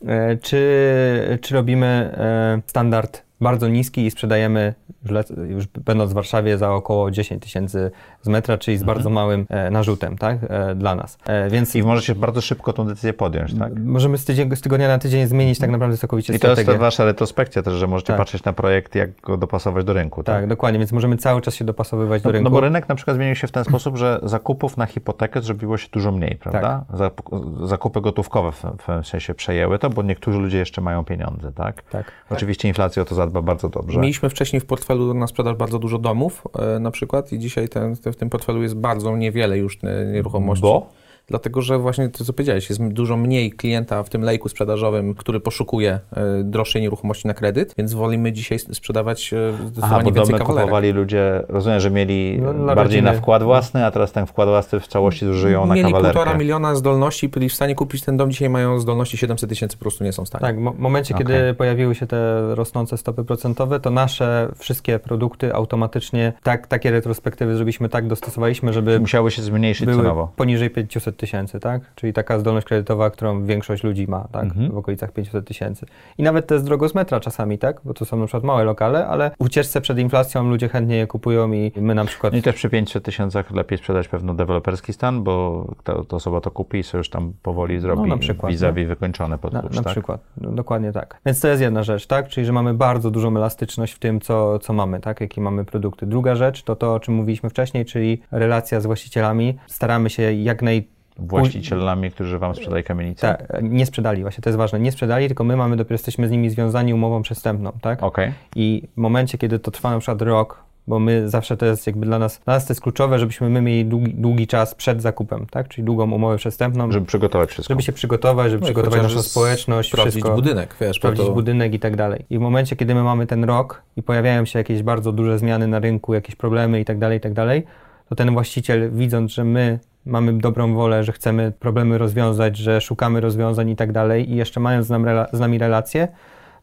Czy, czy robimy standard bardzo niski i sprzedajemy, już będąc w Warszawie, za około dziesięć tysięcy z metra, czyli z mhm. bardzo małym e, narzutem, tak, e, dla nas. E, więc I możecie bardzo szybko tą decyzję podjąć, tak? Możemy z, tydzień, z tygodnia na tydzień zmienić tak naprawdę całkowicie I strategię. I to jest wasza retrospekcja też, że możecie tak. patrzeć na projekt, jak go dopasować do rynku, tak? Tak, dokładnie, więc możemy cały czas się dopasowywać no, do rynku. No bo rynek na przykład zmienił się w ten sposób, że zakupów na hipotekę zrobiło się dużo mniej, prawda? Tak. Zakupy gotówkowe w, w sensie przejęły to, bo niektórzy ludzie jeszcze mają pieniądze, tak? Tak. Oczywiście inflacja o to zadba bardzo dobrze. Mieliśmy wcześniej w portfelu na sprzedaż bardzo dużo domów e, na przykład i dzisiaj ten, ten, w tym portfelu jest bardzo niewiele już nieruchomości. Bo? Dlatego, że właśnie to, co powiedziałeś, jest dużo mniej klienta w tym lejku sprzedażowym, który poszukuje e, droższej nieruchomości na kredyt, więc wolimy dzisiaj sprzedawać e, zdecydowanie Aha, bo więcej domy kawalerek. kupowali ludzie, rozumiem, że mieli no, bardziej rodziny. na wkład własny, a teraz ten wkład własny w całości zużyją mieli na kawalerkę. Mieli półtora miliona zdolności, byli w stanie kupić ten dom, dzisiaj mają zdolności siedemset tysięcy, po prostu nie są w stanie. Tak, w momencie, okay. kiedy pojawiły się te rosnące stopy procentowe, to nasze wszystkie produkty automatycznie, tak, takie retrospektywy zrobiliśmy, tak dostosowaliśmy, żeby musiały się zmniejszyć były cenowo. Poniżej pięćset tysięcy, tak? Czyli taka zdolność kredytowa, którą większość ludzi ma, tak? Mhm. W okolicach pięćset tysięcy. I nawet to jest drogo z metra czasami, tak? Bo to są na przykład małe lokale, ale w ucieczce przed inflacją ludzie chętnie je kupują i my na przykład... No i też przy pięćset tysiącach lepiej sprzedać pewno deweloperski stan, bo ta, ta osoba to kupi i sobie już tam powoli zrobi no, na przykład, vis-a-vis no. wykończone pod klucz, Na, na tak? przykład, no, dokładnie tak. Więc to jest jedna rzecz, tak? Czyli, że mamy bardzo dużą elastyczność w tym, co, co mamy, tak? Jakie mamy produkty. Druga rzecz to to, o czym mówiliśmy wcześniej, czyli relacja z właścicielami. Staramy się jak naj właścicielami, którzy wam sprzedali kamienicę? Tak, nie sprzedali, właśnie to jest ważne, nie sprzedali, tylko my mamy, dopiero jesteśmy z nimi związani umową przestępną, tak? Okay. I w momencie, kiedy to trwa na przykład rok, bo my zawsze to jest jakby dla nas, dla nas to jest kluczowe, żebyśmy my mieli długi, długi czas przed zakupem, tak? Czyli długą umowę przestępną. Żeby przygotować wszystko. Żeby się przygotować, żeby no przygotować naszą społeczność, sprawdzić wszystko. budynek, wiesz. Sprawdzić to... budynek i tak dalej. I w momencie, kiedy my mamy ten rok i pojawiają się jakieś bardzo duże zmiany na rynku, jakieś problemy i tak dalej, i tak dalej, to ten właściciel, widząc, że my mamy dobrą wolę, że chcemy problemy rozwiązać, że szukamy rozwiązań i tak dalej i jeszcze mając z, nam rela- z nami relacje,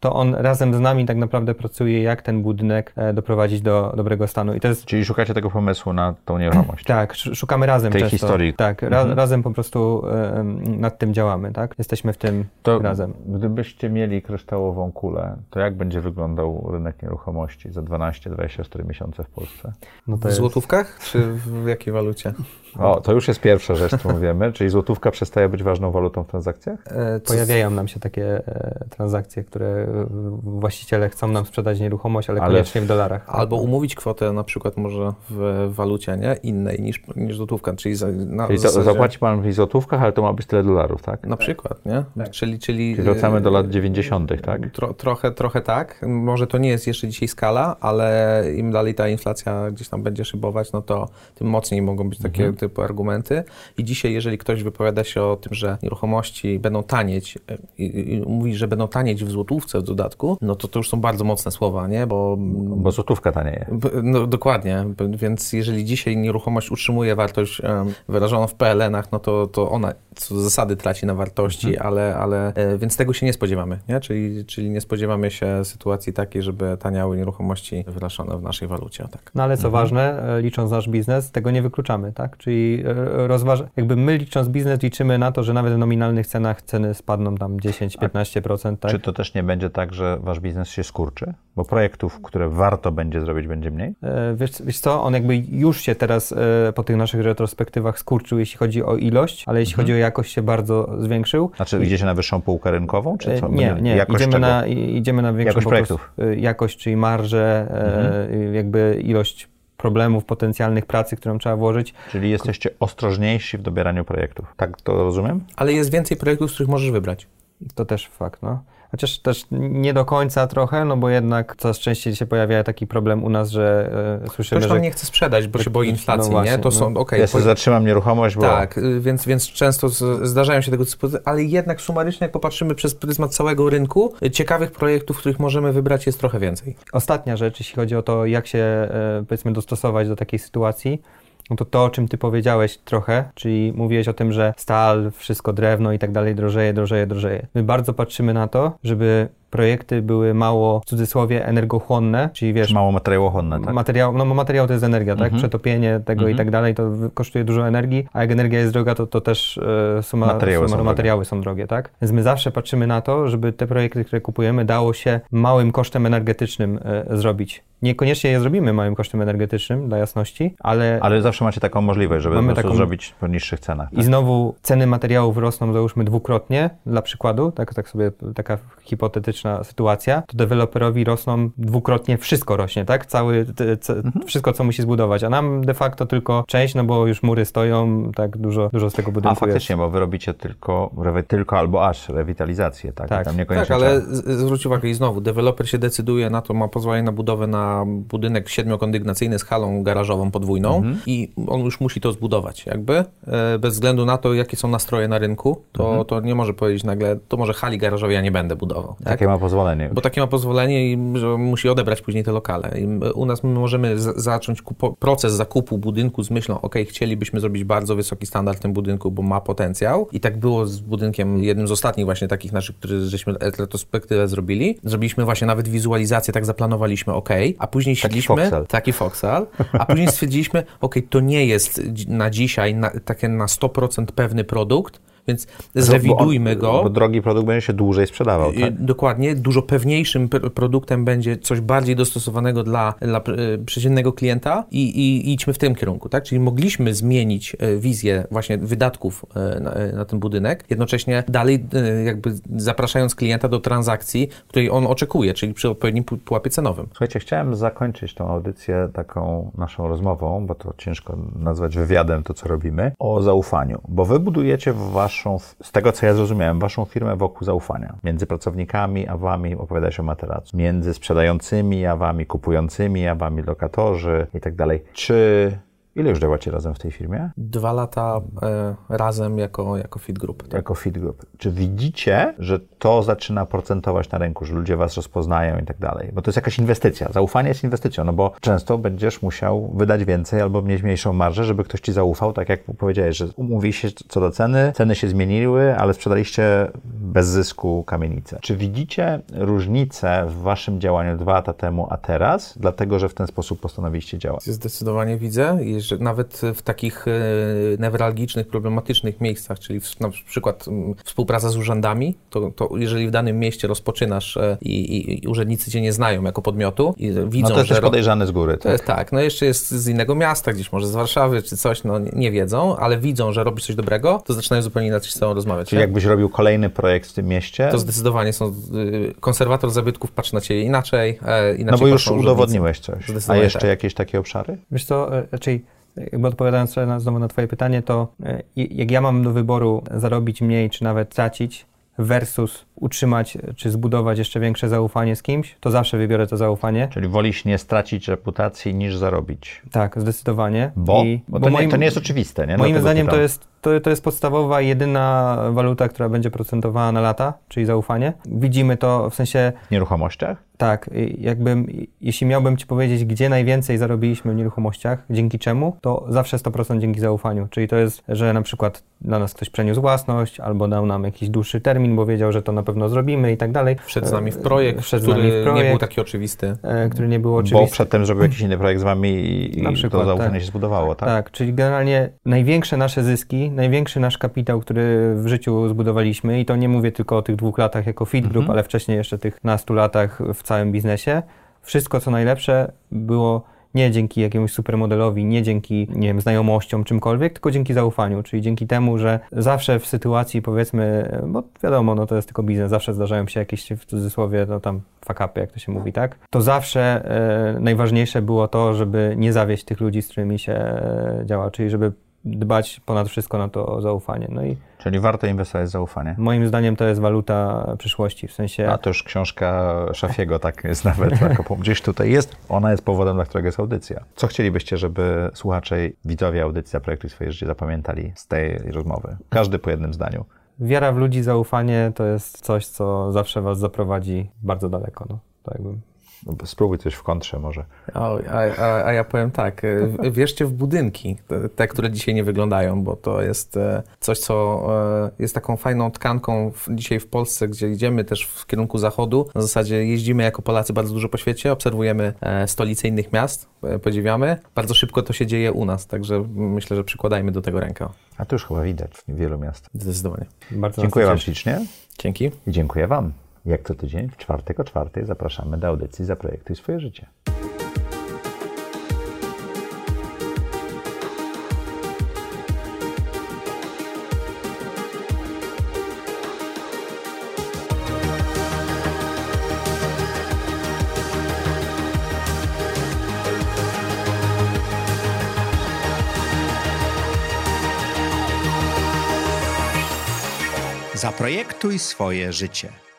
to on razem z nami tak naprawdę pracuje, jak ten budynek doprowadzić do dobrego stanu. I to jest... Czyli szukacie tego pomysłu na tą nieruchomość? Tak, szukamy razem tej często. historii. Tak, ra mhm. razem po prostu e, nad tym działamy, tak? Jesteśmy w tym to razem. Gdybyście mieli kryształową kulę, to jak będzie wyglądał rynek nieruchomości za dwanaście dwadzieścia cztery miesiące w Polsce? No to w jest... złotówkach, czy w jakiej walucie? O, to już jest pierwsza rzecz, którą wiemy. Czyli złotówka przestaje być ważną walutą w transakcjach? E, Pojawiają nam się takie e, transakcje, które właściciele chcą nam sprzedać nieruchomość, ale, ale koniecznie w dolarach. Albo umówić kwotę na przykład może w walucie, nie? Innej niż, niż złotówka. Czyli, za, na czyli zasadzie... zapłaci pan w złotówkach, ale to ma być tyle dolarów, tak? Na przykład, nie? Tak. Czyli, czyli, czyli wracamy do lat dziewięćdziesiątych, tak? Tro, trochę, trochę tak. Może to nie jest jeszcze dzisiaj skala, ale im dalej ta inflacja gdzieś tam będzie szybować, no to tym mocniej mogą być takie mhm. typu argumenty. I dzisiaj, jeżeli ktoś wypowiada się o tym, że nieruchomości będą tanieć i, i mówi, że będą tanieć w złotówce w dodatku, no to to już są bardzo mocne słowa, nie? Bo, bo złotówka tanieje. No dokładnie, więc jeżeli dzisiaj nieruchomość utrzymuje wartość um, wyrażoną w P L N ach, no to, to ona co do zasady traci na wartości, mhm. ale, ale e, więc tego się nie spodziewamy, nie? Czyli, czyli nie spodziewamy się sytuacji takiej, żeby taniały nieruchomości wyrażone w naszej walucie. Tak. No ale co mhm. ważne, licząc nasz biznes, tego nie wykluczamy, tak? Czyli rozważ... jakby my licząc biznes liczymy na to, że nawet w nominalnych cenach ceny spadną tam dziesięć do piętnastu procent, tak? Czy to też nie będzie tak, że wasz biznes się skurczy? Bo projektów, które warto będzie zrobić, będzie mniej? E, wiesz, wiesz co, on jakby już się teraz e, po tych naszych retrospektywach skurczył, jeśli chodzi o ilość, ale jeśli mhm. chodzi o jakość, się bardzo zwiększył. Znaczy I... idziecie na wyższą półkę rynkową, czy co? Nie, nie, jakość idziemy na, idziemy na większą jakość projektów. Prostu, jakość, czyli marżę, mhm. e, jakby ilość problemów, potencjalnych pracy, którą trzeba włożyć. Czyli jesteście ostrożniejsi w dobieraniu projektów. Tak to rozumiem? Ale jest więcej projektów, z których możesz wybrać. To też fakt, no. Chociaż też nie do końca trochę, no bo jednak coraz częściej się pojawia taki problem u nas, że e, słyszymy, Ktoś że... nam nie chce sprzedać, bo się boi inflacji, no właśnie, nie? To są, no. okej. Ja sobie po... zatrzymam nieruchomość, bo... Tak, więc, więc często z, zdarzają się tego typu, ale jednak sumarycznie, jak popatrzymy przez pryzmat całego rynku, ciekawych projektów, których możemy wybrać, jest trochę więcej. Ostatnia rzecz, jeśli chodzi o to, jak się, e, powiedzmy, dostosować do takiej sytuacji, no to to, o czym ty powiedziałeś trochę, czyli mówiłeś o tym, że stal, wszystko drewno i tak dalej drożeje, drożeje, drożeje. My bardzo patrzymy na to, żeby projekty były mało, w cudzysłowie, energochłonne, czyli wiesz... Czy mało materiałochłonne, tak? Materiał, no materiał to jest energia, tak? Mhm. Przetopienie tego mhm. i tak dalej, to kosztuje dużo energii, a jak energia jest droga, to, to też e, suma, materiały, suma są, materiały drogie. są drogie, tak? Więc my zawsze patrzymy na to, żeby te projekty, które kupujemy, dało się małym kosztem energetycznym e, zrobić. Niekoniecznie je zrobimy małym kosztem energetycznym, dla jasności, ale... Ale zawsze macie taką możliwość, żeby po taką... zrobić po niższych cenach. Tak? I znowu ceny materiałów rosną, załóżmy dwukrotnie, dla przykładu, tak, tak sobie taka hipotetyczna sytuacja, to deweloperowi rosną dwukrotnie, wszystko rośnie, tak? Cały, te, ce, mhm. wszystko, co musi zbudować, a nam de facto tylko część, no bo już mury stoją, tak, dużo, dużo z tego budynku A faktycznie, jest. bo wy robicie tylko, tylko albo aż rewitalizację, tak? Tak, tam tak ale zwróć uwagę i znowu, deweloper się decyduje na to, ma pozwolenie na budowę na budynek siedmiokondygnacyjny z halą garażową podwójną mhm. i on już musi to zbudować, jakby, bez względu na to, jakie są nastroje na rynku, to, mhm. to nie może powiedzieć nagle, to może hali garażowej ja nie będę budował. Tak? Takie ma pozwolenie już. Bo takie ma pozwolenie i że musi odebrać później te lokale. I u nas my możemy z- zacząć kupo- proces zakupu budynku z myślą, ok, chcielibyśmy zrobić bardzo wysoki standard w tym budynku, bo ma potencjał. I tak było z budynkiem, jednym z ostatnich właśnie takich naszych, który żeśmy retrospektywę zrobili. Zrobiliśmy właśnie nawet wizualizację, tak zaplanowaliśmy, ok, a później siedliśmy, taki Foxal, taki Foxal a później stwierdziliśmy, ok, to nie jest na dzisiaj na, takie na sto procent pewny produkt, więc zrewidujmy bo on, go. Bo drogi produkt będzie się dłużej sprzedawał, tak? Dokładnie. Dużo pewniejszym produktem będzie coś bardziej dostosowanego dla, dla przeciętnego klienta i, i, i idźmy w tym kierunku, tak? Czyli mogliśmy zmienić wizję właśnie wydatków na, na ten budynek, jednocześnie dalej jakby zapraszając klienta do transakcji, której on oczekuje, czyli przy odpowiednim pułapie cenowym. Słuchajcie, chciałem zakończyć tą audycję taką naszą rozmową, bo to ciężko nazwać wywiadem to, co robimy, o zaufaniu, bo wy budujecie wasz z tego, co ja zrozumiałem, waszą firmę wokół zaufania. Między pracownikami a wami, opowiadałeś o materacu. Między sprzedającymi a wami, kupującymi a wami, lokatorzy i tak dalej. Czy Ile już działacie razem w tej firmie? Dwa lata e, razem jako, jako Fit Group. Tak? Jako Fit Group. Czy widzicie, że to zaczyna procentować na rynku, że ludzie was rozpoznają i tak dalej? Bo to jest jakaś inwestycja. Zaufanie jest inwestycją, no bo często będziesz musiał wydać więcej albo mieć mniejszą marżę, żeby ktoś ci zaufał, tak jak powiedziałeś, że umówiliście się co do ceny, ceny się zmieniły, ale sprzedaliście bez zysku kamienicę. Czy widzicie różnicę w waszym działaniu dwa lata temu, a teraz, dlatego, że w ten sposób postanowiliście działać? Zdecydowanie widzę, i że nawet w takich e, newralgicznych, problematycznych miejscach, czyli w, na przykład m, współpraca z urzędami, to, to jeżeli w danym mieście rozpoczynasz e, i, i urzędnicy cię nie znają jako podmiotu i widzą, no to jest że... też podejrzane z góry. To jest tak, no jeszcze jest z innego miasta, gdzieś może z Warszawy czy coś, no nie, nie wiedzą, ale widzą, że robisz coś dobrego, to zaczynają zupełnie inaczej z tobą rozmawiać. Czyli tak? Jakbyś robił kolejny projekt w tym mieście? To zdecydowanie są... Y, konserwator zabytków patrzy na ciebie inaczej, e, inaczej. No bo już patrzą udowodniłeś coś. A jeszcze tak. jakieś takie obszary? Wiesz co, raczej jakby odpowiadając na, znowu na twoje pytanie, to jak ja mam do wyboru zarobić mniej, czy nawet tracić, versus utrzymać, czy zbudować jeszcze większe zaufanie z kimś, to zawsze wybiorę to zaufanie. Czyli wolisz nie stracić reputacji, niż zarobić. Tak, zdecydowanie. Bo? I, bo, bo to, moim, nie, to nie jest oczywiste, nie? Moim Dlatego zdaniem pytam. to jest, to, to jest podstawowa, jedyna waluta, która będzie procentowała na lata, czyli zaufanie. Widzimy to w sensie... W nieruchomościach? Tak, jakbym, jeśli miałbym ci powiedzieć, gdzie najwięcej zarobiliśmy w nieruchomościach, dzięki czemu, to zawsze sto procent dzięki zaufaniu. Czyli to jest, że na przykład dla nas ktoś przeniósł własność, albo dał nam jakiś dłuższy termin, bo wiedział, że to na pewno zrobimy i tak dalej. Wszedł z nami w projekt, Wszedł który z nami w projekt, nie był taki oczywisty. Który nie był oczywisty. Bo przedtem zrobił jakiś inny projekt z wami i, i przykład, to zaufanie tak. się zbudowało, tak? Tak, czyli generalnie największe nasze zyski, największy nasz kapitał, który w życiu zbudowaliśmy, i to nie mówię tylko o tych dwóch latach jako Fit Group, mhm. ale wcześniej jeszcze tych nastu latach w całym biznesie. Wszystko, co najlepsze, było nie dzięki jakiemuś supermodelowi, nie dzięki, nie wiem, znajomościom, czymkolwiek, tylko dzięki zaufaniu, czyli dzięki temu, że zawsze w sytuacji, powiedzmy, bo wiadomo, no to jest tylko biznes, zawsze zdarzają się jakieś, w cudzysłowie, no tam fuck-upy, jak to się mówi, tak? To zawsze e, najważniejsze było to, żeby nie zawieść tych ludzi, z którymi się e, działa, czyli żeby dbać ponad wszystko na to zaufanie. No i Czyli warto inwestować w zaufanie. Moim zdaniem to jest waluta przyszłości, w sensie... A to już książka Szafiego, tak jest nawet, tak, gdzieś tutaj jest. Ona jest powodem, dla którego jest audycja. Co chcielibyście, żeby słuchacze, widzowie audycji Zaprojektuj swoje życie zapamiętali z tej rozmowy? Każdy po jednym zdaniu. Wiara w ludzi, zaufanie to jest coś, co zawsze was zaprowadzi bardzo daleko. No, tak jakbym... Spróbuj coś w kontrze może. O, a, a, a ja powiem tak, wierzcie w budynki, te, te, które dzisiaj nie wyglądają, bo to jest coś, co jest taką fajną tkanką w, dzisiaj w Polsce, gdzie idziemy też w kierunku zachodu. Na zasadzie jeździmy jako Polacy bardzo dużo po świecie, obserwujemy stolice innych miast, podziwiamy. Bardzo szybko to się dzieje u nas, także myślę, że przykładajmy do tego rękę. A to już chyba widać w wielu miastach. Zdecydowanie. Bardzo dziękuję Wam ślicznie. Dzięki. I dziękuję Wam. Jak co tydzień, w czwartek o czwartej zapraszamy do audycji Zaprojektuj swoje życie. Zaprojektuj swoje życie.